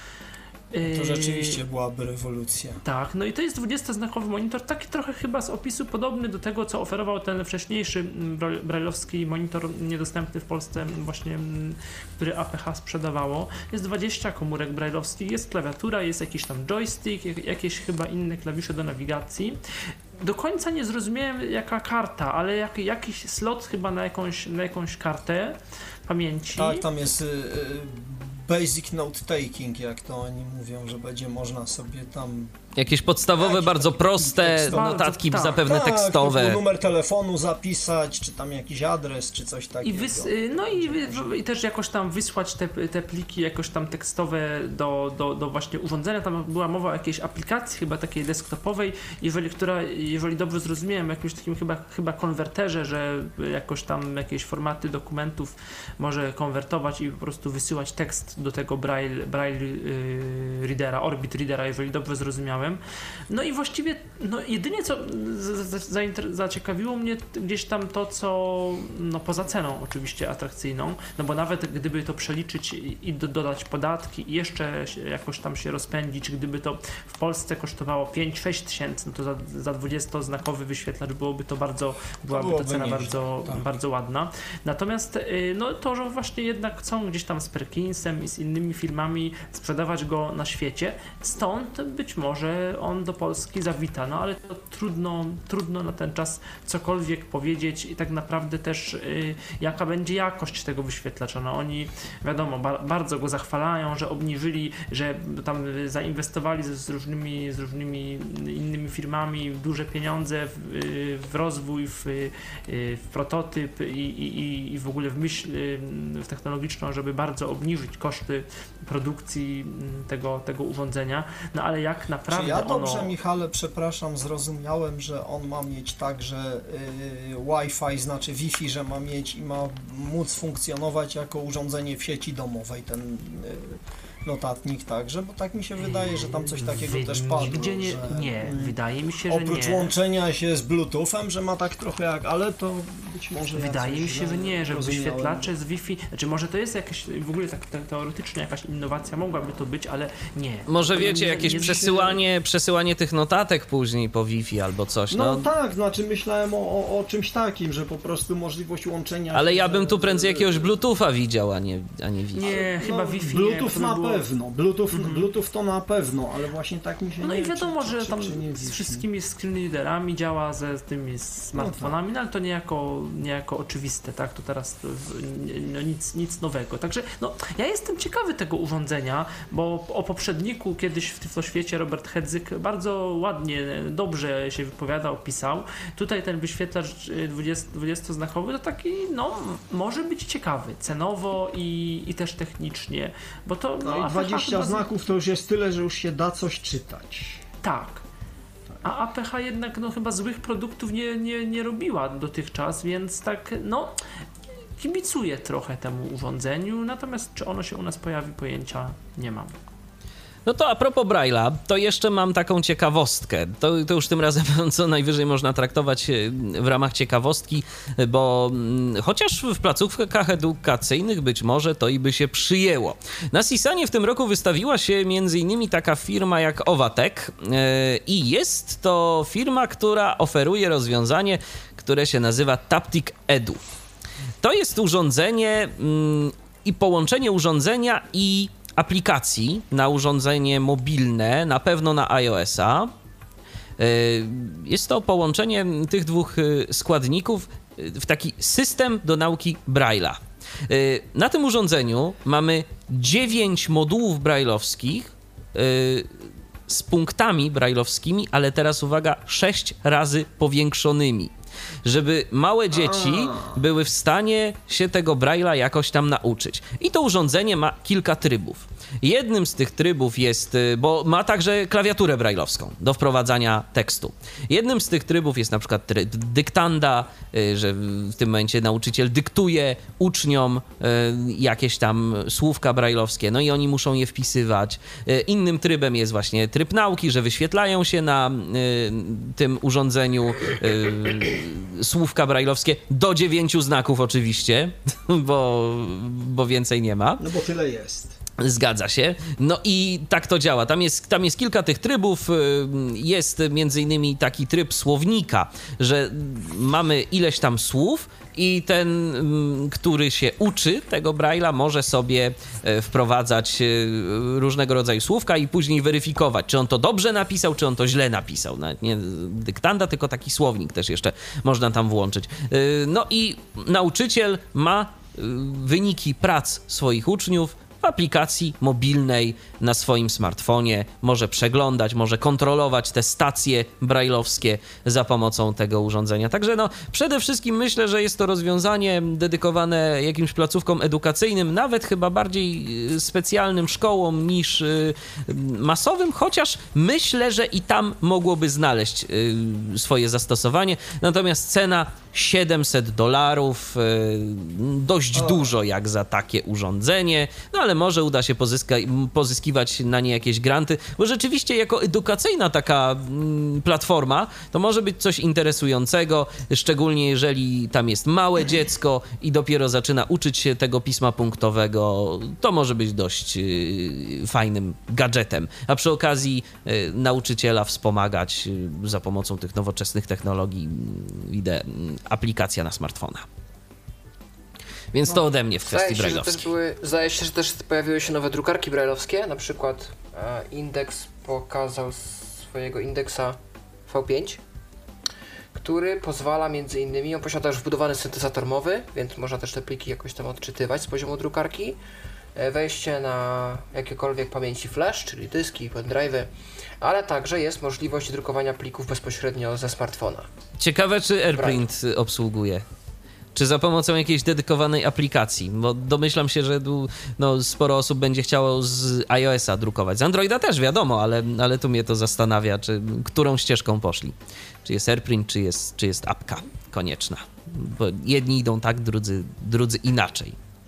To rzeczywiście byłaby rewolucja. Tak, no i to jest 20-znakowy monitor, taki trochę chyba z opisu podobny do tego, co oferował ten wcześniejszy brajlowski monitor niedostępny w Polsce właśnie, który APH sprzedawało. Jest 20 komórek brajlowskich, jest klawiatura, jest jakiś tam joystick, jakieś chyba inne klawisze do nawigacji. Do końca nie zrozumiałem jaka karta, ale jakiś slot chyba na jakąś kartę pamięci. Tak, tam jest basic note taking, jak to oni mówią, że będzie można sobie tam jakieś podstawowe, bardzo proste notatki zapewne tekstowe. Numer telefonu zapisać, czy tam jakiś adres, czy coś takiego. I też jakoś tam wysłać te pliki jakoś tam tekstowe do właśnie urządzenia. Tam była mowa o jakiejś aplikacji, chyba takiej desktopowej, jeżeli dobrze zrozumiałem, jakimś takim chyba konwerterze, że jakoś tam jakieś formaty dokumentów może konwertować i po prostu wysyłać tekst do tego Braille Readera, Orbit Readera, jeżeli dobrze zrozumiałem. No i właściwie jedynie co zaciekawiło mnie gdzieś tam to, co poza ceną oczywiście atrakcyjną, no bo nawet gdyby to przeliczyć i dodać podatki i jeszcze jakoś tam się rozpędzić, gdyby to w Polsce kosztowało 5-6 tysięcy, no to za 20-znakowy wyświetlacz byłaby ta cena bardzo ładna. Natomiast to, że właśnie jednak chcą gdzieś tam z Perkinsem i z innymi firmami sprzedawać go na świecie, stąd być może on do Polski zawita, no ale to trudno na ten czas cokolwiek powiedzieć i tak naprawdę też jaka będzie jakość tego wyświetlacza. No oni wiadomo, bardzo go zachwalają, że obniżyli, że tam zainwestowali z różnymi innymi firmami duże pieniądze w rozwój, w prototyp i w ogóle w myśl technologiczną, żeby bardzo obniżyć koszty produkcji tego urządzenia, no ale jak naprawdę ja dobrze, Michale, przepraszam, zrozumiałem, że on ma mieć także Wi-Fi, znaczy Wi-Fi, że ma mieć i ma móc funkcjonować jako urządzenie w sieci domowej, ten notatnik także, bo tak mi się wydaje, że tam coś takiego też padło. Nigdzie nie, wydaje mi się, że oprócz nie. łączenia się z Bluetoothem, że ma tak trochę jak, ale to być może Wydaje mi się, że nie, że rozumiałem. wyświetlacze z Wi-Fi, znaczy może to jest jakaś, w ogóle tak teoretycznie jakaś innowacja mogłaby to być, ale nie. Może To wiecie, nie- jakieś nie- przesyłanie tych notatek później po Wi-Fi albo coś, No tak, znaczy myślałem o czymś takim, że po prostu możliwość łączenia Ale się ja bym tu z- prędzej jakiegoś Bluetootha widział, a nie Wi-Fi. Nie, chyba Wi-Fi Bluetooth nie. To na by było- pewno, Bluetooth to na pewno, ale właśnie tak mi się No nie i wiadomo, czy- że czy- tam czy nie z Wi-Fi. wszystkimi screen readerami działa ze z tymi smartfonami, no ale to niejako oczywiste, tak? To teraz no, nic nowego. Także no, ja jestem ciekawy tego urządzenia, bo o poprzedniku kiedyś w Tyfloświecie Robert Hedzyk bardzo ładnie, dobrze się wypowiadał, pisał. Tutaj ten wyświetlacz 20-znakowy to taki, no, może być ciekawy cenowo i też technicznie, bo to... No i APH 20 chyba znaków to już jest tyle, że już się da coś czytać. Tak. A APH jednak no, chyba złych produktów nie robiła dotychczas, więc tak, no, kibicuję trochę temu urządzeniu, natomiast czy ono się u nas pojawi, pojęcia nie mam. No to a propos Braille'a, to jeszcze mam taką ciekawostkę. To już tym razem co najwyżej można traktować w ramach ciekawostki, bo chociaż w placówkach edukacyjnych być może to i by się przyjęło. Na CISANie w tym roku wystawiła się m.in. taka firma jak Owatek i jest to firma, która oferuje rozwiązanie, które się nazywa Taptic Edu. To jest urządzenie i połączenie urządzenia i aplikacji na urządzenie mobilne, na pewno na iOS-a. Jest to połączenie tych dwóch składników w taki system do nauki Braille'a. Na tym urządzeniu mamy 9 modułów braille'owskich z punktami braille'owskimi, ale teraz uwaga, 6 razy powiększonymi, żeby małe dzieci były w stanie się tego Braille'a jakoś tam nauczyć. I to urządzenie ma kilka trybów. Jednym z tych trybów jest, bo ma także klawiaturę braille'owską do wprowadzania tekstu. Jednym z tych trybów jest na przykład tryb dyktanda, że w tym momencie nauczyciel dyktuje uczniom jakieś tam słówka braille'owskie, no i oni muszą je wpisywać. Innym trybem jest właśnie tryb nauki, że wyświetlają się na tym urządzeniu słówka braille'owskie do 9 znaków oczywiście, bo więcej nie ma. No bo tyle jest. Zgadza się. No i tak to działa. Tam jest kilka tych trybów. Jest między innymi taki tryb słownika, że mamy ileś tam słów i ten, który się uczy tego Braille'a, może sobie wprowadzać różnego rodzaju słówka i później weryfikować, czy on to dobrze napisał, czy on to źle napisał. Nawet nie dyktanda, tylko taki słownik też jeszcze można tam włączyć. No i nauczyciel ma wyniki prac swoich uczniów w aplikacji mobilnej na swoim smartfonie, może przeglądać, może kontrolować te stacje braille'owskie za pomocą tego urządzenia. Także no, przede wszystkim myślę, że jest to rozwiązanie dedykowane jakimś placówkom edukacyjnym, nawet chyba bardziej specjalnym szkołom niż masowym, chociaż myślę, że i tam mogłoby znaleźć swoje zastosowanie. Natomiast cena $700, dość dużo jak za takie urządzenie, no ale może uda się pozyskiwać na nie jakieś granty, bo rzeczywiście jako edukacyjna taka platforma to może być coś interesującego, szczególnie jeżeli tam jest małe dziecko i dopiero zaczyna uczyć się tego pisma punktowego, to może być dość fajnym gadżetem, a przy okazji nauczyciela wspomagać za pomocą tych nowoczesnych technologii, idę aplikacja na smartfona. Więc to ode mnie w kwestii braille'owskiej. Zdaje się, że też pojawiły się nowe drukarki braille'owskie, na przykład Index pokazał swojego indeksa V5, który pozwala między innymi, on posiada już wbudowany syntezator mowy, więc można też te pliki jakoś tam odczytywać z poziomu drukarki, wejście na jakiekolwiek pamięci flash, czyli dyski, pendrive'y, ale także jest możliwość drukowania plików bezpośrednio ze smartfona. Ciekawe, czy AirPrint obsługuje. Czy za pomocą jakiejś dedykowanej aplikacji, bo domyślam się, że sporo osób będzie chciało z iOS-a drukować. Z Androida też wiadomo, ale tu mnie to zastanawia, którą ścieżką poszli. Czy jest AirPrint, czy jest apka konieczna. Bo jedni idą tak, drudzy inaczej.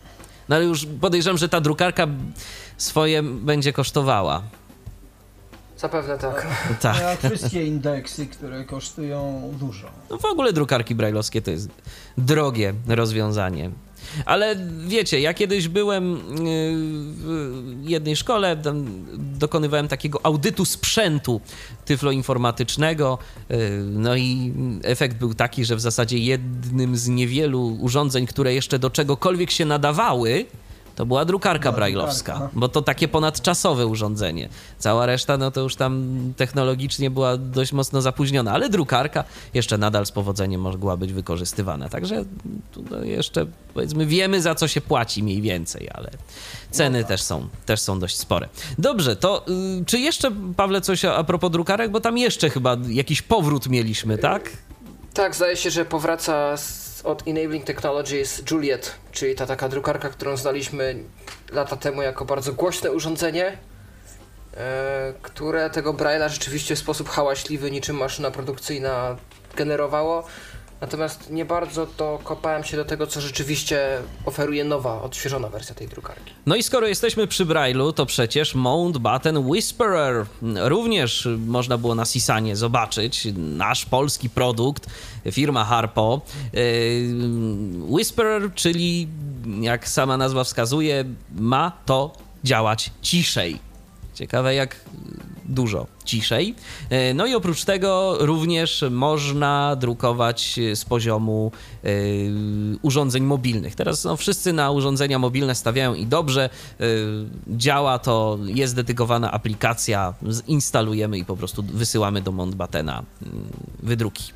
No ale już podejrzewam, że ta drukarka swoje będzie kosztowała. Zapewne tak. Tak. Jak wszystkie indeksy, które kosztują dużo. No w ogóle drukarki brajlowskie to jest drogie rozwiązanie. Ale wiecie, ja kiedyś byłem w jednej szkole, dokonywałem takiego audytu sprzętu tyfloinformatycznego, no i efekt był taki, że w zasadzie jednym z niewielu urządzeń, które jeszcze do czegokolwiek się nadawały, to była drukarka brajlowska, bo to takie ponadczasowe urządzenie. Cała reszta, no to już tam technologicznie była dość mocno zapóźniona, ale drukarka jeszcze nadal z powodzeniem mogła być wykorzystywana. Także tu jeszcze, powiedzmy, wiemy, za co się płaci mniej więcej, ale ceny też są dość spore. Dobrze, to czy jeszcze, Pawle, coś a propos drukarek, bo tam jeszcze chyba jakiś powrót mieliśmy, tak? Tak, zdaje się, że powraca od Enabling Technologies Juliet, czyli ta taka drukarka, którą znaliśmy lata temu jako bardzo głośne urządzenie, które tego Braille'a rzeczywiście w sposób hałaśliwy, niczym maszyna produkcyjna generowało. Natomiast nie bardzo dokopałem się do tego, co rzeczywiście oferuje nowa, odświeżona wersja tej drukarki. No i skoro jesteśmy przy Braille'u, to przecież Mountbatten Whisperer również można było na Sisanie zobaczyć. Nasz polski produkt, firma Harpo. Whisperer, czyli jak sama nazwa wskazuje, ma to działać ciszej. Ciekawe jak dużo ciszej. No i oprócz tego również można drukować z poziomu urządzeń mobilnych. Teraz no, wszyscy na urządzenia mobilne stawiają i dobrze. Działa to, jest dedykowana aplikacja, instalujemy i po prostu wysyłamy do Mountbattena wydruki.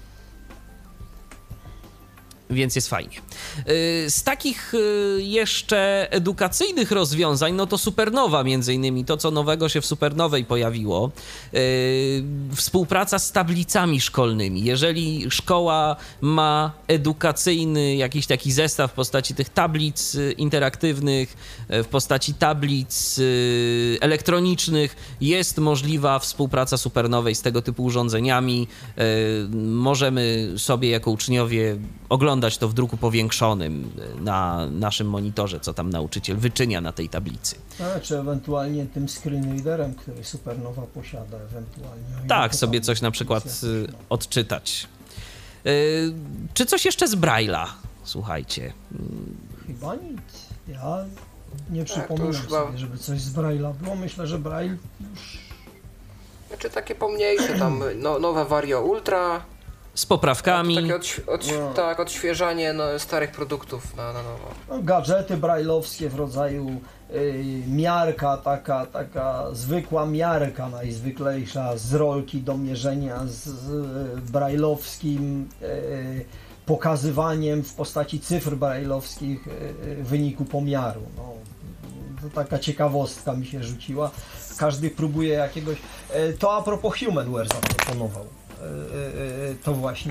Więc jest fajnie. Z takich jeszcze edukacyjnych rozwiązań, no to Supernowa między innymi, to co nowego się w Supernowej pojawiło. Współpraca z tablicami szkolnymi. Jeżeli szkoła ma edukacyjny jakiś taki zestaw w postaci tych tablic interaktywnych, w postaci tablic elektronicznych, jest możliwa współpraca Supernowej z tego typu urządzeniami. Możemy sobie jako uczniowie oglądać to w druku powiększonym na naszym monitorze, co tam nauczyciel wyczynia na tej tablicy. Czy ewentualnie tym screenreaderem, który Supernowa posiada, ewentualnie. Tak, sobie coś na przykład odczytać. Czy coś jeszcze z Braille'a? Słuchajcie. Chyba nic. Ja nie przypominam sobie, żeby coś z Braille'a było. Myślę, że Braille już... Znaczy takie pomniejsze, tam nowe Vario Ultra. Z poprawkami. Takie odświeżanie starych produktów na nowo. No, gadżety brajlowskie w rodzaju miarka, taka zwykła miarka, najzwyklejsza, z rolki do mierzenia z brajlowskim pokazywaniem w postaci cyfr brajlowskich wyniku pomiaru. No, to taka ciekawostka mi się rzuciła. Każdy próbuje jakiegoś... To a propos Humanware zaproponował. To właśnie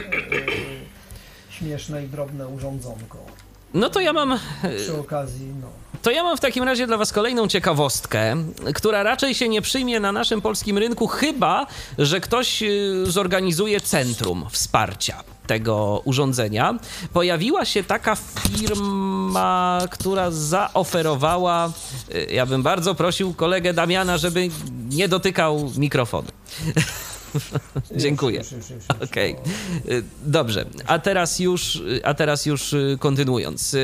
śmieszne i drobne urządzonko. No to ja mam... Przy okazji, To ja mam w takim razie dla was kolejną ciekawostkę, która raczej się nie przyjmie na naszym polskim rynku, chyba że ktoś zorganizuje centrum wsparcia tego urządzenia. Pojawiła się taka firma, która zaoferowała... Ja bym bardzo prosił kolegę Damiana, żeby nie dotykał mikrofonu. Dziękuję. Okej. Dobrze. A teraz już kontynuując.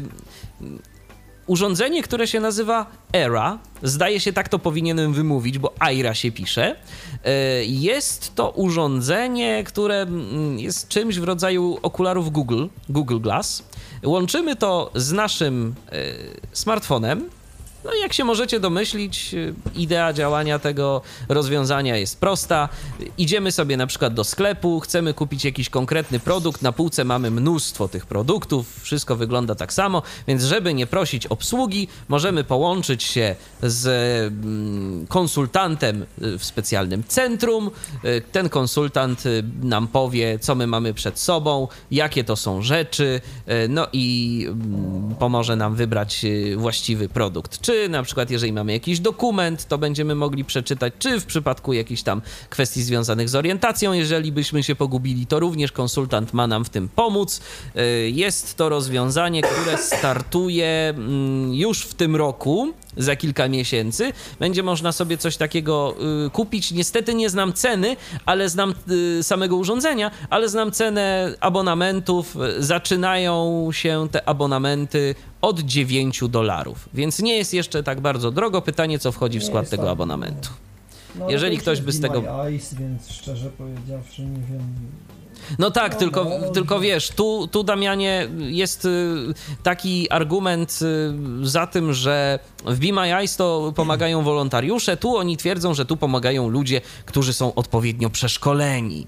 Urządzenie, które się nazywa Aira, zdaje się tak to powinienem wymówić, bo Aira się pisze. Jest to urządzenie, które jest czymś w rodzaju okularów Google Glass. Łączymy to z naszym smartfonem. No i jak się możecie domyślić, idea działania tego rozwiązania jest prosta. Idziemy sobie na przykład do sklepu, chcemy kupić jakiś konkretny produkt, na półce mamy mnóstwo tych produktów, wszystko wygląda tak samo, więc żeby nie prosić obsługi, możemy połączyć się z konsultantem w specjalnym centrum. Ten konsultant nam powie, co my mamy przed sobą, jakie to są rzeczy, no i pomoże nam wybrać właściwy produkt. Czy czy na przykład jeżeli mamy jakiś dokument, to będziemy mogli przeczytać, czy w przypadku jakichś tam kwestii związanych z orientacją, jeżeli byśmy się pogubili, to również konsultant ma nam w tym pomóc. Jest to rozwiązanie, które startuje już w tym roku, za kilka miesięcy. Będzie można sobie coś takiego kupić. Niestety nie znam ceny, ale znam samego urządzenia, ale znam cenę abonamentów. Zaczynają się te abonamenty od $9, więc nie jest jeszcze tak bardzo drogo. Pytanie, co wchodzi w skład tego abonamentu. No, jeżeli ktoś by z tego... Ice, więc szczerze powiedziawszy nie wiem... No tak, tylko wiesz, tu Damianie jest taki argument za tym, że w Be My Eyes to pomagają wolontariusze, tu oni twierdzą, że tu pomagają ludzie, którzy są odpowiednio przeszkoleni.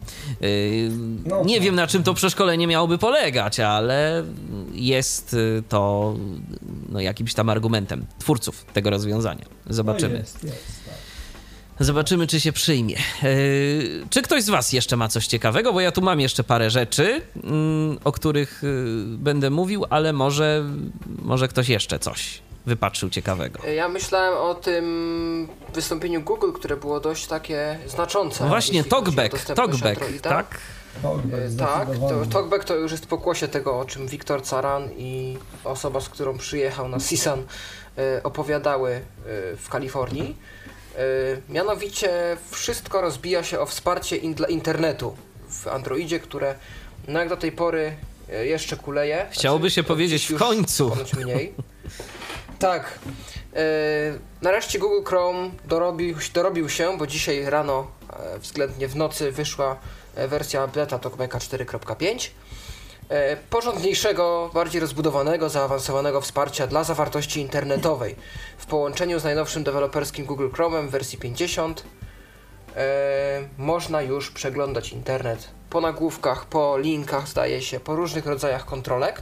Nie wiem, na czym to przeszkolenie miałoby polegać, ale jest to jakimś tam argumentem twórców tego rozwiązania. Zobaczymy. No jest, tak. Zobaczymy, czy się przyjmie. Czy ktoś z was jeszcze ma coś ciekawego? Bo ja tu mam jeszcze parę rzeczy, o których będę mówił, ale może ktoś jeszcze coś wypatrzył ciekawego. Ja myślałem o tym wystąpieniu Google, które było dość takie znaczące. No właśnie, Talkback, tak? Tak, Talkback to już jest pokłosie tego, o czym Wiktor Caran i osoba, z którą przyjechał na CSUN, opowiadały w Kalifornii. Mianowicie wszystko rozbija się o wsparcie dla internetu w Androidzie, które jak do tej pory jeszcze kuleje. Chciałoby się powiedzieć w końcu. Ponoć mniej. Tak. Nareszcie Google Chrome dorobił się, bo dzisiaj rano, względnie w nocy, wyszła wersja beta Talkbacka 4.5. Porządniejszego, bardziej rozbudowanego, zaawansowanego wsparcia dla zawartości internetowej w połączeniu z najnowszym deweloperskim Google Chrome'em w wersji 50 można już przeglądać internet po nagłówkach, po linkach, zdaje się, po różnych rodzajach kontrolek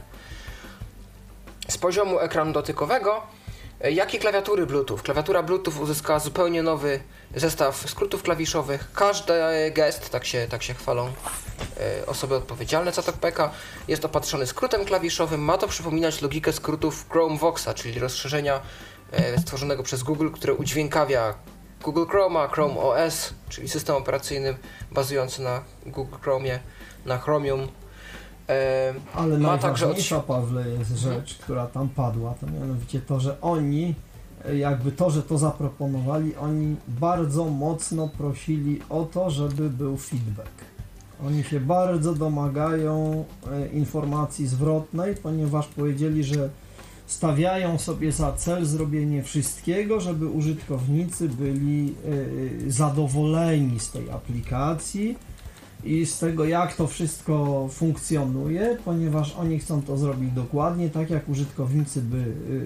z poziomu ekranu dotykowego, jak i klawiatury Bluetooth. Klawiatura Bluetooth uzyskała zupełnie nowy zestaw skrótów klawiszowych. Każdy gest, tak się chwalą osoby odpowiedzialne za Talkbacka, jest opatrzony skrótem klawiszowym. Ma to przypominać logikę skrótów Chromevoxa, czyli rozszerzenia stworzonego przez Google, które udźwiękawia Google Chroma, Chrome OS, czyli system operacyjny bazujący na Google Chromie, na Chromium. Ale najważniejsza, Pawle, jest rzecz, która tam padła, to mianowicie to, że oni, że to zaproponowali, oni bardzo mocno prosili o to, żeby był feedback. Oni się bardzo domagają informacji zwrotnej, ponieważ powiedzieli, że stawiają sobie za cel zrobienie wszystkiego, żeby użytkownicy byli zadowoleni z tej aplikacji i z tego, jak to wszystko funkcjonuje, ponieważ oni chcą to zrobić dokładnie tak, jak użytkownicy by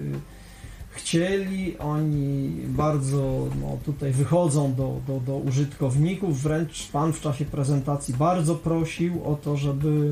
chcieli. Oni bardzo tutaj wychodzą do użytkowników, wręcz Pan w czasie prezentacji bardzo prosił o to,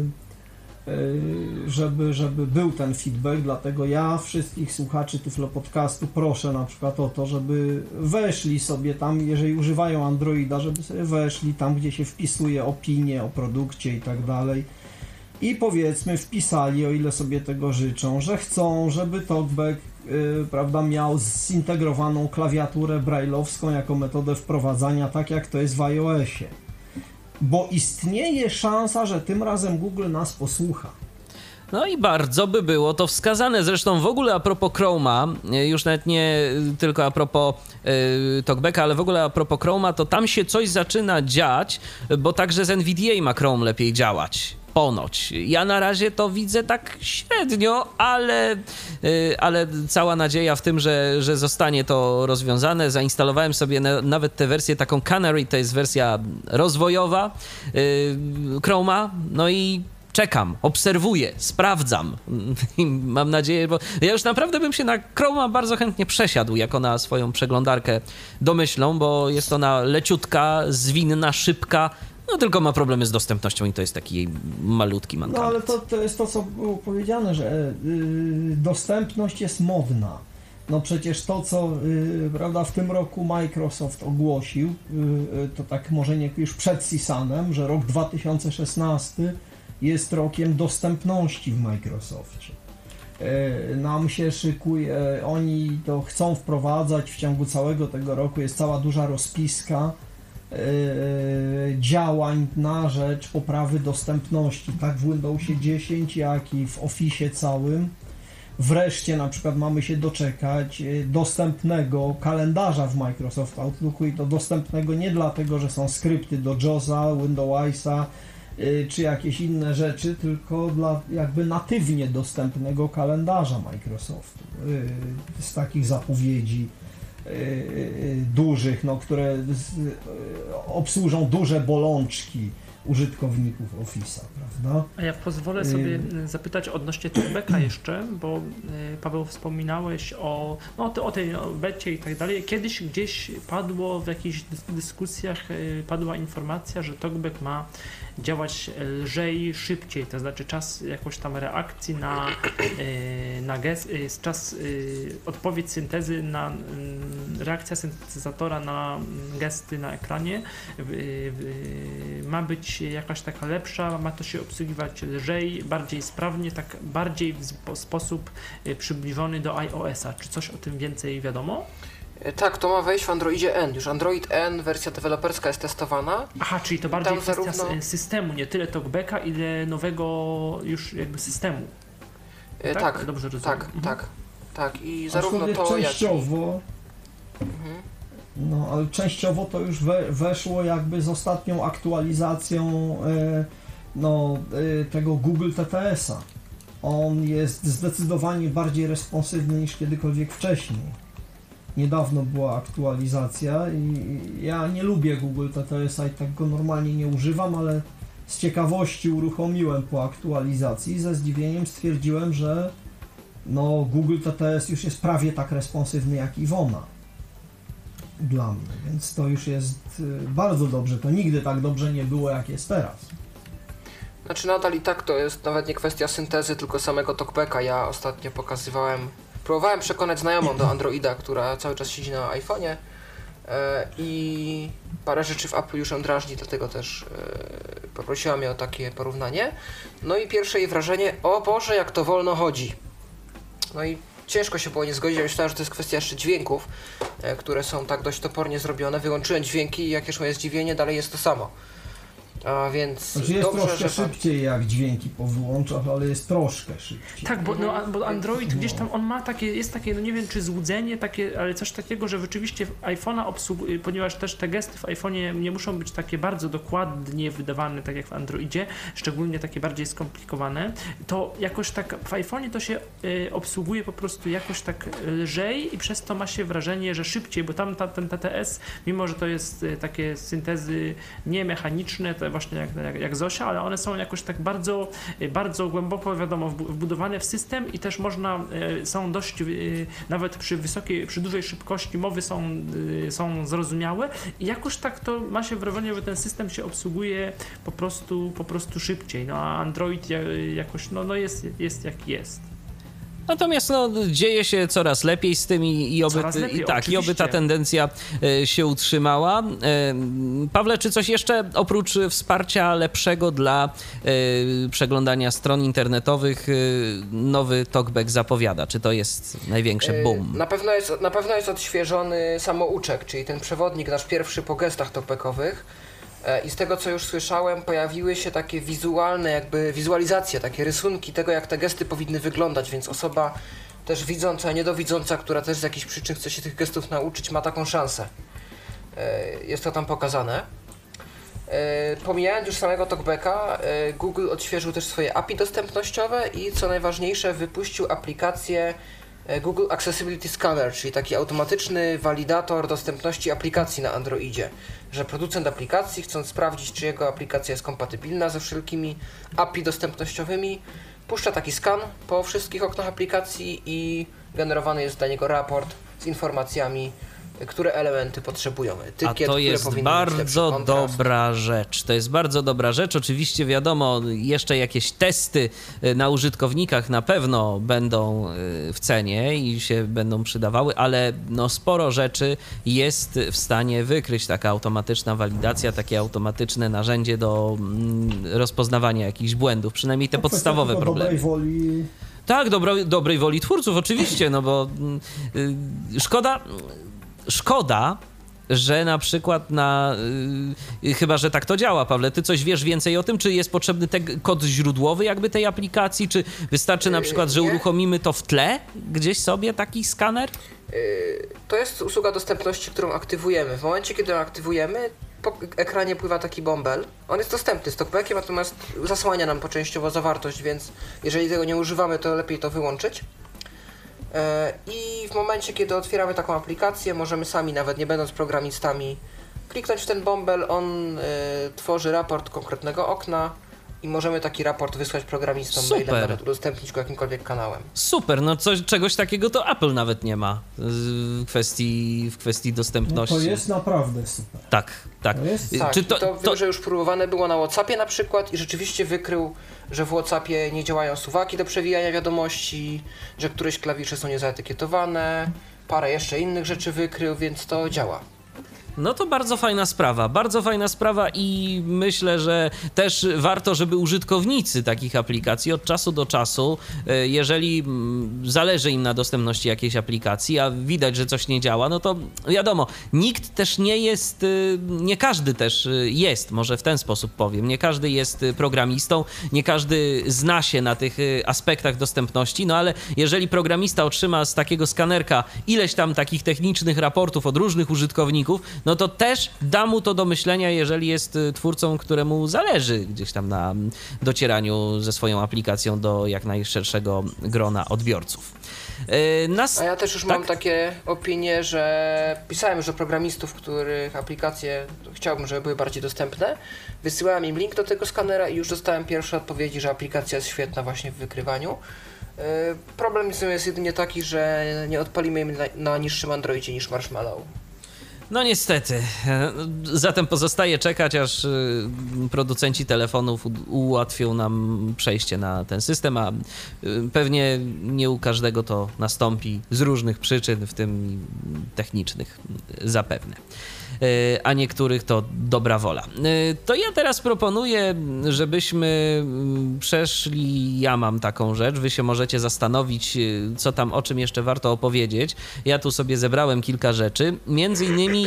żeby był ten feedback, dlatego ja wszystkich słuchaczy Tyflo Podcastu proszę na przykład o to, żeby weszli sobie tam, jeżeli używają Androida, żeby sobie weszli tam, gdzie się wpisuje opinie o produkcie i tak dalej i powiedzmy wpisali, o ile sobie tego życzą, że chcą, żeby Talkback miał zintegrowaną klawiaturę braille'owską jako metodę wprowadzania, tak jak to jest w iOSie. Bo istnieje szansa, że tym razem Google nas posłucha. No i bardzo by było to wskazane. Zresztą w ogóle a propos Chroma, już nawet nie tylko a propos Talkbacka, ale w ogóle a propos Chroma, to tam się coś zaczyna dziać, bo także z NVDA ma Chrome lepiej działać. Ponoć. Ja na razie to widzę tak średnio, ale cała nadzieja w tym, że zostanie to rozwiązane. Zainstalowałem sobie nawet tę wersję taką Canary, to jest wersja rozwojowa Chroma, no i czekam, obserwuję, sprawdzam i mam nadzieję, bo ja już naprawdę bym się na Chroma bardzo chętnie przesiadł jako na swoją przeglądarkę domyślną, bo jest ona leciutka, zwinna, szybka, no tylko ma problemy z dostępnością i to jest taki jej malutki mankament. No ale to jest to, co było powiedziane, że dostępność jest modna. No przecież to, co w tym roku Microsoft ogłosił, to tak może nie już przed CSUN-em, że rok 2016 jest rokiem dostępności w Microsoftie. nam się szykuje, oni to chcą wprowadzać w ciągu całego tego roku, jest cała duża rozpiska działań na rzecz poprawy dostępności, tak w Windowsie 10, jak i w Office całym. Wreszcie na przykład mamy się doczekać dostępnego kalendarza w Microsoft Outlooku i to dostępnego nie dlatego, że są skrypty do JAWSa, Windowsa czy jakieś inne rzeczy, tylko dla jakby natywnie dostępnego kalendarza Microsoftu z takich zapowiedzi dużych, no, które obsłużą duże bolączki użytkowników Office'a, prawda? A ja pozwolę sobie zapytać odnośnie talkbacka jeszcze, bo Paweł wspominałeś o tej becie i tak dalej. Kiedyś gdzieś padło w jakichś dyskusjach, padła informacja, że talkback ma działać lżej, szybciej, to znaczy czas jakoś tam reakcji na gest, czas odpowiedź syntezy na reakcja syntezatora na gesty na ekranie ma być jakaś taka lepsza, ma to się obsługiwać lżej, bardziej sprawnie, tak bardziej w sposób przybliżony do iOS-a. Czy coś o tym więcej wiadomo? Tak, to ma wejść w Androidzie N. Już Android N, wersja deweloperska jest testowana. Aha, czyli to bardziej kwestia zarówno systemu, nie tyle talkbacka, ile nowego już jakby systemu. Tak, dobrze rozumiem. Tak. I zarówno to, częściowo, no, ale częściowo to już weszło jakby z ostatnią aktualizacją tego Google TTS-a. On jest zdecydowanie bardziej responsywny niż kiedykolwiek wcześniej. Niedawno była aktualizacja i ja nie lubię Google TTS-a i tak go normalnie nie używam, ale z ciekawości uruchomiłem po aktualizacji i ze zdziwieniem stwierdziłem, że Google TTS już jest prawie tak responsywny jak Iwona dla mnie, więc to już jest bardzo dobrze. To nigdy tak dobrze nie było, jak jest teraz. Znaczy nadal i tak to jest nawet nie kwestia syntezy, tylko samego talkbacka. Ja ostatnio próbowałem przekonać znajomą do Androida, która cały czas siedzi na iPhone'ie i parę rzeczy w Apple już ją drażni, dlatego też poprosiła mnie o takie porównanie. No i pierwsze jej wrażenie, o Boże, jak to wolno chodzi. No i ciężko się było nie zgodzić, ja myślałem, że to jest kwestia jeszcze dźwięków, które są tak dość topornie zrobione. Wyłączyłem dźwięki i jakież moje zdziwienie, dalej jest to samo. A więc znaczy jest dobrze, troszkę szybciej jak dźwięki powyłączasz, ale jest troszkę szybciej. Tak, bo Android gdzieś tam, on ma jest takie, nie wiem czy złudzenie, ale coś takiego, że rzeczywiście iPhone'a obsługuje, ponieważ też te gesty w iPhone'ie nie muszą być takie bardzo dokładnie wydawane, tak jak w Androidzie, szczególnie takie bardziej skomplikowane, to jakoś tak w iPhone'ie to się obsługuje po prostu jakoś tak lżej i przez to ma się wrażenie, że szybciej, bo tam ten TTS, mimo że to jest takie syntezy niemechaniczne, to właśnie jak Zosia, ale one są jakoś tak bardzo, bardzo głęboko, wiadomo, wbudowane w system i też są dość, nawet przy dużej szybkości mowy są zrozumiałe i jakoś tak to ma się wrażenie, że ten system się obsługuje po prostu szybciej, a Android jakoś jest jak jest. Natomiast dzieje się coraz lepiej z tym i oby ta tendencja się utrzymała. Pawle, czy coś jeszcze oprócz wsparcia lepszego dla przeglądania stron internetowych nowy talkback zapowiada? Czy to jest największe boom? Na pewno jest odświeżony samouczek, czyli ten przewodnik nasz pierwszy po gestach talkbackowych. I z tego, co już słyszałem, pojawiły się takie wizualizacje, takie rysunki tego, jak te gesty powinny wyglądać, więc osoba też widząca, niedowidząca, która też z jakichś przyczyn chce się tych gestów nauczyć, ma taką szansę. Jest to tam pokazane. Pomijając już samego talkbacka, Google odświeżył też swoje API dostępnościowe i co najważniejsze, wypuścił aplikację Google Accessibility Scanner, czyli taki automatyczny walidator dostępności aplikacji na Androidzie, że producent aplikacji, chcąc sprawdzić, czy jego aplikacja jest kompatybilna ze wszelkimi API dostępnościowymi, puszcza taki skan po wszystkich oknach aplikacji i generowany jest dla niego raport z informacjami, które elementy potrzebują. Etykiet, a to jest bardzo dobra rzecz. To jest bardzo dobra rzecz. Oczywiście wiadomo, jeszcze jakieś testy na użytkownikach na pewno będą w cenie i się będą przydawały, ale sporo rzeczy jest w stanie wykryć taka automatyczna walidacja, takie automatyczne narzędzie do rozpoznawania jakichś błędów, przynajmniej te podstawowe problemy. Dobrej woli Tak, dobrej woli twórców oczywiście, no bo szkoda, że na przykład chyba że tak to działa, Pawle, ty coś wiesz więcej o tym, czy jest potrzebny kod źródłowy jakby tej aplikacji, czy wystarczy na przykład, że uruchomimy to w tle gdzieś sobie, taki skaner? To jest usługa dostępności, którą aktywujemy. W momencie, kiedy ją aktywujemy, po ekranie pływa taki bąbel. On jest dostępny z talkbackiem, natomiast zasłania nam częściowo zawartość, więc jeżeli tego nie używamy, to lepiej to wyłączyć. I w momencie, kiedy otwieramy taką aplikację, możemy sami, nawet nie będąc programistami, kliknąć w ten bąbel, on tworzy raport konkretnego okna i możemy taki raport wysłać programistom mailem, nawet udostępnić go jakimkolwiek kanałem. Super, no czegoś takiego to Apple nawet nie ma w kwestii dostępności. No to jest naprawdę super. Tak. Tak, wiem, że już próbowane było na WhatsAppie na przykład i rzeczywiście wykrył, że w WhatsAppie nie działają suwaki do przewijania wiadomości, że któreś klawisze są niezaetykietowane, parę jeszcze innych rzeczy wykrył, więc to działa. No to bardzo fajna sprawa i myślę, że też warto, żeby użytkownicy takich aplikacji od czasu do czasu, jeżeli zależy im na dostępności jakiejś aplikacji, a widać, że coś nie działa, no to wiadomo, nikt też nie jest, nie każdy też jest, może w ten sposób powiem, nie każdy jest programistą, nie każdy zna się na tych aspektach dostępności, no ale jeżeli programista otrzyma z takiego skanerka ileś tam takich technicznych raportów od różnych użytkowników, no to też da mu to do myślenia, jeżeli jest twórcą, któremu zależy gdzieś tam na docieraniu ze swoją aplikacją do jak najszerszego grona odbiorców. A ja też już mam takie opinie, że pisałem już do programistów, których aplikacje chciałbym, żeby były bardziej dostępne. Wysyłałem im link do tego skanera i już dostałem pierwsze odpowiedzi, że aplikacja jest świetna właśnie w wykrywaniu. Problem jest jedynie taki, że nie odpalimy im na niższym Androidzie niż Marshmallow. No niestety. Zatem pozostaje czekać, aż producenci telefonów ułatwią nam przejście na ten system, a pewnie nie u każdego to nastąpi z różnych przyczyn, w tym technicznych zapewne. A niektórych to dobra wola. To ja teraz proponuję, żebyśmy przeszli, ja mam taką rzecz, wy się możecie zastanowić, co tam, o czym jeszcze warto opowiedzieć. Ja tu sobie zebrałem kilka rzeczy, między innymi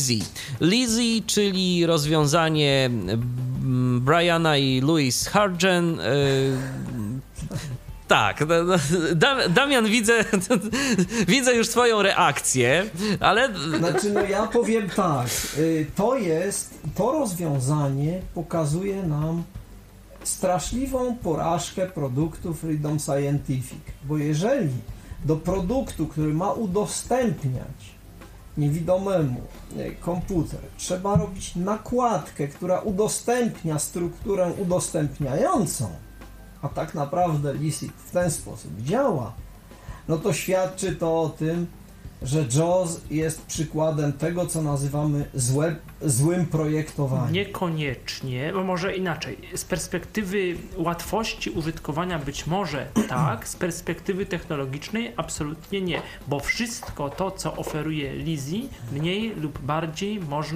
Lizzy, czyli rozwiązanie Briana i Louise Hargen. Tak, Damian, widzę już twoją reakcję, ale... Znaczy, no ja powiem tak, to rozwiązanie pokazuje nam straszliwą porażkę produktu Freedom Scientific, bo jeżeli do produktu, który ma udostępniać niewidomemu komputer, trzeba robić nakładkę, która udostępnia strukturę udostępniającą, a tak naprawdę Lizzy w ten sposób działa, no to świadczy to o tym, że JAWS jest przykładem tego, co nazywamy złym projektowaniem. Niekoniecznie, bo może inaczej. Z perspektywy łatwości użytkowania być może tak, z perspektywy technologicznej absolutnie nie, bo wszystko to, co oferuje Lizzy, mniej lub bardziej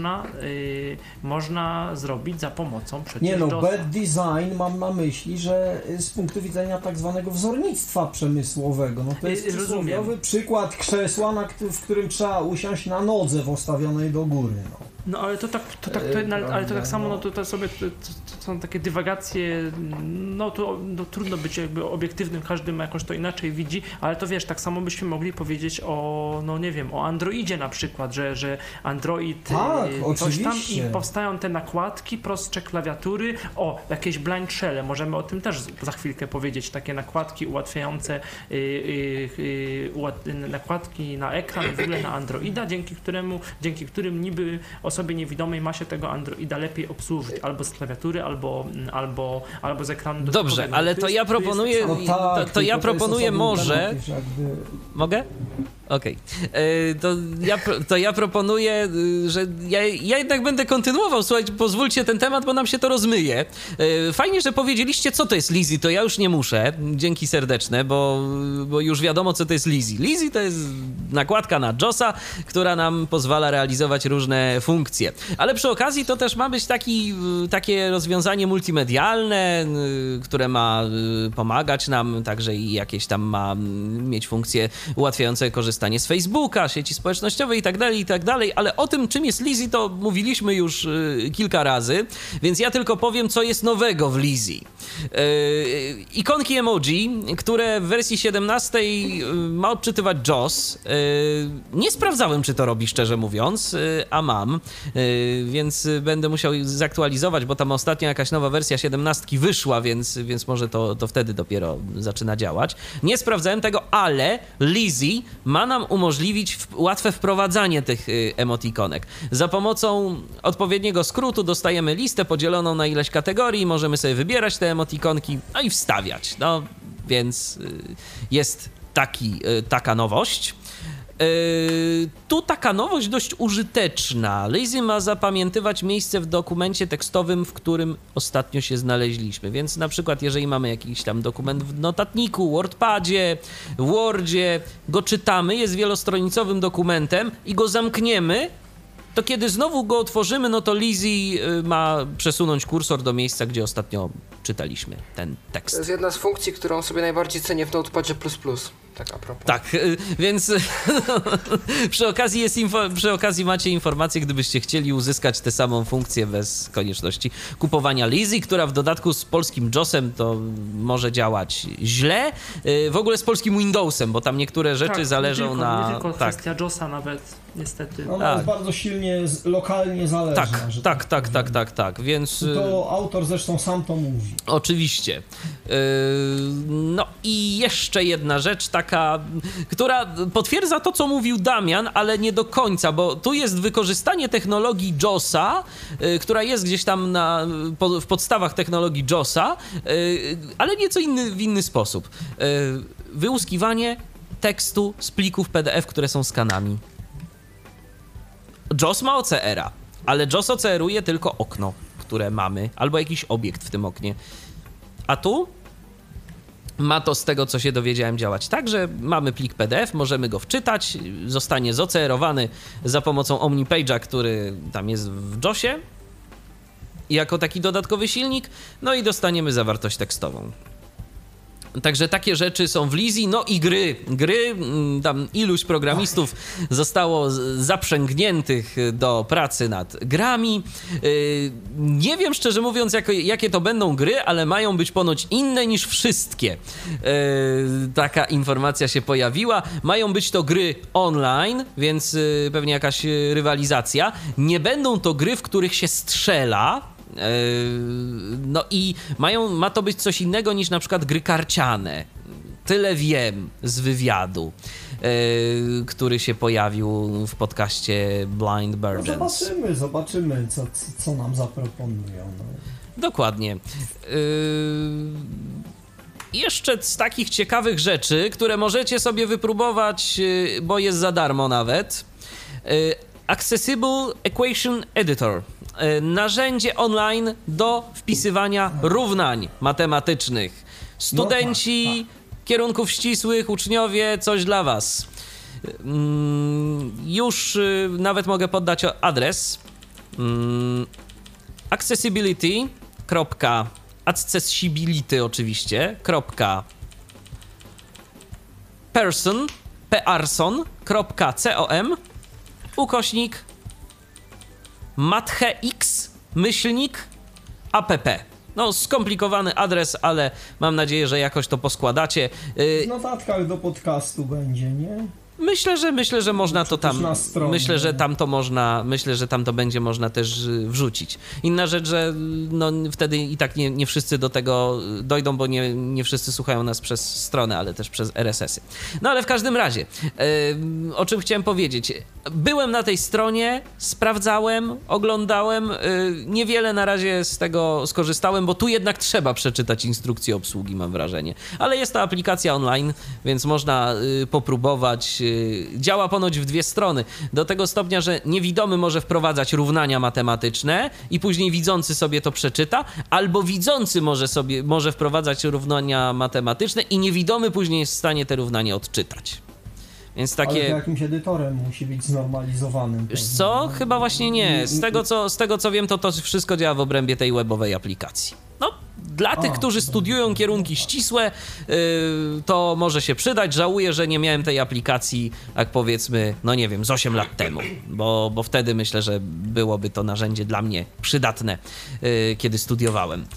można zrobić za pomocą przecież Nie no, DOS-a. bad design mam na myśli, że z punktu widzenia tak zwanego wzornictwa przemysłowego, no to jest przysłowiowy przykład krzesła, w którym trzeba usiąść na nodze wstawionej do góry. No ale to tak samo, no to sobie to są takie dywagacje, no to trudno być jakby obiektywnym, każdy ma jakoś to inaczej widzi, ale to wiesz, tak samo byśmy mogli powiedzieć o, no nie wiem, o Androidzie na przykład, że Android coś tam i powstają te nakładki, prostsze klawiatury, jakieś blind shell'e, możemy o tym też za chwilkę powiedzieć, takie nakładki ułatwiające nakładki na ekran i w ogóle na Androida, dzięki którym niby osobie niewidomej ma się tego Androida lepiej obsłużyć, albo z klawiatury, albo z ekranu. Dobrze, ale to ja proponuję, to ja proponuję może... Mogę? Okej. To ja proponuję, że ja jednak będę kontynuował. Słuchajcie, pozwólcie ten temat, bo nam się to rozmyje. Fajnie, że powiedzieliście, co to jest Lizzy, to ja już nie muszę. Dzięki serdeczne, bo już wiadomo, co to jest Lizzy. Lizzy to jest nakładka na JOS-a, która nam pozwala realizować różne funkcje. Ale przy okazji to też ma być takie rozwiązanie multimedialne, które ma pomagać nam, także i jakieś tam ma mieć funkcje ułatwiające korzystanie z Facebooka, sieci społecznościowej i tak dalej, ale o tym, czym jest Lizzy, to mówiliśmy już kilka razy, więc ja tylko powiem, co jest nowego w Lizzy. Ikonki emoji, które w wersji 17 ma odczytywać JOS. Nie sprawdzałem, czy to robi, szczerze mówiąc, a mam, więc będę musiał zaktualizować, bo tam ostatnio jakaś nowa wersja 17 wyszła, więc może to wtedy dopiero zaczyna działać. Nie sprawdzałem tego, ale Lizzy ma nam umożliwić łatwe wprowadzanie tych emotikonek. Za pomocą odpowiedniego skrótu dostajemy listę podzieloną na ileś kategorii, możemy sobie wybierać te emotikonki, no i wstawiać. No, więc jest taka nowość. Tu taka nowość dość użyteczna. Lizzy ma zapamiętywać miejsce w dokumencie tekstowym, w którym ostatnio się znaleźliśmy. Więc na przykład jeżeli mamy jakiś tam dokument w notatniku, Wordpadzie, Wordzie, go czytamy, jest wielostronicowym dokumentem i go zamkniemy, to kiedy znowu go otworzymy, no to Lizzy ma przesunąć kursor do miejsca, gdzie ostatnio czytaliśmy ten tekst. To jest jedna z funkcji, którą sobie najbardziej cenię w Notepadzie++. Tak a propos. Tak, więc przy okazji macie informację, gdybyście chcieli uzyskać tę samą funkcję bez konieczności kupowania Lizzy, która w dodatku z polskim JOS-em to może działać źle. W ogóle z polskim Windowsem, bo tam niektóre rzeczy zależą nie tylko kwestia JOS-a nawet, niestety. Ona jest bardzo silnie, lokalnie zależna. Tak, więc... To autor zresztą sam to mówi. Oczywiście. No i jeszcze jedna rzecz taka, która potwierdza to, co mówił Damian, ale nie do końca, bo tu jest wykorzystanie technologii JOS-a, która jest gdzieś tam w podstawach technologii JOS-a, ale nieco w inny sposób. Wyłuskiwanie tekstu z plików PDF, które są skanami. JOS ma OCR-a, ale JOS OCR-uje tylko okno, które mamy, albo jakiś obiekt w tym oknie. A tu ma to, z tego co się dowiedziałem, działać tak, że mamy plik PDF, możemy go wczytać, zostanie zocerowany za pomocą OmniPage'a, który tam jest w JOSie jako taki dodatkowy silnik, no i dostaniemy zawartość tekstową. Także takie rzeczy są w Lizzy, no i gry, tam iluś programistów zostało zaprzęgniętych do pracy nad grami. Nie wiem, szczerze mówiąc, jakie to będą gry, ale mają być ponoć inne niż wszystkie. Taka informacja się pojawiła. Mają być to gry online, więc pewnie jakaś rywalizacja. Nie będą to gry, w których się strzela. No i ma to być coś innego niż na przykład gry karciane. Tyle wiem z wywiadu, który się pojawił w podcaście Blind Virgins. No zobaczymy co nam zaproponują. No. Dokładnie. Jeszcze z takich ciekawych rzeczy, które możecie sobie wypróbować, bo jest za darmo nawet. Accessible Equation Editor. Narzędzie online do wpisywania równań matematycznych. Studenci kierunków ścisłych, uczniowie, coś dla was. Już nawet mogę podać adres. Accessibility oczywiście, /person.com//ukośnik mathex-app. No, skomplikowany adres, ale mam nadzieję, że jakoś to poskładacie. W notatkach do podcastu będzie, nie? Myślę, że można to tam. Myślę, że tam to będzie można też wrzucić. Inna rzecz, że no wtedy i tak nie wszyscy do tego dojdą, bo nie wszyscy słuchają nas przez stronę, ale też przez RSS-y. No ale w każdym razie, o czym chciałem powiedzieć. Byłem na tej stronie, sprawdzałem, oglądałem. Niewiele na razie z tego skorzystałem, bo tu jednak trzeba przeczytać instrukcję obsługi, mam wrażenie. Ale jest to aplikacja online, więc można popróbować Działa ponoć w dwie strony. Do tego stopnia, że niewidomy może wprowadzać równania matematyczne i później widzący sobie to przeczyta, albo widzący może wprowadzać równania matematyczne i niewidomy później jest w stanie te równania odczytać. Więc takie... Ale to jakimś edytorem musi być znormalizowanym. Wiesz co? Chyba właśnie nie. Z tego co wiem, to wszystko działa w obrębie tej webowej aplikacji. No, dla tych, którzy studiują kierunki ścisłe, to może się przydać. Żałuję, że nie miałem tej aplikacji, jak powiedzmy, no nie wiem, z 8 lat temu, bo wtedy myślę, że byłoby to narzędzie dla mnie przydatne, kiedy studiowałem.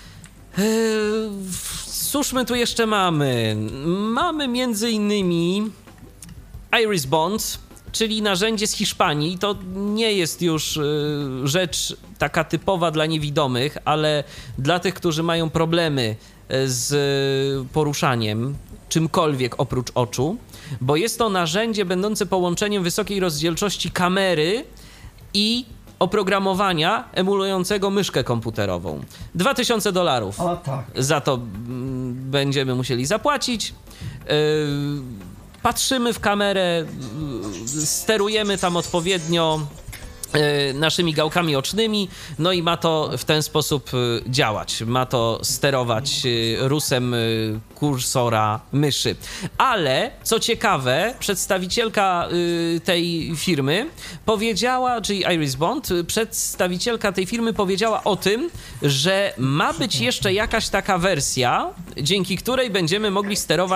Cóż my tu jeszcze mamy? Mamy między innymi Iris Bond, czyli narzędzie z Hiszpanii. To nie jest już rzecz taka typowa dla niewidomych, ale dla tych, którzy mają problemy z poruszaniem czymkolwiek oprócz oczu, bo jest to narzędzie będące połączeniem wysokiej rozdzielczości kamery i oprogramowania emulującego myszkę komputerową. $2000 tak. za to będziemy musieli zapłacić. Patrzymy w kamerę, sterujemy tam odpowiednio naszymi gałkami ocznymi, no i ma to w ten sposób działać. Ma to sterować rusem kursora myszy. Ale, co ciekawe, przedstawicielka tej firmy powiedziała, czyli Iris Bond, przedstawicielka tej firmy powiedziała o tym, że ma być jeszcze jakaś taka wersja, dzięki której będziemy mogli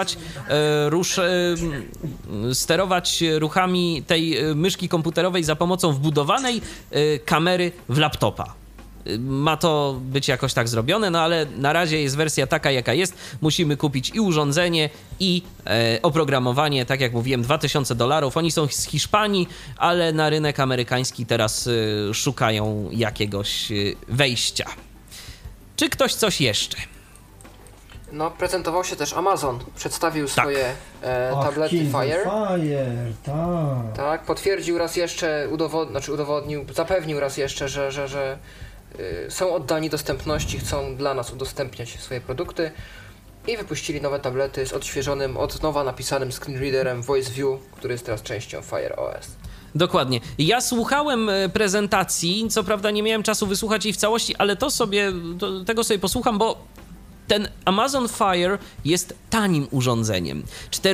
sterować ruchami tej myszki komputerowej za pomocą wbudowanej kamery w laptopa. Ma to być jakoś tak zrobione, no ale na razie jest wersja taka, jaka jest. Musimy kupić i urządzenie, i oprogramowanie. Tak jak mówiłem, $2000. Oni są z Hiszpanii, ale na rynek amerykański teraz szukają jakiegoś wejścia. Czy ktoś coś jeszcze? No, prezentował się też Amazon. Przedstawił swoje tablety Fire. Tak, potwierdził raz jeszcze, zapewnił raz jeszcze, że są oddani dostępności, chcą dla nas udostępniać swoje produkty i wypuścili nowe tablety z odświeżonym, od nowa napisanym screenreaderem Voice View, który jest teraz częścią Fire OS. Dokładnie. Ja słuchałem prezentacji, co prawda nie miałem czasu wysłuchać jej w całości, ale tego sobie posłucham, bo ten Amazon Fire jest tanim urządzeniem.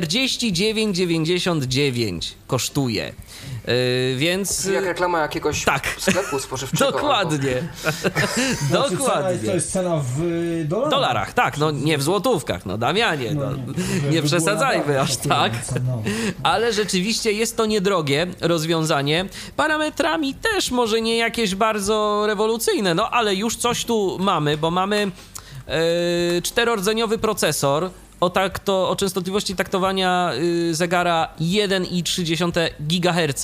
$49,99 kosztuje. Więc... Jak reklama jakiegoś sklepu spożywczego. Dokładnie. Dokładnie. To jest cena w dolarach. Dolarach, tak. No nie w złotówkach. No Damianie, nie przesadzajmy aż tak. Ale rzeczywiście jest to niedrogie rozwiązanie. Parametrami też może nie jakieś bardzo rewolucyjne, no ale już coś tu mamy, bo mamy 4-rdzeniowy procesor o częstotliwości taktowania zegara 1,3 GHz.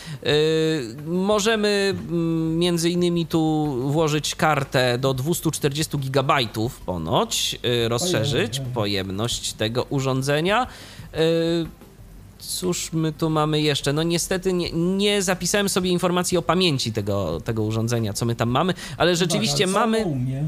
Możemy między innymi tu włożyć kartę do 240 GB ponoć, rozszerzyć pojemność tego urządzenia. Cóż my tu mamy jeszcze? No niestety nie zapisałem sobie informacji o pamięci tego urządzenia, co my tam mamy, ale rzeczywiście mamy...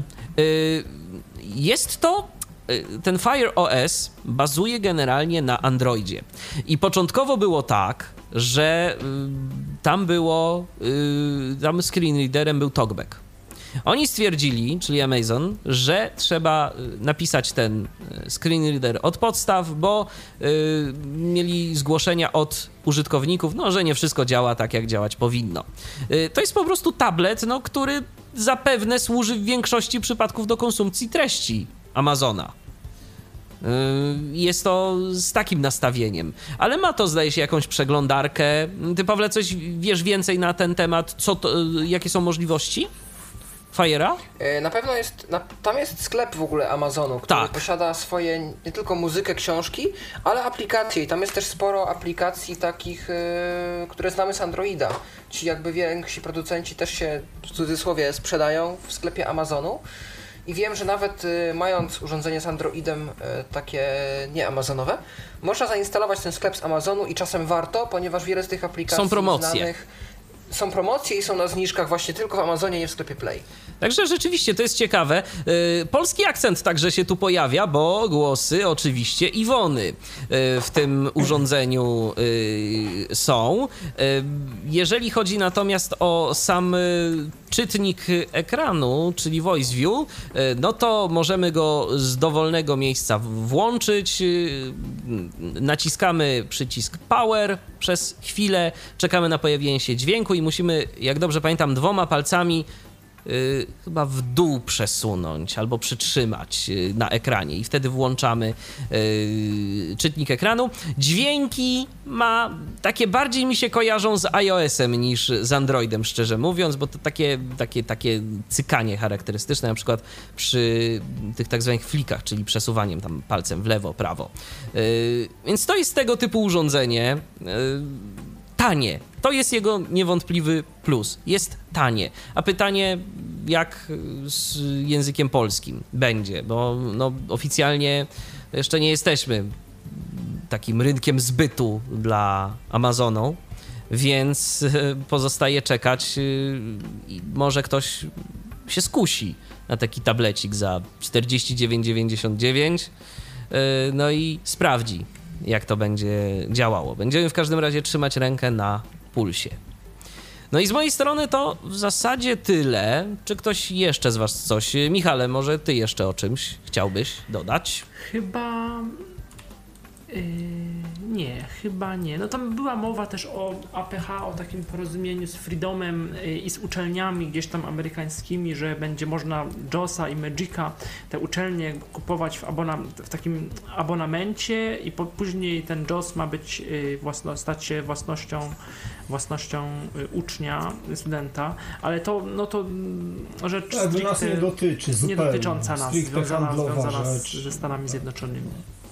Jest to... Ten Fire OS bazuje generalnie na Androidzie. I początkowo było tak, że tam screenreaderem był TalkBack. Oni stwierdzili, czyli Amazon, że trzeba napisać ten screenreader od podstaw, bo mieli zgłoszenia od użytkowników, że nie wszystko działa tak, jak działać powinno. To jest po prostu tablet, który zapewne służy w większości przypadków do konsumpcji treści Amazona. Jest to z takim nastawieniem. Ale ma to, zdaje się, jakąś przeglądarkę. Ty, Pawle, coś wiesz więcej na ten temat? Jakie są możliwości Fire'a? Na pewno tam jest sklep w ogóle Amazonu, który posiada swoje, nie tylko muzykę, książki, ale aplikacje. I tam jest też sporo aplikacji takich, które znamy z Androida. Ci jakby więksi producenci też się, w cudzysłowie, sprzedają w sklepie Amazonu. I wiem, że nawet mając urządzenie z Androidem takie nie Amazonowe, można zainstalować ten sklep z Amazonu i czasem warto, ponieważ wiele z tych aplikacji są promocje. znanych są promocje i są na zniżkach właśnie tylko w Amazonie, nie w sklepie Play. Także rzeczywiście to jest ciekawe. Polski akcent także się tu pojawia, bo głosy oczywiście Iwony w tym urządzeniu są. Jeżeli chodzi natomiast o sam czytnik ekranu, czyli Voice View, no to możemy go z dowolnego miejsca włączyć. Naciskamy przycisk Power przez chwilę, czekamy na pojawienie się dźwięku i musimy, jak dobrze pamiętam, 2 palcami chyba w dół przesunąć albo przytrzymać na ekranie i wtedy włączamy czytnik ekranu. Dźwięki takie bardziej mi się kojarzą z iOS-em niż z Androidem, szczerze mówiąc, bo to takie cykanie charakterystyczne, na przykład przy tych tak zwanych flikach, czyli przesuwaniem tam palcem w lewo, prawo. Więc to jest tego typu urządzenie. Tanie. To jest jego niewątpliwy plus. Jest tanie. A pytanie, jak z językiem polskim będzie, bo no, oficjalnie jeszcze nie jesteśmy takim rynkiem zbytu dla Amazonu, więc pozostaje czekać i może ktoś się skusi na taki tablecik za 49,99 no i sprawdzi, jak to będzie działało. Będziemy w każdym razie trzymać rękę na pulsie. No i z mojej strony to w zasadzie tyle. Czy ktoś jeszcze z was coś? Michale, może ty jeszcze o czymś chciałbyś dodać? Chyba... chyba nie. No tam była mowa też o APH, o takim porozumieniu z Freedomem i z uczelniami gdzieś tam amerykańskimi, że będzie można JOS-a i Magica, te uczelnie kupować w takim abonamencie i później ten JOS ma być stać się własnością ucznia, studenta, ale to rzecz nas nie dotyczy zupełnie. Nie dotycząca nas, związana ze Stanami Zjednoczonymi.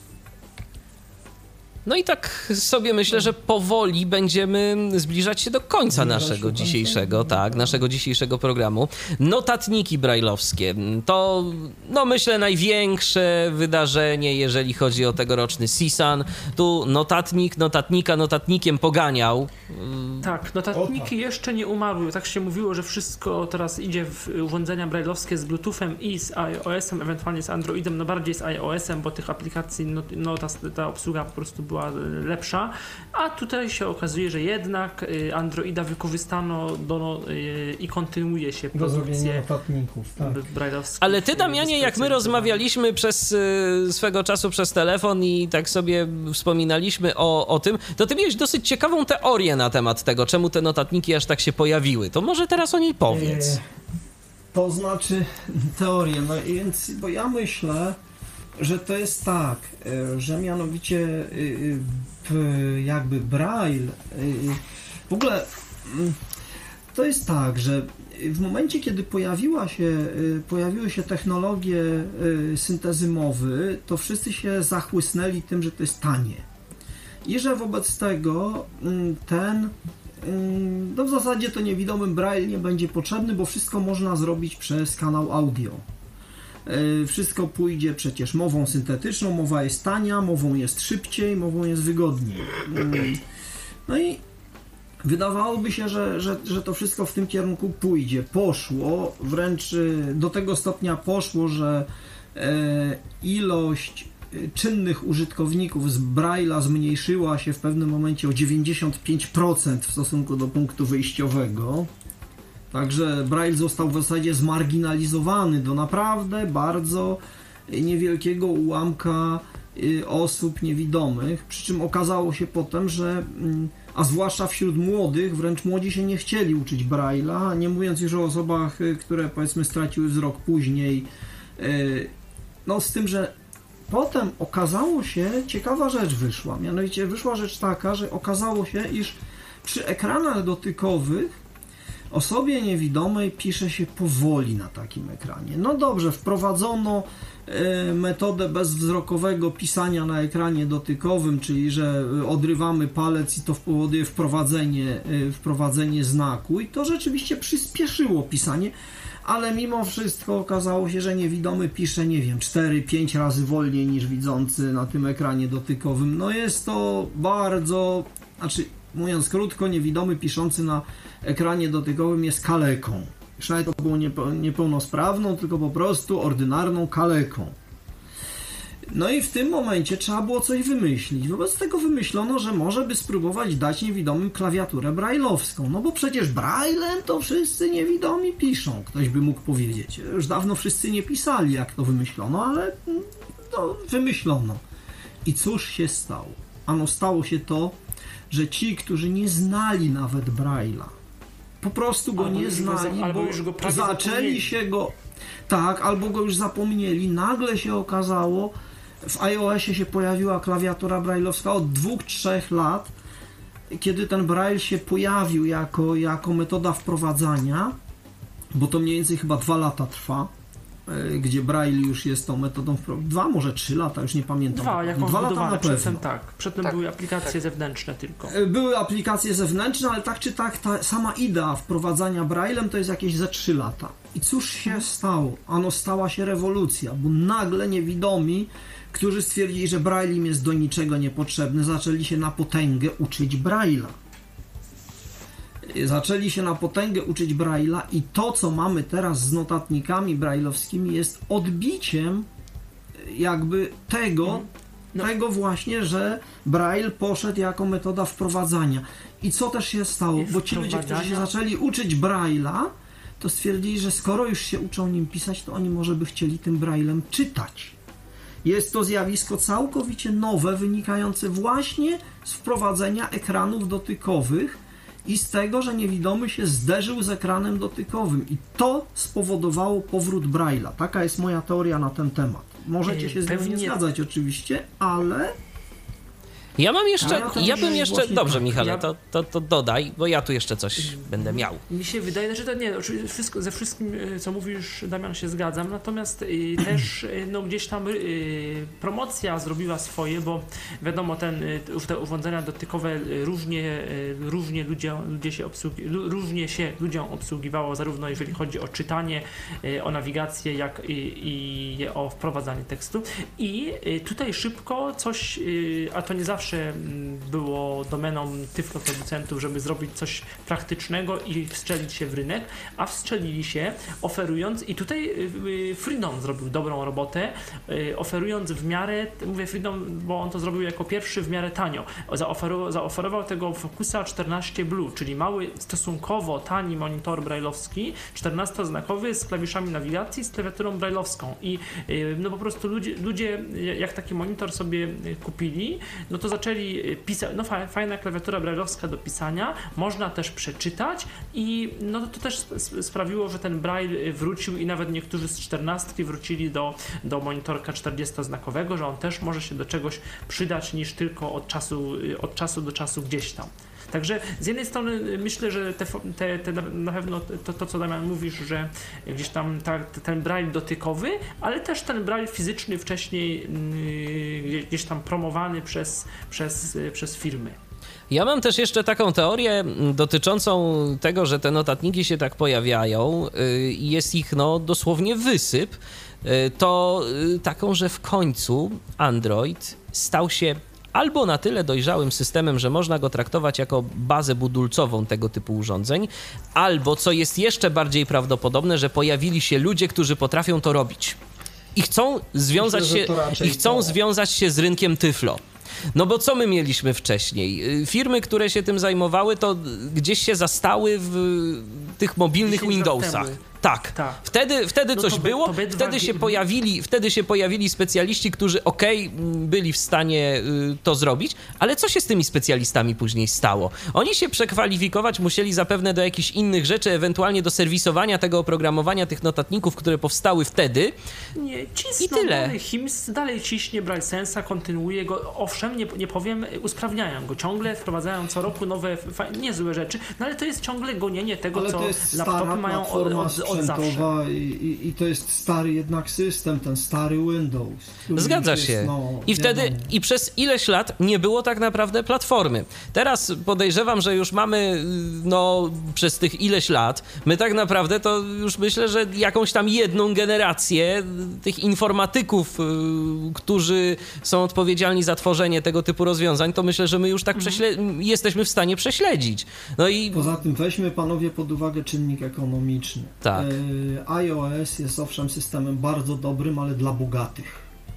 No i tak sobie myślę, że powoli będziemy zbliżać się do końca naszego dzisiejszego programu. Notatniki brajlowskie to, no myślę, największe wydarzenie, jeżeli chodzi o tegoroczny CSUN. Tu notatnikiem poganiał. Tak, notatniki jeszcze nie umarły. Tak się mówiło, że wszystko teraz idzie w urządzenia brajlowskie z Bluetoothem i z iOS-em, ewentualnie z Androidem, no bardziej z iOS-em, bo tych aplikacji, ta obsługa po prostu była lepsza, a tutaj się okazuje, że jednak Androida wykorzystano i kontynuuje się produkcję notatników, tak. brajlowskich. Ale ty, Damianie, jak my rozmawialiśmy swego czasu przez telefon i tak sobie wspominaliśmy o tym, to ty miałeś dosyć ciekawą teorię na temat tego, czemu te notatniki aż tak się pojawiły. To może teraz o niej powiedz. To znaczy teorię, no więc, bo ja myślę, że to jest tak, że mianowicie jakby Braille, w ogóle to jest tak, że w momencie, kiedy pojawiły się technologie syntezy mowy, to wszyscy się zachłysnęli tym, że to jest tanie. I że wobec tego no w zasadzie to niewidomy Braille nie będzie potrzebny, bo wszystko można zrobić przez kanał audio. Wszystko pójdzie przecież mową syntetyczną, mowa jest tania, mową jest szybciej, mową jest wygodniej. No i wydawałoby się, że to wszystko w tym kierunku pójdzie. Poszło, wręcz do tego stopnia poszło, że ilość czynnych użytkowników z Braille'a zmniejszyła się w pewnym momencie o 95% w stosunku do punktu wyjściowego. Także Braille został w zasadzie zmarginalizowany do naprawdę bardzo niewielkiego ułamka osób niewidomych, przy czym okazało się potem, że a zwłaszcza wśród młodych, wręcz młodzi się nie chcieli uczyć Braille'a, nie mówiąc już o osobach, które powiedzmy straciły wzrok później, no z tym, że potem okazało się, ciekawa rzecz wyszła, mianowicie wyszła rzecz taka, że okazało się, iż przy ekranach dotykowych osobie niewidomej pisze się powoli na takim ekranie. No dobrze, wprowadzono metodę bezwzrokowego pisania na ekranie dotykowym, czyli że odrywamy palec i to powoduje wprowadzenie znaku i to rzeczywiście przyspieszyło pisanie, ale mimo wszystko okazało się, że niewidomy pisze, nie wiem, 4-5 razy wolniej niż widzący na tym ekranie dotykowym. No jest to bardzo, Mówiąc krótko, niewidomy piszący na ekranie dotykowym jest kaleką. Już nawet to było niepełnosprawną, tylko po prostu ordynarną kaleką. No i w tym momencie trzeba było coś wymyślić. Wobec tego wymyślono, że może by spróbować dać niewidomym klawiaturę brajlowską. No bo przecież brajlem to wszyscy niewidomi piszą. Ktoś by mógł powiedzieć. Już dawno wszyscy nie pisali, jak to wymyślono, ale no, wymyślono. I cóż się stało? Ano stało się to, że ci, którzy nie znali nawet Braille'a, po prostu go nie znali, bo zaczęli się go... Tak, albo go już zapomnieli. Nagle się okazało, w iOSie się pojawiła klawiatura brajlowska od 2-3 lat, kiedy ten Braille się pojawił jako metoda wprowadzania, bo to mniej więcej chyba 2 lata trwa, gdzie Braille już jest tą metodą wprowadzania. 2, może 3 lata, już nie pamiętam. 2, jak 2 lata na pewno. Przedtem były aplikacje zewnętrzne tylko. Były aplikacje zewnętrzne, ale tak czy tak ta sama idea wprowadzania Braillem to jest jakieś ze 3 lata. I cóż się stało? Ano stała się rewolucja, bo nagle niewidomi, którzy stwierdzili, że Braille im jest do niczego niepotrzebny, zaczęli się na potęgę uczyć Braille'a. Zaczęli się na potęgę uczyć Braille'a i to, co mamy teraz z notatnikami brajlowskimi, jest odbiciem jakby tego właśnie, że Braille poszedł jako metoda wprowadzania. I co też się stało? Bo ci ludzie, którzy się zaczęli uczyć Braille'a, to stwierdzili, że skoro już się uczą nim pisać, to oni może by chcieli tym Braillem czytać. Jest to zjawisko całkowicie nowe, wynikające właśnie z wprowadzenia ekranów dotykowych i z tego, że niewidomy się zderzył z ekranem dotykowym. I to spowodowało powrót Braille'a. Taka jest moja teoria na ten temat. Możecie się z nią nie zgadzać oczywiście, ale... Ja mam jeszcze, dobrze tak. Michale, to dodaj, bo ja tu jeszcze coś będę miał. Mi się wydaje, że to nie, ze wszystkim, co mówisz, Damian, się zgadzam, natomiast też no, gdzieś tam promocja zrobiła swoje, bo wiadomo, te urządzenia dotykowe różnie się ludziom obsługiwało, zarówno jeżeli chodzi o czytanie, o nawigację, jak i o wprowadzanie tekstu. I tutaj szybko coś, a to nie zawsze było domeną tyfloproducentów, żeby zrobić coś praktycznego i wstrzelić się w rynek, a wstrzelili się, oferując, i tutaj Freedom zrobił dobrą robotę, oferując w miarę, mówię Freedom, bo on to zrobił jako pierwszy w miarę tanio, zaoferował tego Focusa 14 Blue, czyli mały, stosunkowo tani monitor brajlowski, 14-znakowy z klawiszami nawigacji, z klawiaturą brajlowską i no po prostu ludzie jak taki monitor sobie kupili, no to zaczęli pisać, no fajna klawiatura brajlowska do pisania, można też przeczytać i no to też sprawiło, że ten Braille wrócił i nawet niektórzy z 14 wrócili do monitorka 40-znakowego, że on też może się do czegoś przydać niż tylko od czasu do czasu gdzieś tam. Także z jednej strony myślę, że na pewno to, co Damian mówisz, że gdzieś tam ten Braille dotykowy, ale też ten Braille fizyczny wcześniej gdzieś tam promowany przez firmy. Ja mam też jeszcze taką teorię dotyczącą tego, że te notatniki się tak pojawiają i jest ich no dosłownie wysyp, to taką, że w końcu Android stał się albo na tyle dojrzałym systemem, że można go traktować jako bazę budulcową tego typu urządzeń, albo, co jest jeszcze bardziej prawdopodobne, że pojawili się ludzie, którzy potrafią to robić i chcą związać się z rynkiem tyflo. No bo co my mieliśmy wcześniej? Firmy, które się tym zajmowały, to gdzieś się zastały w tych mobilnych Windowsach. Tak. Wtedy no coś było, wtedy się pojawili specjaliści, którzy byli w stanie to zrobić, ale co się z tymi specjalistami później stało? Oni się przekwalifikować musieli zapewne do jakichś innych rzeczy, ewentualnie do serwisowania tego oprogramowania, tych notatników, które powstały wtedy. Nie, cisną, i tyle. Dalej ciśnie Braille Sensa, kontynuuje go, owszem, nie powiem, usprawniają go ciągle, wprowadzają co roku nowe, niezłe rzeczy, no ale to jest ciągle gonienie tego, co laptopy mają od od zawsze. sprzętowa i to jest stary jednak system, ten stary Windows. Zgadza jest, się. No, I wtedy wiadomo. i przez ileś lat nie było tak naprawdę platformy. Teraz podejrzewam, że już mamy przez tych ileś lat, my tak naprawdę to już myślę, że jakąś tam jedną generację tych informatyków, którzy są odpowiedzialni za tworzenie tego typu rozwiązań, to myślę, że my już tak jesteśmy w stanie prześledzić. No i Poza tym weźmy, panowie, pod uwagę czynnik ekonomiczny. Tak. iOS jest owszem systemem bardzo dobrym, ale dla bogatych.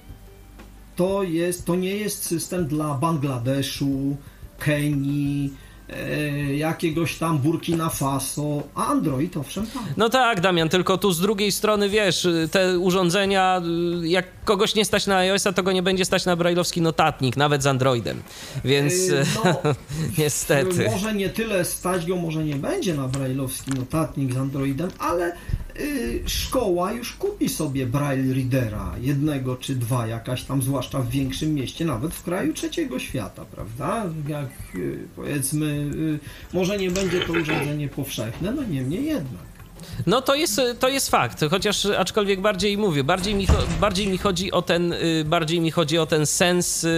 To nie jest system dla Bangladeszu, Kenii, jakiegoś tam Burkina Faso, a Android owszem tak. no tak, Damian, tylko tu z drugiej strony, wiesz, te urządzenia, jak kogoś nie stać na iOS-a, to go nie będzie stać na brailleowski notatnik, nawet z Androidem, więc niestety. Może nie tyle stać go, może nie będzie na brailleowski notatnik z Androidem, ale szkoła już kupi sobie braille readera, jednego czy dwa, jakaś tam, zwłaszcza w większym mieście, nawet w kraju trzeciego świata, prawda? Jak powiedzmy, może nie będzie to urządzenie powszechne, no niemniej jednak. No to jest fakt, chociaż aczkolwiek bardziej mi chodzi o ten sens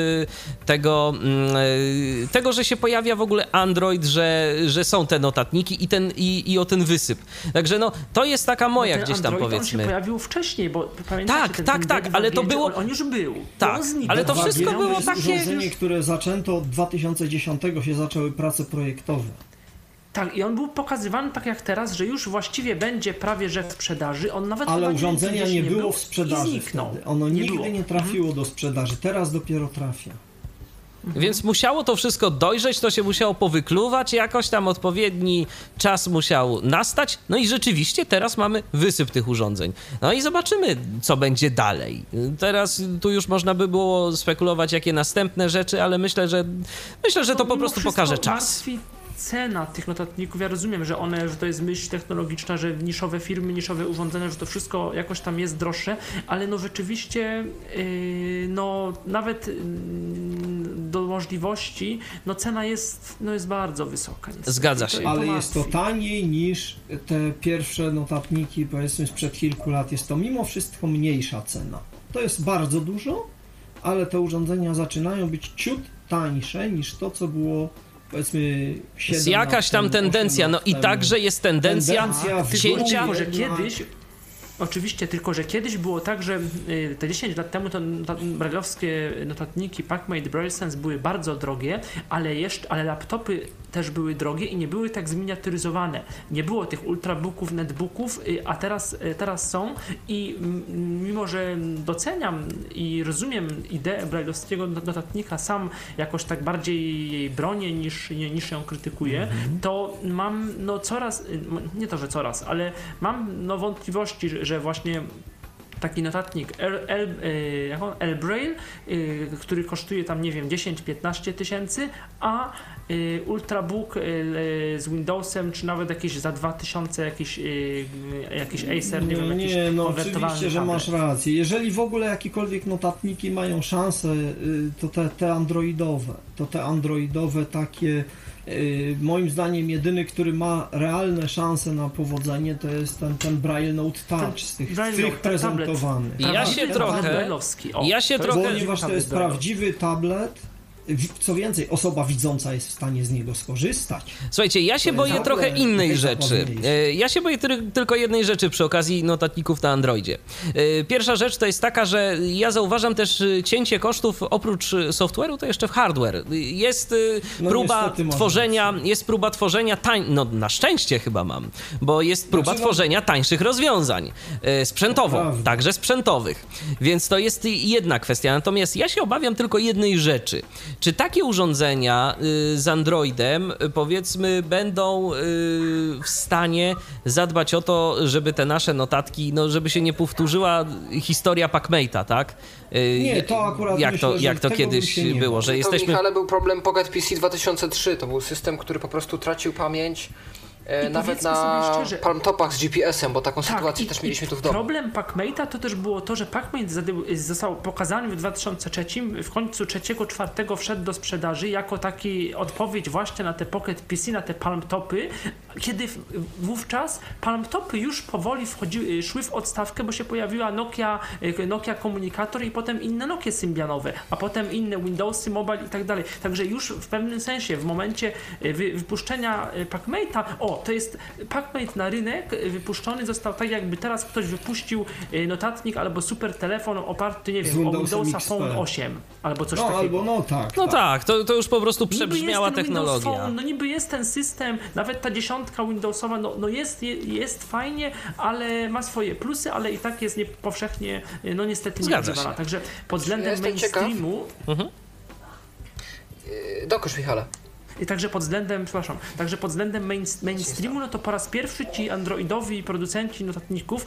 tego, że się pojawia w ogóle Android, że są te notatniki i o ten wysyp. Także to jest taka moja gdzieś tam, Android, powiedzmy. On się pojawił wcześniej, bo pamiętacie, Tak, ale to było... On już był. Tak, ale to wszystko było jest takie... urządzenie, które zaczęto od 2010 się zaczęły prace projektowe. Tak, i on był pokazywany tak jak teraz, że już właściwie będzie prawie że w sprzedaży. On nawet ale urządzenia nie było w sprzedaży wtedy. Ono nigdy nie trafiło do sprzedaży. Teraz dopiero trafia. Więc musiało to wszystko dojrzeć, to się musiało powykluwać, jakoś tam odpowiedni czas musiał nastać. No i rzeczywiście teraz mamy wysyp tych urządzeń. No i zobaczymy, co będzie dalej. Teraz tu już można by było spekulować, jakie następne rzeczy, ale myślę, że to po prostu pokaże czas. Cena tych notatników, ja rozumiem, że to jest myśl technologiczna, że niszowe firmy, niszowe urządzenia, że to wszystko jakoś tam jest droższe, ale rzeczywiście nawet do możliwości, cena jest bardzo wysoka. Niestety. Zgadza się. Ale jest to taniej niż te pierwsze notatniki, powiedzmy sprzed kilku lat. Jest to mimo wszystko mniejsza cena. To jest bardzo dużo, ale te urządzenia zaczynają być ciut tańsze niż to, co było, powiedzmy, 7 jest jakaś tam tendencja, i także jest tendencja cięcia. Tylko, że kiedyś, oczywiście, tylko że kiedyś było tak, że te 10 lat temu to brailleowskie notatniki PacMate BrailleSense były bardzo drogie, ale laptopy też były drogie i nie były tak zminiaturyzowane. Nie było tych ultrabooków, netbooków, a teraz są i mimo, że doceniam i rozumiem ideę brailleowskiego notatnika, sam jakoś tak bardziej jej bronię niż ją krytykuję, to mam nie to, że coraz, ale mam wątpliwości, że właśnie taki notatnik L-Braille, który kosztuje tam, nie wiem, 10-15 tysięcy, a Ultrabook z Windowsem, czy nawet jakieś za 2000 jakiś Acer, nie wiem, jakiś konwertowalny oczywiście, że masz rację. Jeżeli w ogóle jakiekolwiek notatniki mają szansę, to te androidowe takie, moim zdaniem jedyny, który ma realne szanse na powodzenie, to jest ten Braille Note Touch z tych prezentowanych. Ponieważ to jest prawdziwy tablet. Co więcej, osoba widząca jest w stanie z niego skorzystać. Słuchajcie, ja się boję trochę innej rzeczy. Ja się boję tylko jednej rzeczy przy okazji notatników na Androidzie. Pierwsza rzecz to jest taka, że ja zauważam też cięcie kosztów oprócz software'u, to jeszcze w hardware. Jest próba tworzenia na szczęście chyba mam, bo jest próba tworzenia tańszych rozwiązań sprzętowo, także sprzętowych. Więc to jest jedna kwestia. Natomiast ja się obawiam tylko jednej rzeczy. Czy takie urządzenia z Androidem, powiedzmy, będą w stanie zadbać o to, żeby te nasze notatki, żeby się nie powtórzyła historia PacMate'a, tak? Nie, to akurat jak to kiedyś było, że jesteśmy... To, Michale, był problem Pocket PC 2003, to był system, który po prostu tracił pamięć. Nawet na palmtopach z GPS-em, bo taką sytuację też mieliśmy tu w domu. Problem PacMate'a to też było to, że PacMate został pokazany w 2003, w końcu 3-4 wszedł do sprzedaży jako taki odpowiedź właśnie na te Pocket PC, na te palmtopy, kiedy wówczas palmtopy już powoli szły w odstawkę, bo się pojawiła Nokia komunikator i potem inne Nokie symbianowe, a potem inne Windowsy, mobile i tak dalej. Także już w pewnym sensie w momencie wypuszczenia PacMate'a, to jest PacMate na rynek wypuszczony został tak, jakby teraz ktoś wypuścił notatnik albo super telefon oparty, nie wiem, o Windowsa Phone 8 albo coś takiego. Albo tak, to już po prostu przebrzmiała technologia. Phone, niby jest ten system, nawet ta 10 Windowsowa, jest fajnie, ale ma swoje plusy, ale i tak jest powszechnie, niestety nie używana. Także pod względem mainstreamu... Dokończ, Michale. I także pod względem mainstreamu, to po raz pierwszy ci androidowi producenci notatników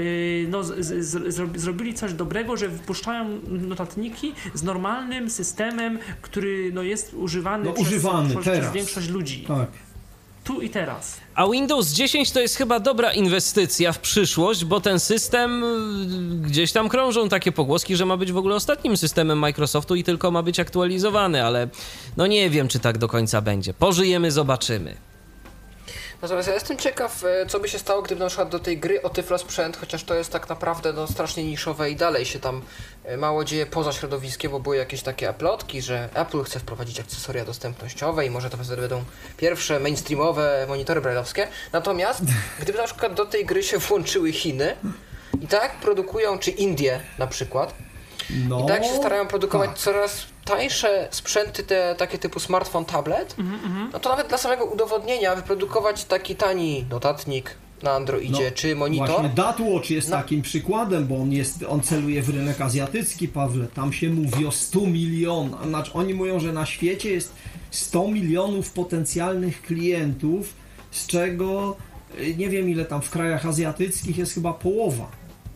zrobili coś dobrego, że wypuszczają notatniki z normalnym systemem, który jest używany przez większość ludzi. Tak. Tu i teraz. A Windows 10 to jest chyba dobra inwestycja w przyszłość, bo ten system, gdzieś tam krążą takie pogłoski, że ma być w ogóle ostatnim systemem Microsoftu i tylko ma być aktualizowany, ale nie wiem, czy tak do końca będzie. Pożyjemy, zobaczymy. Natomiast ja jestem ciekaw, co by się stało, gdyby na przykład do tej gry o tyflosprzęt, chociaż to jest tak naprawdę strasznie niszowe i dalej się tam mało dzieje poza środowiskiem, bo były jakieś takie plotki, że Apple chce wprowadzić akcesoria dostępnościowe i może to wtedy będą pierwsze mainstreamowe monitory braille'owskie. Natomiast gdyby na przykład do tej gry się włączyły Chiny i tak produkują, czy Indie na przykład, i tak się starają produkować coraz tańsze sprzęty takie typu smartfon, tablet, to nawet dla samego udowodnienia wyprodukować taki tani notatnik na Androidzie czy monitor. Właśnie DatWatch jest takim przykładem, bo on celuje w rynek azjatycki, Pawle. Tam się mówi o 100 milionach. Znaczy oni mówią, że na świecie jest 100 milionów potencjalnych klientów, z czego nie wiem ile tam w krajach azjatyckich jest chyba połowa.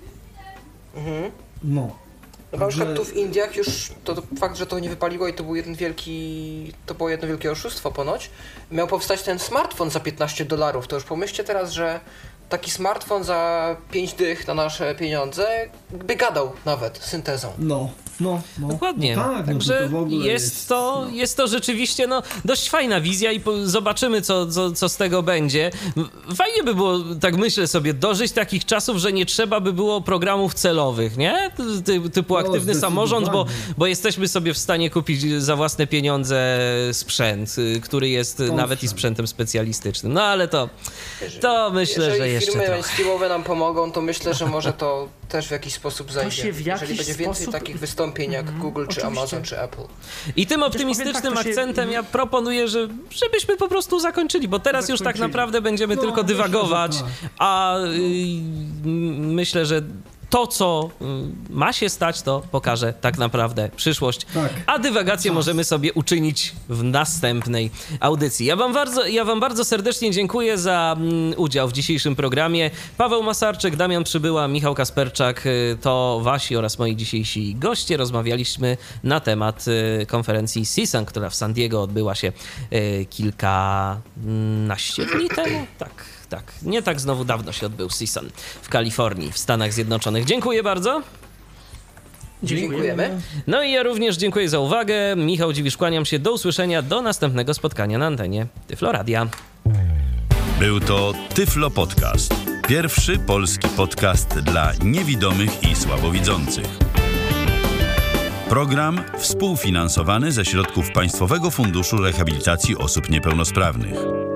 Na przykład tu w Indiach już to fakt, że to nie wypaliło i to było jedno wielkie oszustwo ponoć, miał powstać ten smartfon za $15. To już pomyślcie teraz, że taki smartfon za 5 dych na nasze pieniądze by gadał nawet syntezą. Dokładnie. Tak, także to jest to rzeczywiście dość fajna wizja i zobaczymy, co z tego będzie. Fajnie by było, tak myślę sobie, dożyć takich czasów, że nie trzeba by było programów celowych, nie? Typu aktywny samorząd, bo jesteśmy sobie w stanie kupić za własne pieniądze sprzęt, który jest nawet i sprzętem specjalistycznym. Ale to myślę, że jeszcze firmy trochę. mainstreamowe nam pomogą, to myślę, że może to też w jakiś sposób zajdzie. Jeżeli będzie więcej takich wystąpień jak Google, czy Amazon, czy Apple. I tym optymistycznym akcentem ja proponuję, żebyśmy po prostu zakończyli, bo teraz już tak naprawdę będziemy tylko dywagować, a myślę, że to, co ma się stać, to pokaże tak naprawdę przyszłość. A dywagację możemy sobie uczynić w następnej audycji. Ja wam bardzo serdecznie dziękuję za udział w dzisiejszym programie. Paweł Masarczyk, Damian Przybyła, Michał Kasperczak to wasi oraz moi dzisiejsi goście. Rozmawialiśmy na temat konferencji CSUN, która w San Diego odbyła się kilkanaście dni temu. Tak, nie tak znowu dawno się odbył CSUN w Kalifornii, w Stanach Zjednoczonych. Dziękuję bardzo. Dziękujemy. No i ja również dziękuję za uwagę. Michał Dziwisz, kłaniam się. Do usłyszenia, do następnego spotkania na antenie Tyflo Radia. Był to Tyflo Podcast. Pierwszy polski podcast dla niewidomych i słabowidzących. Program współfinansowany ze środków Państwowego Funduszu Rehabilitacji Osób Niepełnosprawnych.